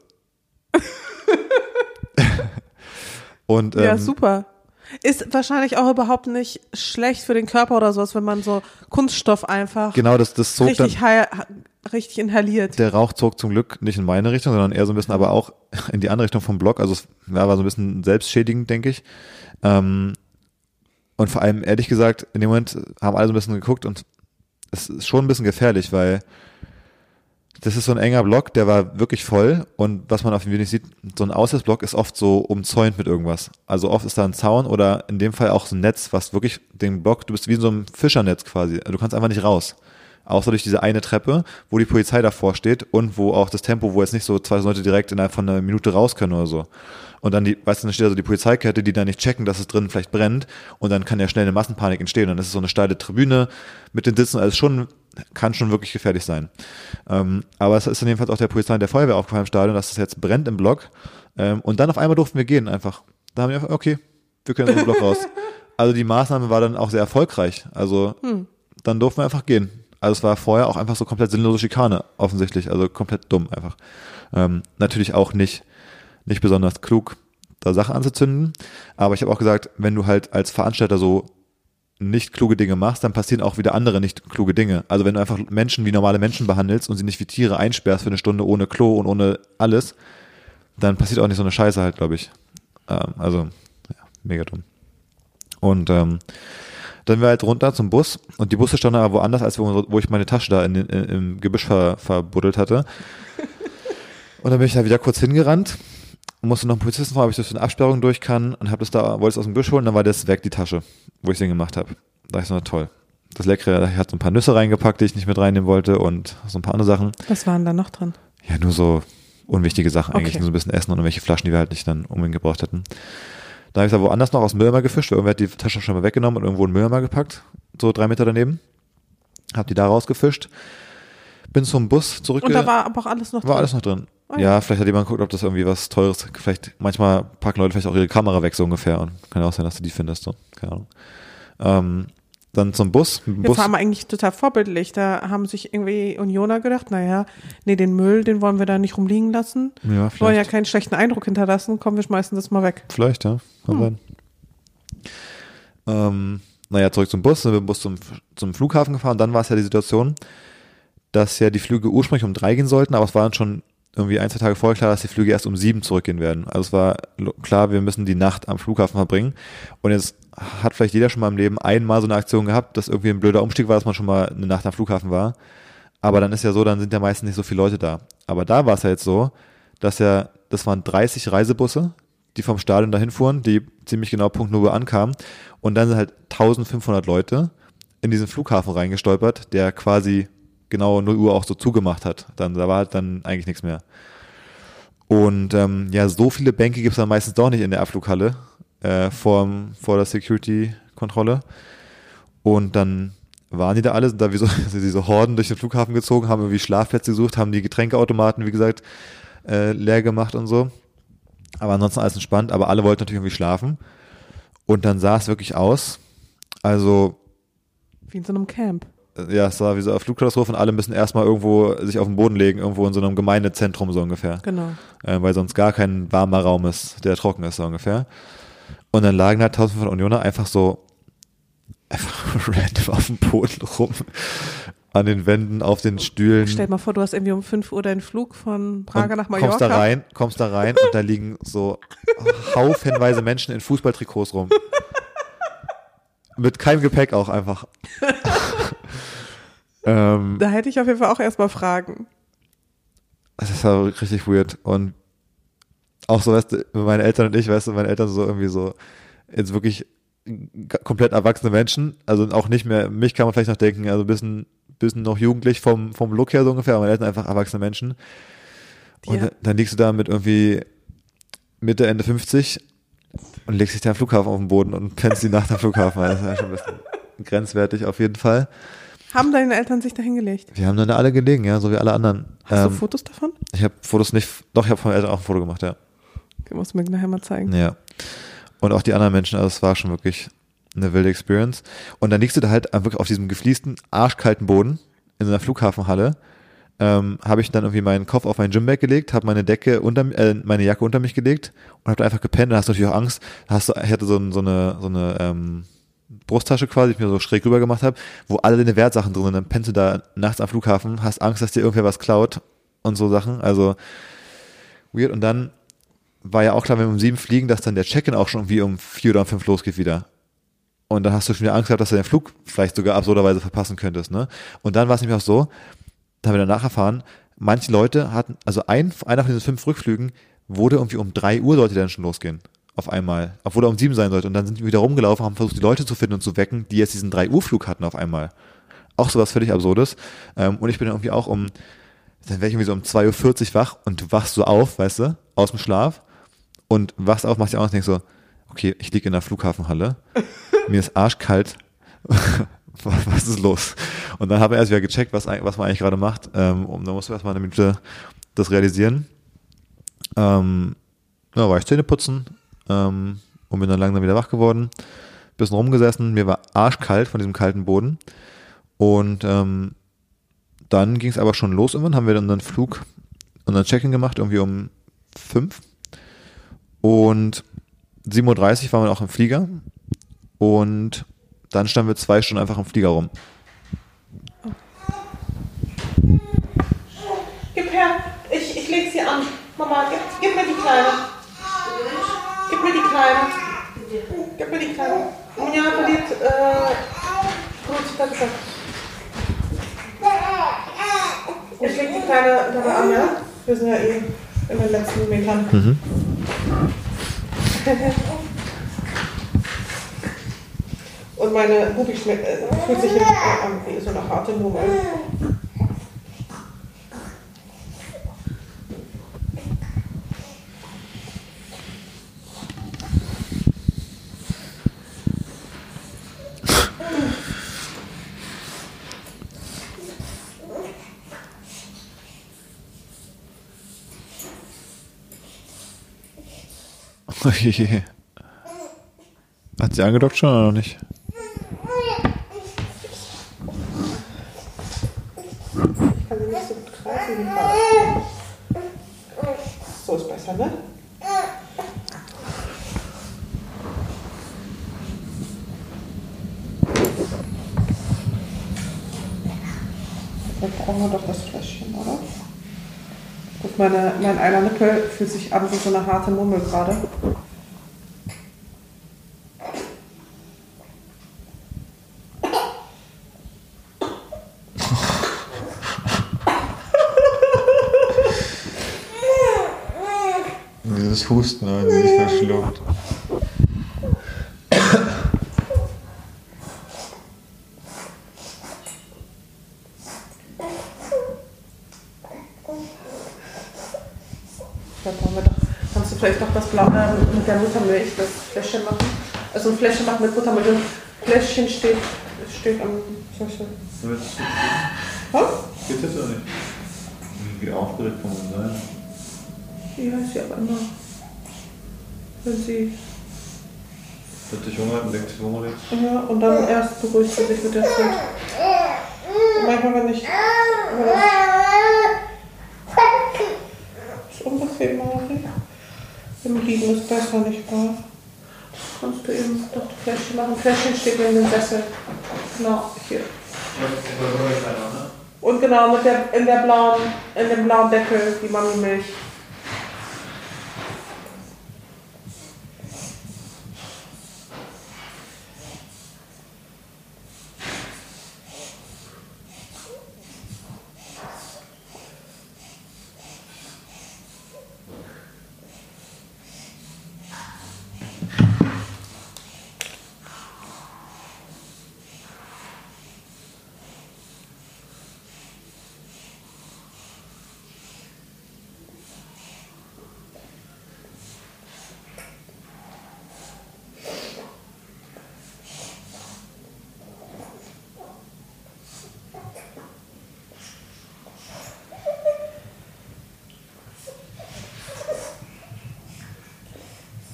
Und, ähm, ja, super. Ist wahrscheinlich auch überhaupt nicht schlecht für den Körper oder sowas, wenn man so Kunststoff einfach genau, das, das zog richtig, dann, heil, richtig inhaliert. der Rauch zog zum Glück nicht in meine Richtung, sondern eher so ein bisschen, aber auch in die andere Richtung vom Block. Also es war so ein bisschen selbstschädigend, denke ich. Ähm, und vor allem, ehrlich gesagt, in dem Moment haben alle so ein bisschen geguckt, und es ist schon ein bisschen gefährlich, weil das ist so ein enger Block, der war wirklich voll, und was man auf dem Video nicht sieht, so ein Aussichtsblock ist oft so umzäunt mit irgendwas. Also oft ist da ein Zaun oder in dem Fall auch so ein Netz, was wirklich den Block, du bist wie in so einem Fischernetz quasi, du kannst einfach nicht raus. Außer durch diese eine Treppe, wo die Polizei davor steht und wo auch das Tempo, wo jetzt nicht so zwei Leute direkt innerhalb von einer Minute raus können oder so. Und dann die, weißt du, dann steht also die Polizeikette, die dann nicht checken, dass es drinnen vielleicht brennt, und dann kann ja schnell eine Massenpanik entstehen, und dann ist es so eine steile Tribüne mit den Sitzen, also schon, kann schon wirklich gefährlich sein. Ähm, aber es ist dann jedenfalls auch der Polizei und der Feuerwehr aufgefallen im Stadion, dass es jetzt brennt im Block, ähm, und dann auf einmal durften wir gehen einfach. Da haben wir einfach, okay, wir können aus dem Block raus. Also die Maßnahme war dann auch sehr erfolgreich, also hm. dann durften wir einfach gehen. Also es war vorher auch einfach so komplett sinnlose Schikane, offensichtlich, also komplett dumm einfach. Ähm, natürlich auch nicht, nicht besonders klug, da Sachen anzuzünden, aber ich habe auch gesagt, wenn du halt als Veranstalter so nicht kluge Dinge machst, dann passieren auch wieder andere nicht kluge Dinge. Also wenn du einfach Menschen wie normale Menschen behandelst und sie nicht wie Tiere einsperrst für eine Stunde ohne Klo und ohne alles, dann passiert auch nicht so eine Scheiße halt, glaube ich. Ähm, also, ja, mega dumm. Und ähm, dann sind wir halt runter zum Bus, und die Busse standen aber woanders, als wo, wo ich meine Tasche da in, in, im Gebüsch ver, verbuddelt hatte. Und dann bin ich da wieder kurz hingerannt, musste noch einen Polizisten fragen, ob ich durch eine Absperrung durch kann, und habe das da, wollte es aus dem Gebüsch holen, dann war das weg, die Tasche, wo ich den gemacht habe. Da dachte ich so, na toll. Das Leckere, ich hatte so ein paar Nüsse reingepackt, die ich nicht mit reinnehmen wollte, und so ein paar andere Sachen. Was waren da noch drin? Ja, nur so unwichtige Sachen eigentlich, Okay. nur so ein bisschen Essen und irgendwelche Flaschen, die wir halt nicht dann unbedingt gebraucht hätten. Da habe ich es aber woanders noch aus dem Mülleimer gefischt, weil irgendwer hat die Tasche schon mal weggenommen und irgendwo in den Mülleimer gepackt, so drei Meter daneben. Hab die da rausgefischt, bin zum Bus zurück. Und da war aber auch alles noch drin. War alles noch drin. Oh ja. Ja, vielleicht hat jemand geguckt, ob das irgendwie was Teures, vielleicht, manchmal packen Leute vielleicht auch ihre Kamera weg, so ungefähr, und kann ja auch sein, dass du die findest, so, keine Ahnung. Ähm, dann zum Bus. Jetzt Bus. waren wir eigentlich total vorbildlich. Da haben sich irgendwie Unioner gedacht, naja, nee, den Müll, den wollen wir da nicht rumliegen lassen. Ja, Wir wollen ja vielleicht. keinen schlechten Eindruck hinterlassen. Komm, wir schmeißen das mal weg. Vielleicht, ja. Kann Hm. sein. Ähm, naja, zurück zum Bus, sind wir mit dem Bus zum, zum Flughafen gefahren. Dann war es ja die Situation, dass ja die Flüge ursprünglich um drei gehen sollten, aber es war dann schon irgendwie ein, zwei Tage vorher klar, dass die Flüge erst um sieben zurückgehen werden. Also es war klar, wir müssen die Nacht am Flughafen verbringen. Und jetzt hat vielleicht jeder schon mal im Leben einmal so eine Aktion gehabt, dass irgendwie ein blöder Umstieg war, dass man schon mal eine Nacht am Flughafen war. Aber dann ist ja so, dann sind ja meistens nicht so viele Leute da. Aber da war es ja jetzt so, dass ja, das waren dreißig Reisebusse, die vom Stadion dahin fuhren, die ziemlich genau Punkt null Uhr ankamen. Und dann sind halt eintausendfünfhundert Leute in diesen Flughafen reingestolpert, der quasi genau null Uhr auch so zugemacht hat. Dann, da war halt dann eigentlich nichts mehr. Und ähm, ja, so viele Bänke gibt es dann meistens doch nicht in der Abflughalle äh, vor, vor der Security-Kontrolle. Und dann waren die da alle, sind da wie so diese Horden durch den Flughafen gezogen, haben irgendwie Schlafplätze gesucht, haben die Getränkeautomaten, wie gesagt, äh, leer gemacht und so. Aber ansonsten alles entspannt, aber alle wollten natürlich irgendwie schlafen. Und dann sah es wirklich aus, also Wie in so einem Camp. ja, es war wie so eine Flugkatastrophe, und alle müssen erstmal irgendwo sich auf den Boden legen, irgendwo in so einem Gemeindezentrum so ungefähr. Genau. Äh, weil sonst gar kein warmer Raum ist, der trocken ist so ungefähr. Und dann lagen da eintausendfünfhundert Unioner einfach so einfach random auf dem Boden rum, an den Wänden, auf den Stühlen. Stell dir mal vor, du hast irgendwie um fünf Uhr deinen Flug von Prager und nach Mallorca. Kommst da rein, kommst da rein und da liegen so haufenweise Menschen in Fußballtrikots rum. Mit keinem Gepäck auch einfach. ähm, Da hätte ich auf jeden Fall auch erstmal Fragen. Das war richtig weird. Und auch so, weißt du, meine Eltern und ich, weißt du, meine Eltern so irgendwie so, jetzt wirklich g- komplett erwachsene Menschen, also auch nicht mehr, mich kann man vielleicht noch denken, also ein bisschen, bisschen noch jugendlich vom, vom Look her so ungefähr, aber meine Eltern einfach erwachsene Menschen. Und Ja. dann liegst du da mit irgendwie Mitte, Ende fünfzig und legst dich da am Flughafen auf den Boden und pennst die Nacht am Flughafen. Das ist ja schon ein bisschen grenzwertig auf jeden Fall. Haben deine Eltern sich da hingelegt? Wir haben dann da alle gelegen, ja, so wie alle anderen. Hast ähm, du Fotos davon? Ich habe Fotos nicht, doch, ich habe von meinen Eltern auch ein Foto gemacht, ja. Okay, musst du mir nachher mal zeigen. Ja. Und auch die anderen Menschen, also es war schon wirklich eine wilde Experience. Und dann liegst du da halt wirklich auf diesem gefliesten, arschkalten Boden in so einer Flughafenhalle. Ähm, habe ich dann irgendwie meinen Kopf auf mein Gymbag gelegt, habe meine Decke unter, äh, meine Jacke unter mich gelegt und habe da einfach gepennt. Dann hast du natürlich auch Angst. Hast du, ich hatte so, ein, so eine, so eine ähm, Brusttasche quasi, die ich mir so schräg rüber gemacht habe, wo alle deine Wertsachen drin sind. Dann pennst du da nachts am Flughafen, hast Angst, dass dir irgendwer was klaut und so Sachen. Also weird. Und dann war ja auch klar, wenn wir um sieben fliegen, dass dann der Check-in auch schon irgendwie um vier oder um fünf losgeht wieder. Und dann hast du schon wieder Angst gehabt, dass du den Flug vielleicht sogar absurderweise verpassen könntest, ne? Und dann war es nämlich auch so, da haben wir danach erfahren, manche Leute hatten, also ein, einer von diesen fünf Rückflügen wurde irgendwie um drei Uhr sollte dann schon losgehen. Auf einmal. Obwohl er um sieben sein sollte. Und dann sind wir wieder rumgelaufen, haben versucht, die Leute zu finden und zu wecken, die jetzt diesen drei Uhr Flug hatten auf einmal. Auch sowas völlig Absurdes. Und ich bin dann irgendwie auch um, dann wäre ich irgendwie so um zwei Uhr vierzig wach und du wachst so auf, weißt du, aus dem Schlaf und wachst auf, machst dir auch und denkst so, okay, ich liege in der Flughafenhalle, mir ist arschkalt, was ist los? Und dann habe ich erst wieder gecheckt, was, was man eigentlich gerade macht. Ähm, und dann musst du erstmal eine Minute das realisieren. Ähm, ja, war ich Zähne putzen ähm, und bin dann langsam wieder wach geworden. Bisschen rumgesessen, mir war arschkalt von diesem kalten Boden. Und ähm, dann ging es aber schon los irgendwann, haben wir dann unseren Flug, unseren Check-in gemacht, irgendwie um fünf. Und sieben Uhr dreißig waren wir auch im Flieger. Und dann standen wir zwei Stunden einfach im Flieger rum. Gib her, ich, ich leg sie an. Mama, gib, gib mir die Kleine. Gib mir die Kleine. Gib mir die Kleine. Ja, verliebt, äh, gut, danke. Ich leg die Kleine dabei an, ja? Wir sind ja eh in den letzten Metern. Mhm. Und meine Bubi schmeckt, äh, fühlt sich an wie so eine harte Murmel. Oje. Hat sie angedockt schon oder noch nicht? Ich kann sie nicht so gut greifen wie gerade. So ist besser, ne? Jetzt brauchen wir doch das Fläschchen, oder? Guck, meine, mein einer Nippel fühlt sich an wie so eine harte Mummel gerade. Dieses Husten, wenn sie nicht verschluckt. Kannst du vielleicht noch das Blau äh, mit der Muttermilch, das Fläschchen machen? Also ein Fläschchen machen mit Muttermilch. Ein Fläschchen steht, steht am... Was? Geht das oder nicht? Wie aufgeregt kann man sein? Ja, ist ja aber immer. Wenn sie. Wird sich Hunger, denkt sich Hunger jetzt? Ja, und dann erst beruhigt sie sich mit der Zeit. Und manchmal, wenn ich. Ist unbequem, Mari. Im Liegen ist besser, nicht wahr? Kannst du eben doch die Fläschchen machen. Fläschchen steht in dem Sessel. Genau, hier. Und genau, mit der, in, der blauen, in dem blauen Deckel, die Mami-Milch.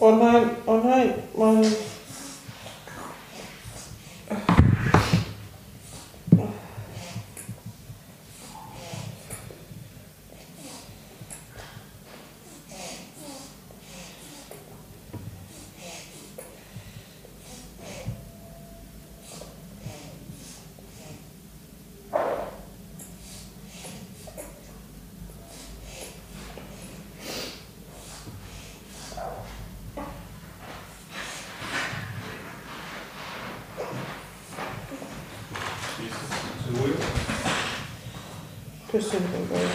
Oh nein, oh nein, Mann. Bisschen ruhig.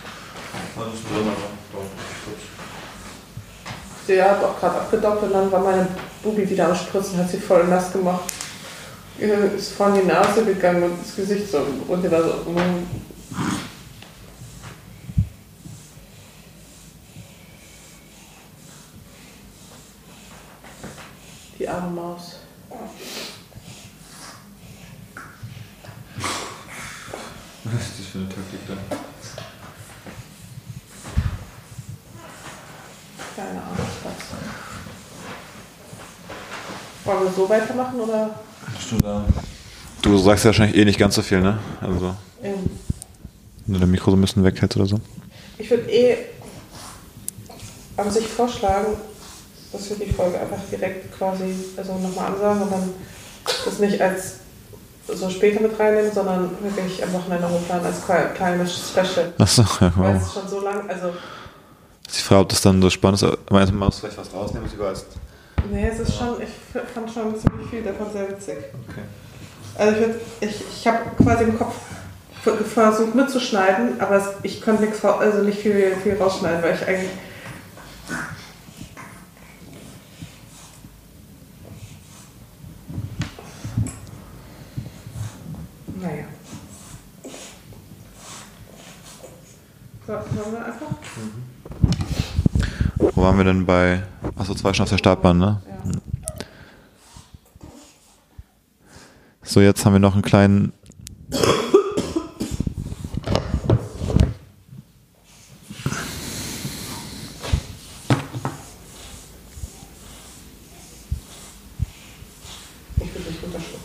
Sie hat auch gerade abgedockt und dann war meine Bubi wieder am Spritzen, hat sie voll nass gemacht. Ist vor die Nase gegangen und das Gesicht so und die war so. Die arme Maus. Was ist das für eine Taktik da? Keine Ahnung, was. Wollen wir so weitermachen oder? Du, da? Du sagst ja wahrscheinlich eh nicht ganz so viel, ne? Also. Ähm. Wenn du dein Mikro so ein bisschen weghältst oder so. Ich würde eh an sich vorschlagen, dass wir die Folge einfach direkt quasi also nochmal ansagen und dann das nicht als so später mit reinnehmen, sondern wirklich am Wochenende hochladen als kleines Special. Achso, ja, wow. Weil es ist schon so lang, also... Ich frage, ob das dann so spannend ist. Meinst du, man muss vielleicht was rausnehmen, was du weißt? Nee, es ist schon, ich fand schon ziemlich viel davon sehr witzig. Okay. Also ich, würd, ich, ich habe quasi im Kopf versucht mitzuschneiden, aber es, ich konnte nichts, also nicht viel, viel rausschneiden, weil ich eigentlich... Naja. So, wollen wir einfach? Mhm. Wo waren wir denn bei... Achso, zwei schon auf der Startbahn, ne? Ja. So, jetzt haben wir noch einen kleinen... Ich will nicht runterschlucken.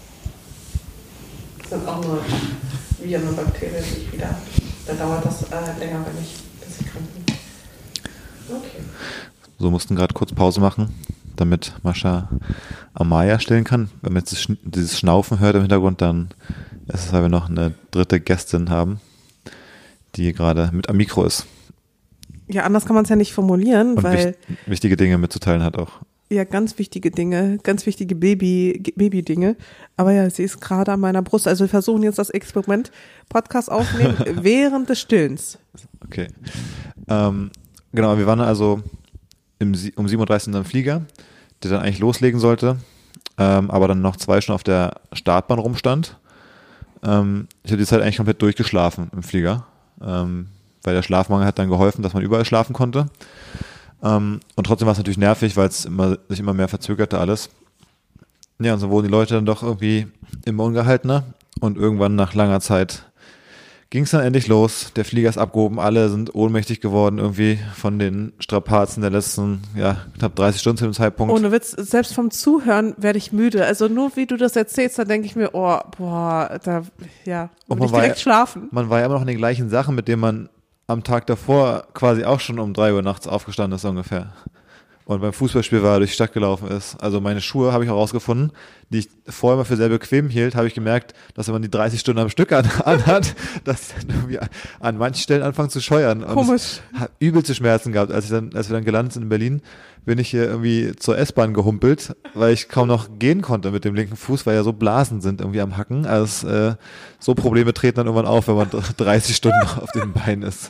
Das sind auch nur Viren und Bakterien, die ich wieder... Da dauert das äh, länger, wenn ich, bis ich krank bin. Okay. So, mussten gerade kurz Pause machen, damit Mascha Amaya stellen kann. Wenn man jetzt dieses Schnaufen hört im Hintergrund, dann ist es, weil wir noch eine dritte Gästin haben, die gerade mit am Mikro ist. Ja, anders kann man es ja nicht formulieren, Und weil... wich- wichtige Dinge mitzuteilen hat auch. Ja, ganz wichtige Dinge, ganz wichtige Baby, Baby-Dinge. Aber ja, sie ist gerade an meiner Brust. Also wir versuchen jetzt das Experiment Podcast aufnehmen während des Stillens. Okay. Ähm, genau, wir waren also im, Sie- um sieben Uhr dreißig in einem Flieger, der dann eigentlich loslegen sollte, ähm, aber dann noch zwei Stunden auf der Startbahn rumstand. Ähm, ich habe die Zeit eigentlich komplett durchgeschlafen im Flieger, ähm, weil der Schlafmangel hat dann geholfen, dass man überall schlafen konnte. Um, und trotzdem war es natürlich nervig, weil es immer, sich immer mehr verzögerte alles. Ja, und so wurden die Leute dann doch irgendwie immer ungehaltener. Und irgendwann nach langer Zeit ging es dann endlich los. Der Flieger ist abgehoben, alle sind ohnmächtig geworden irgendwie von den Strapazen der letzten, ja, knapp dreißig Stunden zu dem Zeitpunkt. Ohne Witz, selbst vom Zuhören werde ich müde. Also nur wie du das erzählst, da denke ich mir, oh, boah, da, ja, Und will ich man war direkt ja- schlafen. Man war ja immer noch in den gleichen Sachen, mit denen man am Tag davor quasi auch schon um drei Uhr nachts aufgestanden ist ungefähr. Und beim Fußballspiel war er durch die Stadt gelaufen ist. Also meine Schuhe habe ich auch rausgefunden, die ich vorher mal für sehr bequem hielt, habe ich gemerkt, dass wenn man die dreißig Stunden am Stück an, anhat, dass die dann irgendwie an manchen Stellen anfangen zu scheuern. Und Komisch. es hat übelste Schmerzen gehabt. Als ich dann, als wir dann gelandet sind in Berlin, bin ich hier irgendwie zur S-Bahn gehumpelt, weil ich kaum noch gehen konnte mit dem linken Fuß, weil ja so Blasen sind irgendwie am Hacken. Also äh, so Probleme treten dann irgendwann auf, wenn man dreißig Stunden auf den Beinen ist.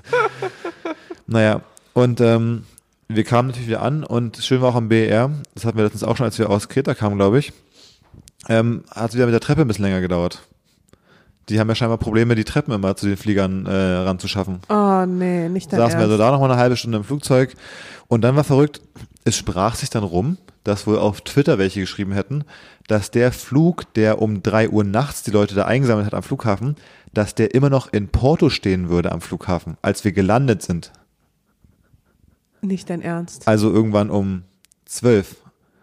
Naja, und ähm, wir kamen natürlich wieder an und schön war auch am B E R, das hatten wir letztens auch schon, als wir aus Kreta kamen, glaube ich, ähm, hat es wieder mit der Treppe ein bisschen länger gedauert. Die haben ja scheinbar Probleme, die Treppen immer zu den Fliegern äh, ranzuschaffen. Oh nee, nicht dein Saßen wir also Ernst. da noch mal eine halbe Stunde im Flugzeug und dann war verrückt, es sprach sich dann rum, dass wohl auf Twitter welche geschrieben hätten, dass der Flug, der um drei Uhr nachts die Leute da eingesammelt hat am Flughafen, dass der immer noch in Porto stehen würde am Flughafen, als wir gelandet sind. Nicht dein Ernst. Also irgendwann um Zwölf.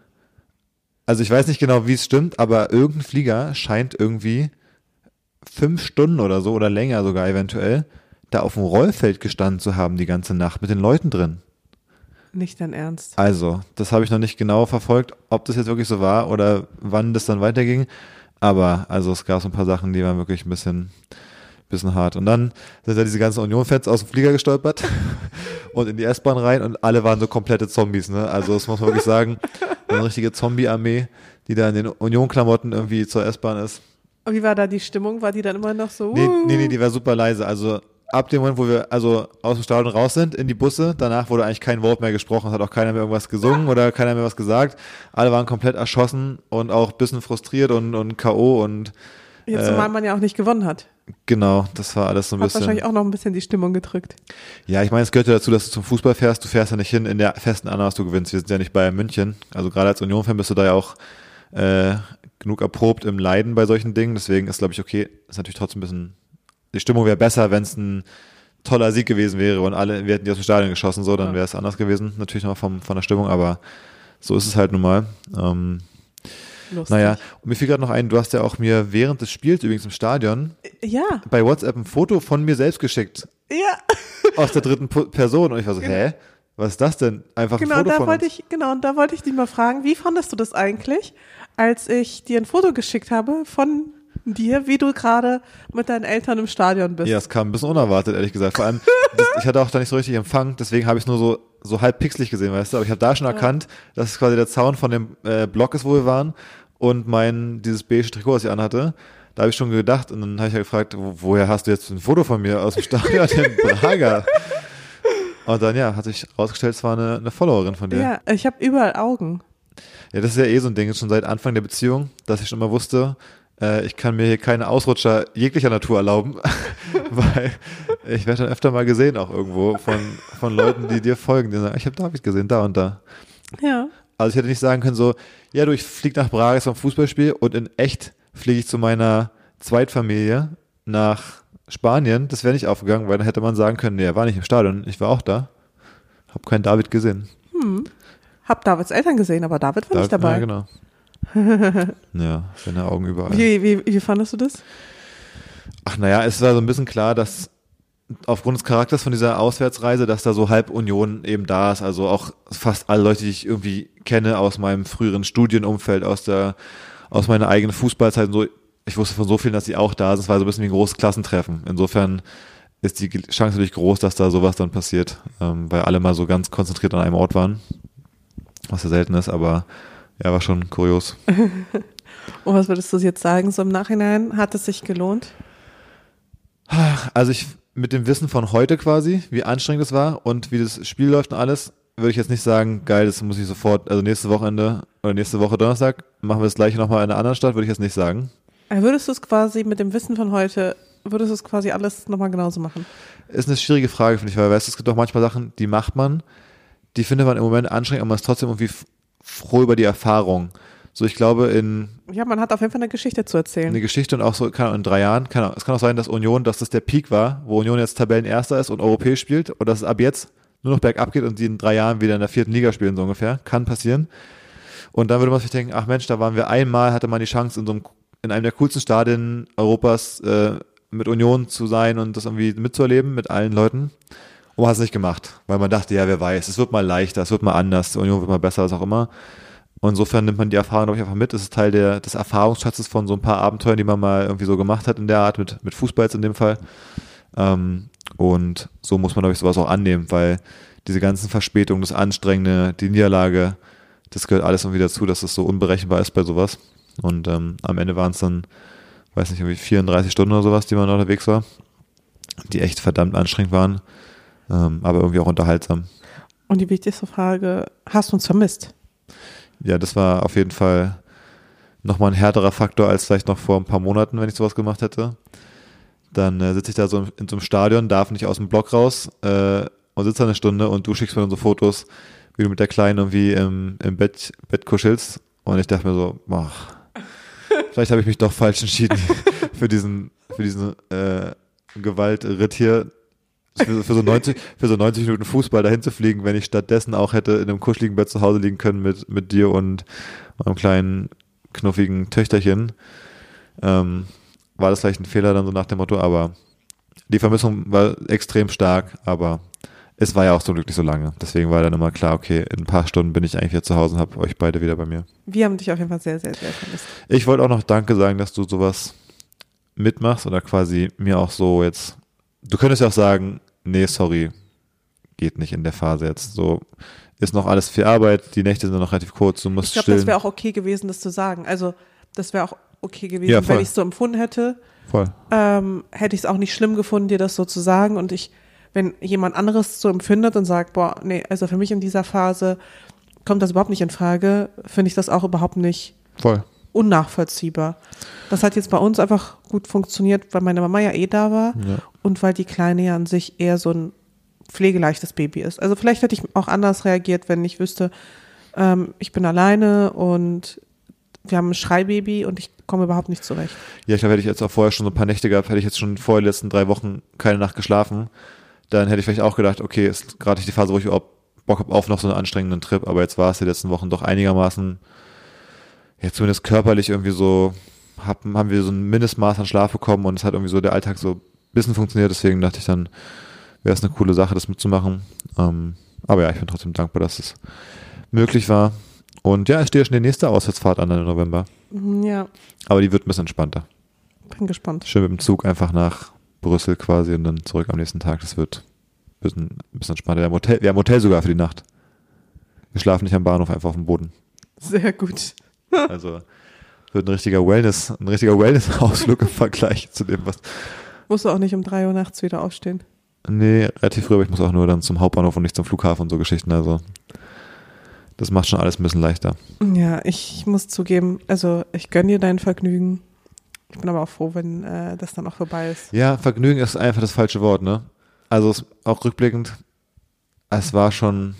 Also ich weiß nicht genau, wie es stimmt, aber irgendein Flieger scheint irgendwie fünf Stunden oder so oder länger sogar eventuell da auf dem Rollfeld gestanden zu haben die ganze Nacht mit den Leuten drin. Nicht dein Ernst. Also, das habe ich noch nicht genau verfolgt, ob das jetzt wirklich so war oder wann das dann weiterging. Aber also es gab so ein paar Sachen, die waren wirklich ein bisschen, bisschen hart. Und dann sind da diese ganzen Union-Fans aus dem Flieger gestolpert und in die S-Bahn rein und alle waren so komplette Zombies. Ne? Also das muss man wirklich sagen, eine richtige Zombie-Armee, die da in den Union-Klamotten irgendwie zur S-Bahn ist. Und wie war da die Stimmung? War die dann immer noch so? Nee, nee, nee, die war super leise. Also ab dem Moment, wo wir also aus dem Stadion raus sind, in die Busse, danach wurde eigentlich kein Wort mehr gesprochen, es hat auch keiner mehr irgendwas gesungen oder keiner mehr was gesagt. Alle waren komplett erschossen und auch ein bisschen frustriert und, und K O und Jetzt, zumal man ja auch nicht gewonnen hat. Genau, das war alles so ein hat bisschen. Hat wahrscheinlich auch noch ein bisschen die Stimmung gedrückt. Ja, ich meine, es gehört ja dazu, dass du zum Fußball fährst. Du fährst ja nicht hin in der festen Annahme, dass du gewinnst. Wir sind ja nicht bei München. Also gerade als Union-Fan bist du da ja auch äh, genug erprobt im Leiden bei solchen Dingen. Deswegen ist, glaube ich, okay. Ist natürlich trotzdem ein bisschen, die Stimmung wäre besser, wenn es ein toller Sieg gewesen wäre und alle, wir hätten die aus dem Stadion geschossen, so, dann wäre es anders gewesen. Natürlich noch vom, von der Stimmung, aber so ist es halt nun mal. Ähm, Naja, und mir fiel gerade noch ein, du hast ja auch mir während des Spiels übrigens im Stadion ja. bei WhatsApp ein Foto von mir selbst geschickt. Ja. Aus der dritten Person. Und ich war so, genau. hä? Was ist das denn? Einfach genau, ein Foto da von wollte uns. Ich, genau, und da wollte ich dich mal fragen, wie fandest du das eigentlich, als ich dir ein Foto geschickt habe von dir, wie du gerade mit deinen Eltern im Stadion bist? Ja, es kam ein bisschen unerwartet, ehrlich gesagt. Vor allem, das, ich hatte auch da nicht so richtig Empfang, deswegen habe ich es nur so, so halb pixelig gesehen, weißt du. Aber ich habe da schon ja. erkannt, dass es quasi der Zaun von dem äh, Block ist, wo wir waren. Und mein, dieses beige Trikot, was ich anhatte, da habe ich schon gedacht und dann habe ich ja gefragt, wo, woher hast du jetzt ein Foto von mir aus dem Stadion in Braga? Und dann, ja, hat sich rausgestellt, es war eine, eine Followerin von dir. Ja, ich habe überall Augen. Ja, das ist ja eh so ein Ding, schon seit Anfang der Beziehung, dass ich schon immer wusste, äh, ich kann mir hier keine Ausrutscher jeglicher Natur erlauben, weil ich werde dann öfter mal gesehen auch irgendwo von, von Leuten, die dir folgen, die sagen, ich habe David gesehen, da und da. Ja. Also ich hätte nicht sagen können so, ja du, ich fliege nach Braga zum Fußballspiel und in echt fliege ich zu meiner Zweitfamilie nach Spanien. Das wäre nicht aufgegangen, weil dann hätte man sagen können, nee, er war nicht im Stadion, ich war auch da. Hab keinen David gesehen. Hm. Hab Davids Eltern gesehen, aber David war David, nicht dabei. Ja, genau. Ja, seine Augen überall. Wie, wie, wie fandest du das? Ach naja, es war so ein bisschen klar, dass aufgrund des Charakters von dieser Auswärtsreise, dass da so halb Union eben da ist, also auch fast alle Leute, die ich irgendwie kenne aus meinem früheren Studienumfeld, aus der, aus meiner eigenen Fußballzeit und so, ich wusste von so vielen, dass sie auch da sind, es war so ein bisschen wie ein großes Klassentreffen. Insofern ist die Chance natürlich groß, dass da sowas dann passiert, ähm, weil alle mal so ganz konzentriert an einem Ort waren, was ja selten ist, aber ja, war schon kurios. Und was würdest du jetzt sagen, so im Nachhinein, hat es sich gelohnt? Also ich mit dem Wissen von heute quasi, wie anstrengend es war und wie das Spiel läuft und alles, würde ich jetzt nicht sagen, geil, das muss ich sofort, also nächste Wochenende oder nächste Woche Donnerstag, machen wir das gleiche nochmal in einer anderen Stadt, würde ich jetzt nicht sagen. Würdest du es quasi mit dem Wissen von heute, würdest du es quasi alles nochmal genauso machen? Ist eine schwierige Frage, finde ich, weil weißt du, es gibt auch manchmal Sachen, die macht man, die findet man im Moment anstrengend, aber man ist trotzdem irgendwie froh über die Erfahrung. So, ich glaube in... Ja, man hat auf jeden Fall eine Geschichte zu erzählen. Eine Geschichte und auch so, kann, in drei Jahren, kann, es kann auch sein, dass Union, dass das der Peak war, wo Union jetzt Tabellenerster ist und europäisch spielt und dass es ab jetzt nur noch bergab geht und die in drei Jahren wieder in der vierten Liga spielen, so ungefähr. Kann passieren. Und dann würde man sich denken, ach Mensch, da waren wir einmal, hatte man die Chance, in so einem, in einem der coolsten Stadien Europas äh, mit Union zu sein und das irgendwie mitzuerleben mit allen Leuten. Und man hat es nicht gemacht, weil man dachte, ja, wer weiß, es wird mal leichter, es wird mal anders, Union wird mal besser, was auch immer. Und insofern nimmt man die Erfahrung, glaube ich, einfach mit. Es ist Teil der, des Erfahrungsschatzes von so ein paar Abenteuern, die man mal irgendwie so gemacht hat in der Art, mit, mit Fußball jetzt in dem Fall. Ähm, und so muss man, glaube ich, sowas auch annehmen, weil diese ganzen Verspätungen, das Anstrengende, die Niederlage, das gehört alles irgendwie dazu, dass es so unberechenbar ist bei sowas. Und ähm, am Ende waren es dann, weiß nicht, irgendwie vierunddreißig Stunden oder sowas, die man unterwegs war, die echt verdammt anstrengend waren, ähm, aber irgendwie auch unterhaltsam. Und die wichtigste Frage, hast du uns vermisst? Ja, das war auf jeden Fall nochmal ein härterer Faktor als vielleicht noch vor ein paar Monaten, wenn ich sowas gemacht hätte. Dann äh, sitze ich da so in, in so einem Stadion, darf nicht aus dem Block raus äh, und sitze da eine Stunde und du schickst mir dann so Fotos, wie du mit der Kleinen irgendwie im, im Bett, Bett kuschelst. Und ich dachte mir so, ach, vielleicht habe ich mich doch falsch entschieden für diesen, für diesen äh, Gewaltritt hier. Für, für, so neunzig, für so neunzig Minuten Fußball dahin zu fliegen, wenn ich stattdessen auch hätte in einem kuscheligen Bett zu Hause liegen können mit, mit dir und meinem kleinen, knuffigen Töchterchen, ähm, war das vielleicht ein Fehler dann so nach dem Motto, aber die Vermissung war extrem stark, aber es war ja auch zum Glück nicht so lange. Deswegen war dann immer klar, okay, in ein paar Stunden bin ich eigentlich wieder zu Hause und habe euch beide wieder bei mir. Wir haben dich auf jeden Fall sehr, sehr, sehr vermisst. Ich wollte auch noch Danke sagen, dass du sowas mitmachst oder quasi mir auch so jetzt, du könntest ja auch sagen, nee, sorry, geht nicht in der Phase jetzt. So ist noch alles viel Arbeit, die Nächte sind noch relativ kurz, du musst Ich glaube, stillen. das wäre auch okay gewesen, das zu sagen. Also das wäre auch okay gewesen, Ja, voll. wenn ich es so empfunden hätte. Voll. Ähm, hätte ich es auch nicht schlimm gefunden, dir das so zu sagen. Und ich, wenn jemand anderes so empfindet und sagt, boah, nee, also für mich in dieser Phase kommt das überhaupt nicht in Frage, finde ich das auch überhaupt nicht Voll. unnachvollziehbar. Das hat jetzt bei uns einfach gut funktioniert, weil meine Mama ja eh da war Ja. und weil die Kleine ja an sich eher so ein pflegeleichtes Baby ist. Also vielleicht hätte ich auch anders reagiert, wenn ich wüsste, ähm, ich bin alleine und wir haben ein Schreibaby und ich komme überhaupt nicht zurecht. Ja, ich glaube, hätte ich jetzt auch vorher schon so ein paar Nächte gehabt, hätte ich jetzt schon vorher die letzten drei Wochen keine Nacht geschlafen, dann hätte ich vielleicht auch gedacht, okay, ist gerade nicht die Phase, wo ich überhaupt Bock habe auf noch so einen anstrengenden Trip, aber jetzt war es die letzten Wochen doch einigermaßen, ja, zumindest körperlich irgendwie so, hab, haben wir so ein Mindestmaß an Schlaf bekommen und es hat irgendwie so der Alltag so ein bisschen funktioniert, deswegen dachte ich dann, wäre es eine coole Sache, das mitzumachen. Ähm, aber ja, ich bin trotzdem dankbar, dass es möglich war. Und ja, es steht ja schon die nächste Auswärtsfahrt an im November. Ja, Aber die wird ein bisschen entspannter. bin gespannt. Schön mit dem Zug einfach nach Brüssel quasi und dann zurück am nächsten Tag. Das wird ein bisschen, ein bisschen entspannter. Wir haben, Hotel, wir haben Hotel sogar für die Nacht. Wir schlafen nicht am Bahnhof, einfach auf dem Boden. Sehr gut. Also wird ein richtiger Wellness, ein richtiger Wellness-Ausflug im Vergleich zu dem, was... Musst du auch nicht um drei Uhr nachts wieder aufstehen? Nee, relativ früh, aber ich muss auch nur dann zum Hauptbahnhof und nicht zum Flughafen und so Geschichten. Also das macht schon alles ein bisschen leichter. Ja, ich muss zugeben, also ich gönne dir dein Vergnügen. Ich bin aber auch froh, wenn äh, das dann auch vorbei ist. Ja, Vergnügen ist einfach das falsche Wort, ne? Also es, auch rückblickend, es war schon,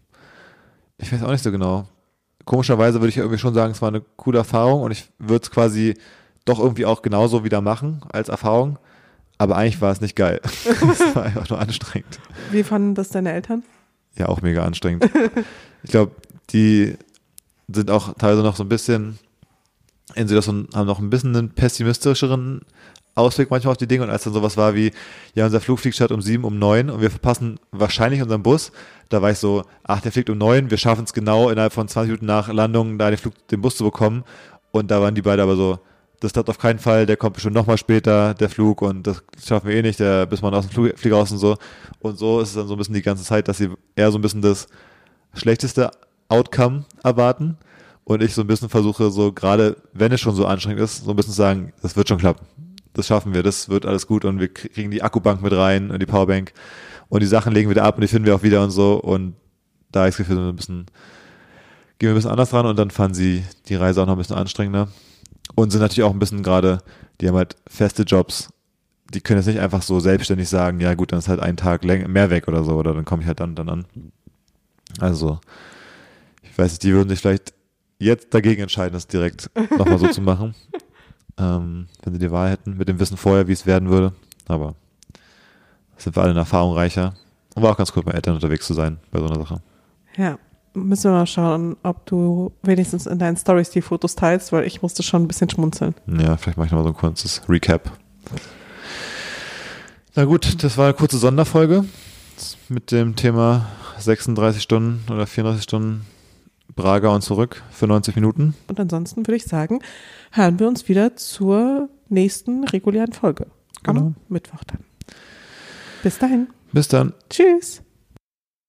ich weiß auch nicht so genau. Komischerweise würde ich irgendwie schon sagen, es war eine coole Erfahrung und ich würde es quasi doch irgendwie auch genauso wieder machen als Erfahrung. Aber eigentlich war es nicht geil. Es war einfach nur anstrengend. Wie fanden das deine Eltern? Ja, auch mega anstrengend. Ich glaube, die sind auch teilweise noch so ein bisschen, in sie das so, haben noch ein bisschen einen pessimistischeren Ausblick manchmal auf die Dinge. Und als dann sowas war wie, ja, unser Flug fliegt statt um sieben, um neun und wir verpassen wahrscheinlich unseren Bus, da war ich so, ach, der fliegt um neun, wir schaffen es genau innerhalb von zwanzig Minuten nach Landung, da den, Flug, den Bus zu bekommen. Und da waren die beiden aber so, das klappt auf keinen Fall, der kommt bestimmt nochmal später, der Flug, und das schaffen wir eh nicht, der, bis man aus dem Flug, Flieger raus und so. Und so ist es dann so ein bisschen die ganze Zeit, dass sie eher so ein bisschen das schlechteste Outcome erwarten und ich so ein bisschen versuche, so gerade, wenn es schon so anstrengend ist, so ein bisschen zu sagen, das wird schon klappen, das schaffen wir, das wird alles gut und wir kriegen die Akkubank mit rein und die Powerbank und die Sachen legen wieder ab und die finden wir auch wieder und so, und da habe ich das Gefühl, so ein bisschen, gehen wir ein bisschen anders ran, und dann fanden sie die Reise auch noch ein bisschen anstrengender. Und sind natürlich auch ein bisschen gerade, die haben halt feste Jobs, die können jetzt nicht einfach so selbstständig sagen, ja gut, dann ist halt ein Tag länger, mehr weg oder so, oder dann komme ich halt dann dann an. Also, ich weiß nicht, die würden sich vielleicht jetzt dagegen entscheiden, das direkt nochmal so zu machen, ähm, wenn sie die Wahl hätten, mit dem Wissen vorher, wie es werden würde. Aber sind wir alle in Erfahrung reicher. Und war auch ganz cool, mit Eltern unterwegs zu sein bei so einer Sache. Ja, müssen wir mal schauen, ob du wenigstens in deinen Storys die Fotos teilst, weil ich musste schon ein bisschen schmunzeln. Ja, vielleicht mache ich nochmal so ein kurzes Recap. Na gut, das war eine kurze Sonderfolge mit dem Thema sechsunddreißig Stunden oder vierunddreißig Stunden Braga und zurück für neunzig Minuten. Und ansonsten würde ich sagen, hören wir uns wieder zur nächsten regulären Folge. Am Genau. Mittwoch dann. Bis dahin. Bis dann. Tschüss.